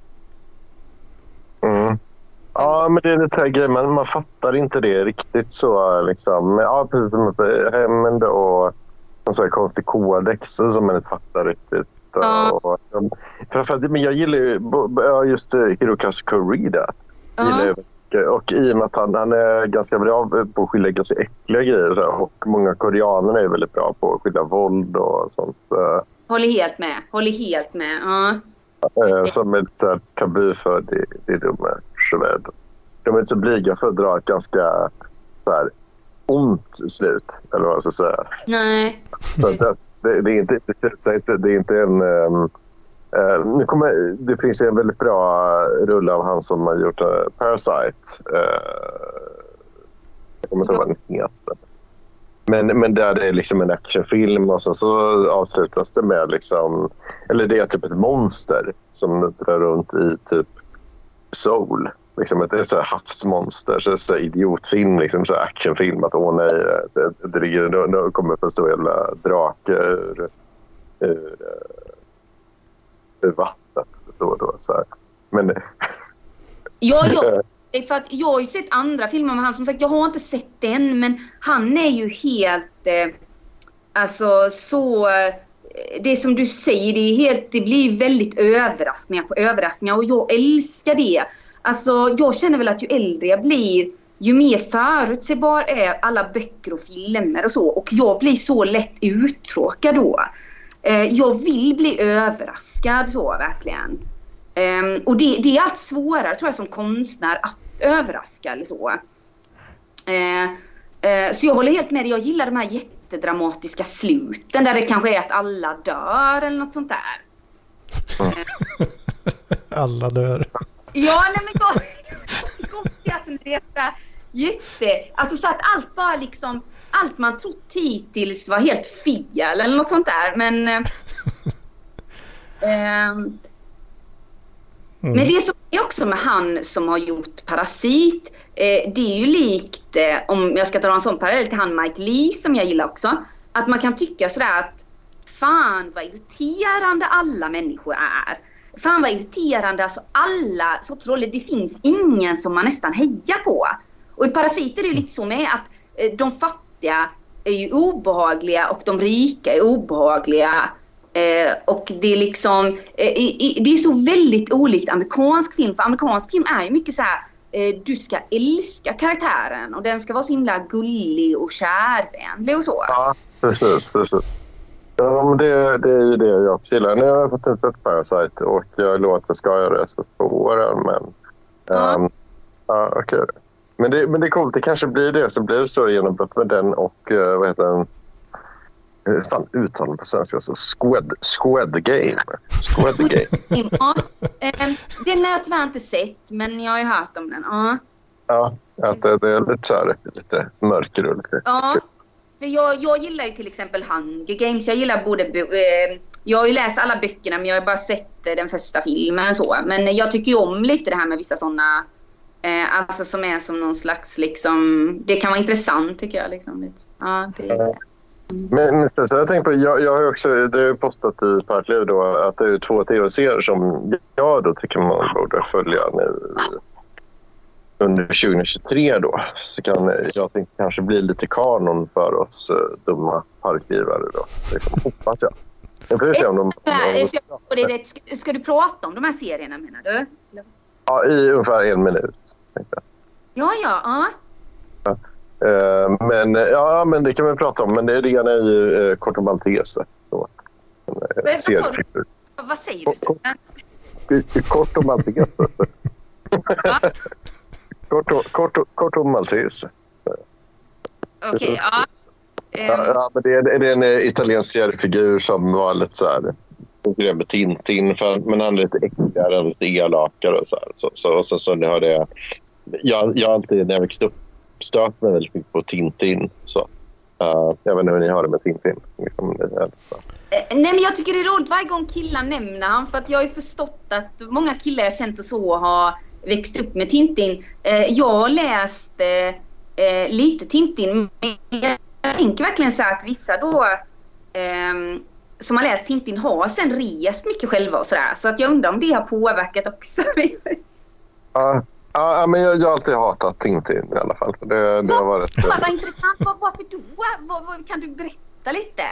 Mm. Ja, men det är lite här grej. Man, man fattar inte det riktigt så liksom. Ja, precis som hemmen och en sån här konstig kodex som man inte fattar riktigt. Ja. Och, framförallt, men jag gillar ju just Hirokazu Korida. Ja. Och i och med att han, han är ganska bra på att skilja ganska äckliga grejer och många koreaner är väldigt bra på att skilja våld och sånt. Håller helt med. Håller helt med, ja. Som är lite tabu för det, det dumma svärd. De är inte så blyga för att dra ett ganska så här ont slut, eller vad jag ska säga. Nej. Så det, det, det, är inte, det, är inte, det är inte en... Um, uh, nu kommer, det finns en väldigt bra rulle av han som har gjort uh, Parasite. Uh, jag kommer inte ihåg vad den heter. Men, men där det är liksom en actionfilm och så, så avslutas det med liksom, eller det är typ ett monster som drar runt i typ Soul. Liksom ett, ett så här havsmonster, så så idiotfilm, liksom så actionfilm att åh nej, det, det ligger, då kommer för stor jävla drake ur, ur, ur vattnet då, då, så här. Men ja, ja. För att jag har ju sett andra filmer med han, som sagt, jag har inte sett den, men han är ju helt eh, alltså så det som du säger, det, är helt, det blir väldigt överraskningar på överraskningar och jag älskar det. Alltså jag känner väl att ju äldre jag blir, ju mer förutsägbar är alla böcker och filmer och så. Och jag blir så lätt uttråkad då. Eh, jag vill bli överraskad så verkligen. Eh, och det, det är allt svårare tror jag som konstnär att överraska eller så. Eh, eh, så jag håller helt med dig. Jag gillar de här jättedramatiska sluten där det kanske är att alla dör eller något sånt där. Eh. Alla dör. Ja, nej men jag tycker att det är jätte, alltså så att allt bara liksom, allt man trott hittills var helt fel eller något sånt där, men eh, eh, mm. men det som är också med han som har gjort Parasit, eh, det är ju likt, eh, om jag ska ta en sån parallell till han Mike Lee som jag gillar också, att man kan tycka sådär att fan vad irriterande alla människor är. Fan vad irriterande, alltså alla så trolligt, det finns ingen som man nästan hejar på. Och i Parasit är det ju lite så med att eh, de fattiga är ju obehagliga och de rika är obehagliga. Eh, och det är liksom, eh, i, det är så väldigt olikt amerikansk film. För amerikansk film är ju mycket så här, eh, du ska älska karaktären och den ska vara så himla gullig och kärvänlig och så. Ja, precis, precis. Ja, men det, det är ju det jag gillar. Nu har jag fått sett Parasite och jag låter ska jag resa på våren, men ja, um, ja okej. Okay. Men det, men det är coolt, det kanske blir det som blir så genombrott med den och uh, vad heter den? Hur fan uttalar på svenska? Alltså, Squid, Squid Game. Squid Game. Ja, eh, den har jag tyvärr inte sett, men jag har ju hört om den. Ja, ja att det, det är lite så här, lite mörkrull. Ja. För jag, jag gillar ju till exempel Hunger Games. Jag gillar både... Eh, jag har ju läst alla böckerna men jag har bara sett eh, den första filmen så. Men jag tycker ju om lite det här med vissa sådana... Eh, alltså som är som någon slags liksom... Det kan vara intressant tycker jag liksom. Lite. Ja, det är... Men så jag tänkte på, jag, jag har också det har postat i Partliv då att det är två tv-serier som jag då tycker man borde följa nu under tjugohundratjugotre då. Så kan jag tänkte kanske bli lite kanon för oss uh, dumma parkgivare då. Det kan hoppas jag. Jag får se om de... de... Ska, ska du prata om de här serierna menar du? Ja, i ungefär en minut. Ja, ja, ja. ja. Uh, men ja, men det kan vi prata om. Men det, det är ju uh, Kort och Maltese. Så. Uh, vad, vad säger du? Kort, kort, kort och Maltese. Kort och, kort och, kort och Maltese. Okej, okay, ja. Ja, ja, men det är, det är en italiensk figur som var lite så här konkurrerar med Tintin, för, men han är lite äckligare, lite elakare och så här. Så, så, och så, så det har det, jag, jag har alltid när jag växte upp stört mig väldigt mycket på Tintin. Så uh, jag vet inte hur ni har det med Tintin. Liksom, det är, så. Nej, men jag tycker det är roligt varje gång killar nämner han, för att jag har ju förstått att många killar jag känt och så har växt upp med Tintin. Eh, jag har läst eh, lite Tintin, men jag tänker verkligen så att vissa då eh, som har läst Tintin har sen rest mycket själva och sådär. Så att jag undrar om det har påverkat också. Ja, ja men jag, jag har alltid hatat Tintin i alla fall. Det, det har varit... Vad, vad intressant. Var, varför då? Var, var, kan du berätta lite?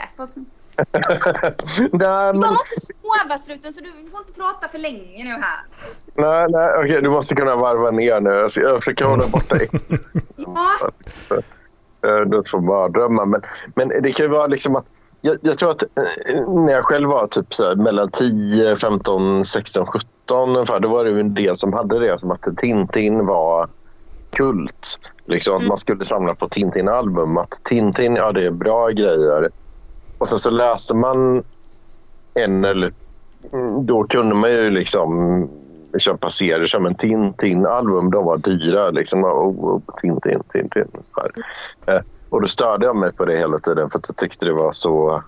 nej, men... Du måste sova struten så du får inte prata för länge nu här. Nej, nej, okej, okay, du måste kunna varva ner nu. Jag försöker hålla borta äckligt. Ja. Du får bara drömma. Men, men det kan ju vara liksom att jag, jag tror att när jag själv var typ så här, mellan tio, femton, sexton, sjutton ungefär, då var det ju en del som hade det som att Tintin var kult. Liksom att man skulle samla på Tintin-album. Att Tintin, ja det är bra grejer. Och sen så läste man en eller då kunde man ju liksom köpa serier som en Tintin-album. De var dyra liksom. Och, och Tintin, Tintin. Eh, och då störde jag mig på det hela tiden för att jag tyckte det var så...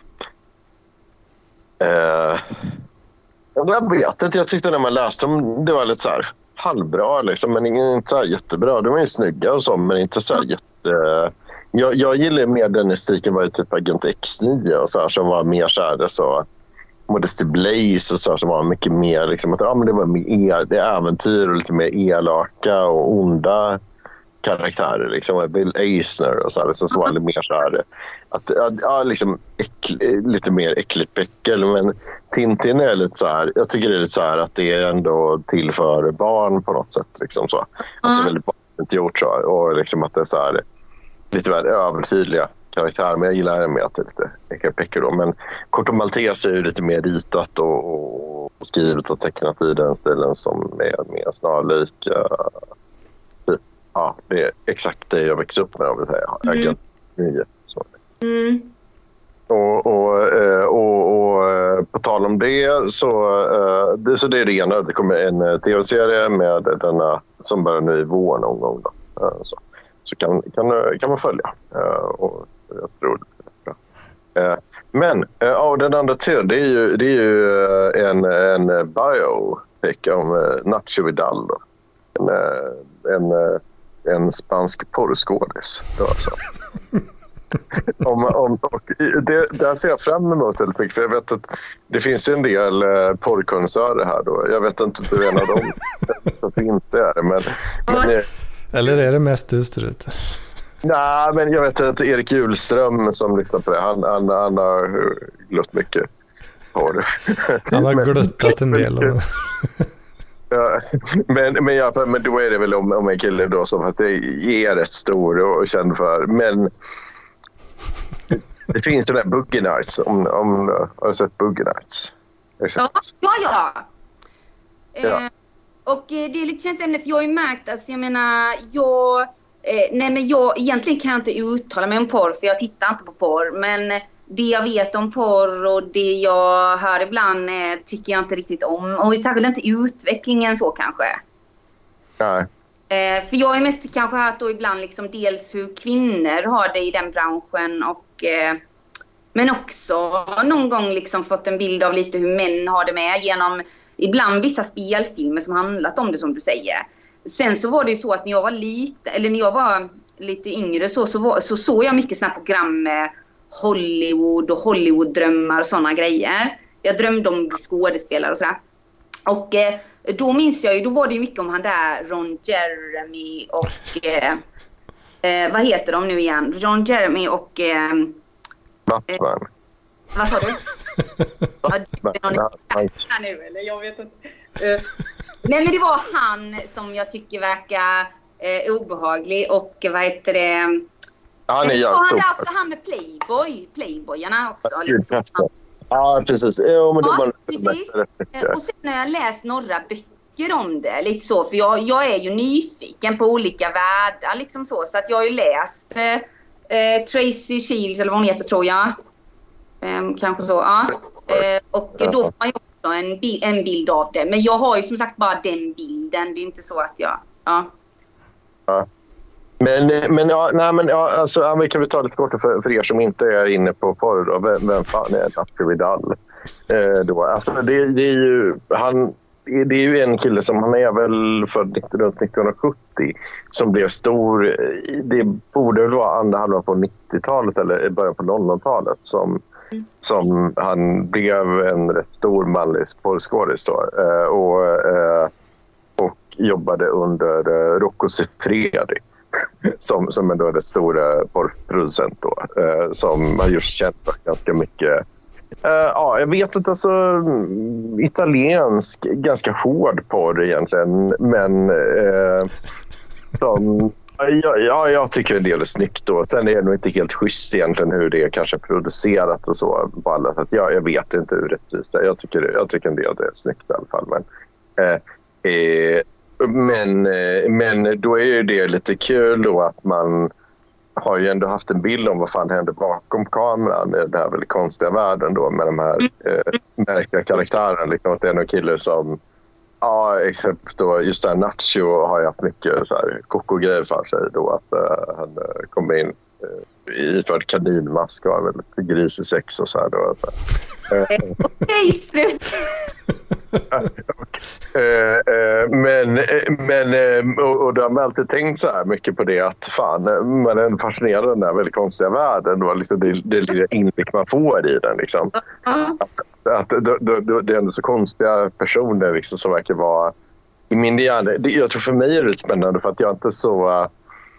Eh, jag vet inte, jag tyckte när man läste dem det var lite så här halvbra liksom, men inte så här jättebra. De var ju snygga och så, men inte så här jätte... Jag, jag gillar mer den estetiken var ju typ Agent X nio och så här, som var mer så här så Modesty Blaze och så här, som var mycket mer liksom att ja, men det var mer det äventyr och lite mer elaka och onda karaktärer liksom, Bill Eisner och så här, så, så var det mer så här att, ja, liksom äckl, lite mer äckligt bäckel, men Tintin är lite så här, jag tycker det är lite så här att det är ändå till för barn på något sätt liksom så, att det är väldigt barnligt gjort så, och liksom att det är så här lite väl övertydliga karaktärer, men jag gillar det med att det är lite äckelpäcker då, men Corto Maltese är ju lite mer ritat och, och skrivet och tecknat i den stilen som är mer snarlik. Uh, ja, det är exakt det jag växte upp med, om vi säger. Mm. Agent nio. Så. Mm. Och, och, och, och på tal om det så, det, så det är det ena. Det kommer en tv-serie med denna som börjar nu i vår någon gång då. Så, så kan, kan, kan man följa. Och jag tror det är bra. Men ja, den andra till, det är ju, det är ju en, en biopic om Nacho Vidal då. En, en, en spansk porrskådis. Alltså. om, om, och det, där ser jag fram emot väldigt mycket, för jag vet att det finns ju en del porrkonsörer här då. Jag vet inte om du är en av dem, så att det inte är det. Men, men, eller är det mest du struter? Nej, men jag vet att Erik Hjulström som lyssnar på det, han, han, han har glött mycket på det. Han har gluttat en del. Men, ja, men, men, ja, men då är det väl om, om en kille då som att det är rätt stor och känd för. Men det, det finns ju där Boogie Nights, om, om har du sett Boogie Nights? Ja, ja, ja. ja. Eh, och det är lite känsligt ämne, för jag har ju märkt, alltså jag menar, jag, eh, nej men jag, egentligen kan jag inte uttala mig om porr, för jag tittar inte på porr, men det jag vet om porr och det jag hör ibland eh, tycker jag inte riktigt om. Och särskilt inte utvecklingen så kanske. Nej. Eh, för jag är mest kanske hört då ibland liksom dels hur kvinnor har det i den branschen. Och, eh, men också någon gång liksom fått en bild av lite hur män har det med genom ibland vissa spelfilmer som handlat om det, som du säger. Sen så var det ju så att när jag var lite, eller när jag var lite yngre så, så, var, så såg jag mycket såna program med Hollywood och Hollywood-drömmar och sådana grejer. Jag drömde om skådespelare och sådär. Och eh, då minns jag ju, då var det ju mycket om han där Ron Jeremy och eh, eh, vad heter de nu igen? Ron Jeremy och eh, Batman. Eh, vad sa du? Batman. Ja, nu, eller jag vet inte. Uh, nej, men det var han som jag tycker verkar eh, obehaglig, och vad heter det? Ja, ni gör och han är också han med Playboy, Playboyarna också. Liksom. Ja, precis. Jo, men ja, man precis. Och sen när jag läst några böcker om det, lite så, för jag, jag är ju nyfiken på olika världar, liksom så, så att jag har ju läst eh, Tracy Shields, eller vad hon heter, tror jag. Eh, kanske så, ja. Eh, och då får man ju också en, bi- en bild av det. Men jag har ju som sagt bara den bilden, det är inte så att jag, ja. Ja. Men, men, ja, nej, men ja, alltså, ja, vi kan vi ta lite kort för, för er som inte är inne på porr då. Vem, vem fan är Nacho Vidal? Eh, då? Alltså, det, det, är ju, han, det är ju en kille som, han är väl född runt nittonhundrasjuttio, som blev stor. Det borde väl vara andra halvan på nittiotalet eller i början på noll noll-talet som, mm. som han blev en rätt stor manlig porrskådis då. Eh, och, eh, och jobbade under eh, Rocco Siffredi. Som, som är då det stora porrproducent då, eh, som har gjort känt ganska mycket. Eh, ja, jag vet inte, alltså italiensk, ganska hård porr egentligen, men eh, som, ja, ja, jag tycker en del är snyggt då. Sen är det nog inte helt schysst egentligen hur det är kanske producerat och så på alla sätt. Ja, jag vet inte hur rättvist det är. Jag tycker, jag tycker en del det är snyggt i alla fall, men eh, eh, Men, men då är ju det lite kul då att man har ju ändå haft en bild om vad fan händer bakom kameran i den här väldigt konstiga världen då med de här eh, märkliga karaktärerna. Liksom att det är någon kille som, ja, exempel då just där Nacho har ju haft mycket så här koko-grejer för sig då, att uh, han uh, kommer in uh, i för kaninmask och har väl lite gris i sex och så här då. Okej, slut! men men och, och då har man alltid tänkt så här mycket på det, att fan, man är fascinerad av den där väldigt konstiga världen och liksom det, det lilla inblick man får i den liksom. Att, att då, då, det är ändå så konstiga personer liksom, som verkar vara i min hjärna. Jag tror för mig är det lite spännande för att jag inte så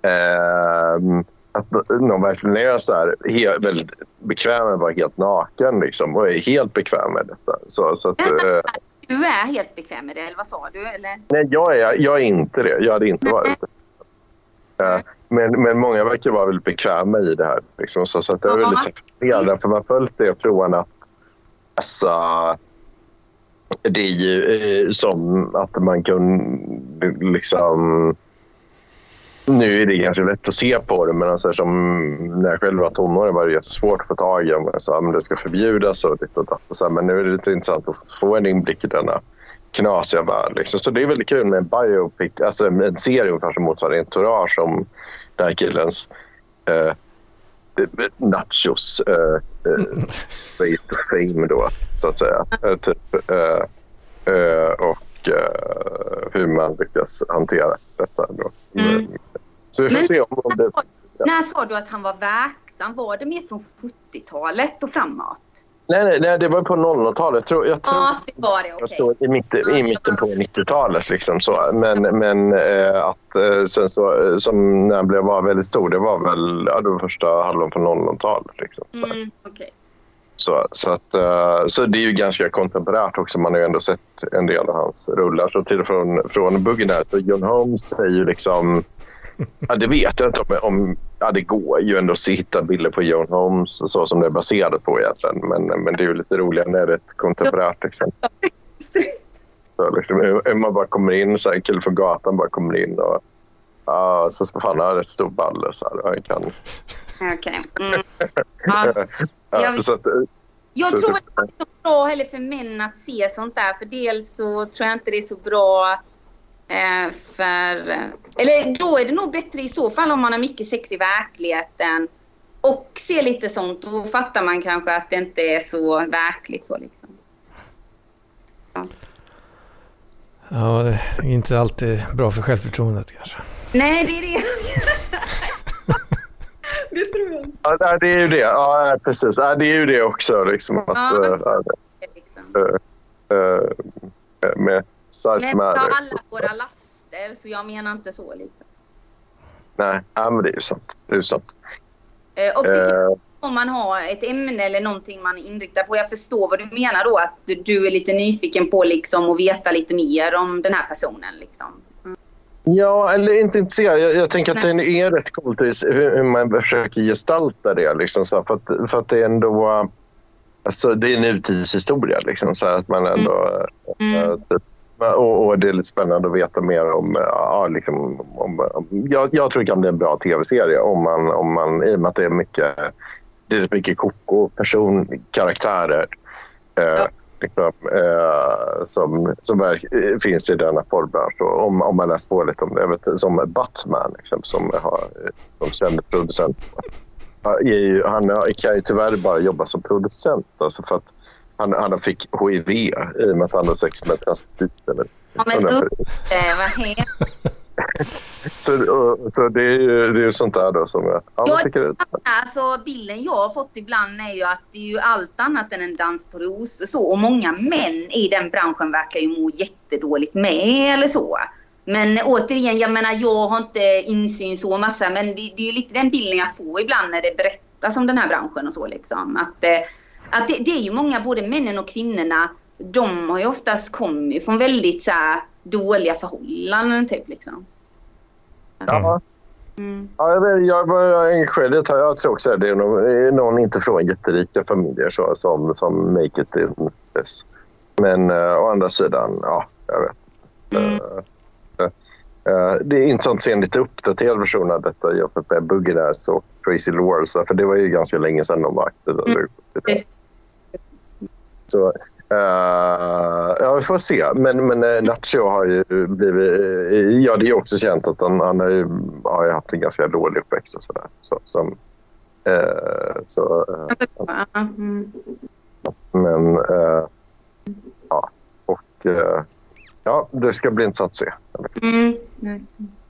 Eh, att någon verkligen är så här helt, väldigt bekväm med att vara helt naken liksom, och är helt bekväm med detta. Så, så att, eh, du är helt bekväm med det, eller vad sa du? Eller? Nej, jag är, jag är inte det. Jag hade inte varit det. Eh, men, men många verkar vara väldigt bekväma i det här. Liksom, så, så att det är väldigt fascinerande, för man har följt det från att alltså, det är ju eh, som att man kan liksom... Nu är det ganska lätt att se på det, men alltså, som när jag själv var tonåring var det jättesvårt att få tag i dem. Jag sa att det ska förbjudas och lite och och så, men nu är det lite intressant att få en inblick i denna knasiga värld. Liksom. Så det är väldigt kul med en biopic, alltså en serie ungefär som motsvarar entourage om den här killens eh, nachos eh, eh, way to fame då, så att säga. Eh, typ, eh, eh, och eh, hur man lyckas hantera detta då. Mm. Så vi får Men, se om, om det... Ja. När sa du att han var verksam? Var det mer från fyrtiotalet och framåt? Nej, nej, nej, det var på noll noll-talet. Jag tror, jag tror ja, det var det. Okay. Jag i, mitt, i mitten på nittiotalet. Liksom, så. Men, men äh, att äh, sen så, som när jag blev var väldigt stor, det var väl ja, det var första halvan på noll noll-talet. Liksom, så. Mm, okay. Så, så, att, äh, så det är ju ganska kontemporärt också. Man har ju ändå sett en del av hans rullar. Så till och från, från buggen här, så John Holmes är ju liksom... Ja, det vet jag inte om, om ja, det går ju ändå att hitta bilder på John Holmes och så som det är baserat på egentligen, men, men det är ju lite roligare när det är ett kontemporärt exempel. Så liksom, man bara kommer in, så här, en kille från gatan bara kommer in och ja, så ska fan ha ett stort balle så här, jag kan... Okej. Okay. Mm. Ja. Jag, så att, jag så tror att, att det är så bra heller för män att se sånt där, för dels så tror jag inte det är så bra. Eh, för, eller då är det nog bättre i så fall om man har mycket sex i verkligheten och ser lite sånt, då fattar man kanske att det inte är så verkligt så liksom. Ja, ja det är inte alltid bra för självförtroendet kanske. Nej, det är det. Det tror jag. Ja, det är ju det. Ja, precis. Ja, det är ju det också liksom att ja, äh, liksom. äh, äh, med Men ta alla våra laster, så jag menar inte så liksom. Nej, ja, men det är ju sant. Det är ju sant. Eh, och det kan, om man har ett ämne eller någonting man är inriktad på. Jag förstår vad du menar då, att du, du är lite nyfiken på liksom att veta lite mer om den här personen liksom. Mm. Ja, eller inte intresserad. Jag, jag tänker att Nej. det är rätt coolt hur man försöker gestalta det liksom, så för, att, för att det är ändå alltså, det är nutidshistoria liksom, så att man ändå mm. äh, typ, Och, och det är lite spännande att veta mer om... Ja, liksom, om, om jag, jag tror det kan bli en bra tv-serie om man, om man, i och med att det är mycket, det är mycket koko, person, karaktärer eh, ja. liksom, eh, som, som är, finns i denna porrbransch. Om, om man läser på lite om det, jag vet, som Batman liksom, som har som känd producent. Han kan ju tyvärr bara jobba som producent, alltså för att Han, han fick H I V i och med att han hade sex med transvestiter. Ja, men upp det, vad heter så, så det är ju det är sånt där då som jag... Ja, jag tycker det. Alltså, bilden jag har fått ibland är ju att det är ju allt annat än en dans på ros. Så, och många män i den branschen verkar ju må jättedåligt med eller så. Men återigen, jag menar, jag har inte insyn så massa, men det, det är ju lite den bilden jag får ibland när det berättas om den här branschen och så liksom. Att... Att det, det är ju många, både männen och kvinnorna, de har ju oftast kommit från väldigt så här, dåliga förhållanden typ liksom. Ja, mm. ja jag, vet, jag, jag, jag, jag, jag tror också att det är någon, någon inte från jätterika familjer så, som, som make it in this. Men uh, å andra sidan, ja, jag vet. Mm. Uh, uh, uh, det är intressant att se en lite uppdaterad version av detta jämfört med Buggenäs och Crazy Lords, för det var ju ganska länge sedan de var aktiva. Mm. Så, uh, ja, vi får se. Men, men uh, Nacho har ju blivit... Uh, ja, det är också känt att han, han har, ju, har ju haft en ganska dålig uppväxt och sådär. Så, som, uh, så, uh, mm. Men, uh, ja. Och, uh, ja, det ska bli intressant att se. Mm. Mm.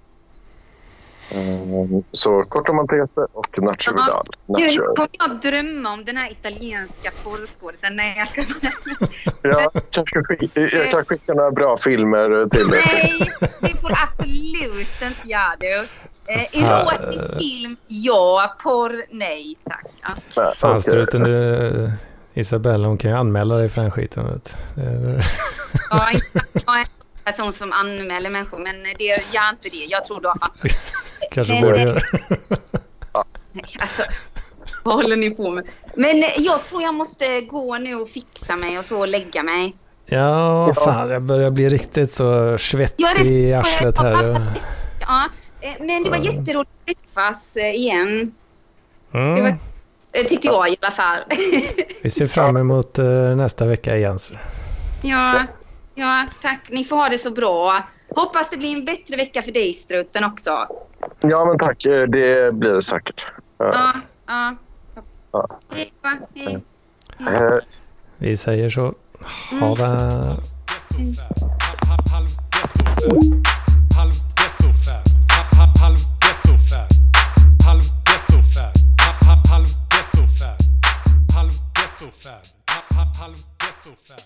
Mm, så kort om man Peter och Nacho Vidal. Nu kommer jag drömma om den här italienska porrskådisen. Nej, jag ska ja, jag ska skicka, jag ska skicka några bra filmer till dig. Nej, det får absolut inte göra det. Eh, erotisk film, ja. Porr, nej tack. Ja. Fan, struten du, Isabella, hon kan ju anmäla dig för den skiten. Vet. Ja, jag är en person som anmäler människor, men det gör inte det. Jag tror då att... Kanske borde göra. Alltså, vad håller ni på med? Men jag tror jag måste gå nu och fixa mig och så och lägga mig. Ja, fan, jag börjar bli riktigt så svettig i arslet här. Ja, men det var jätteroligt att träffas igen. Mm. Det var, tyckte jag i alla fall. Vi ser fram emot uh, nästa vecka igen. Så. Ja, ja, tack. Ni får ha det så bra. Hoppas det blir en bättre vecka för dig, Struten, också. Ja, men tack. Det blir det säkert. Ja, ja. ja. Hej, va? Hej. Hej. Vi säger så. Ha det. Halv ghetto fab.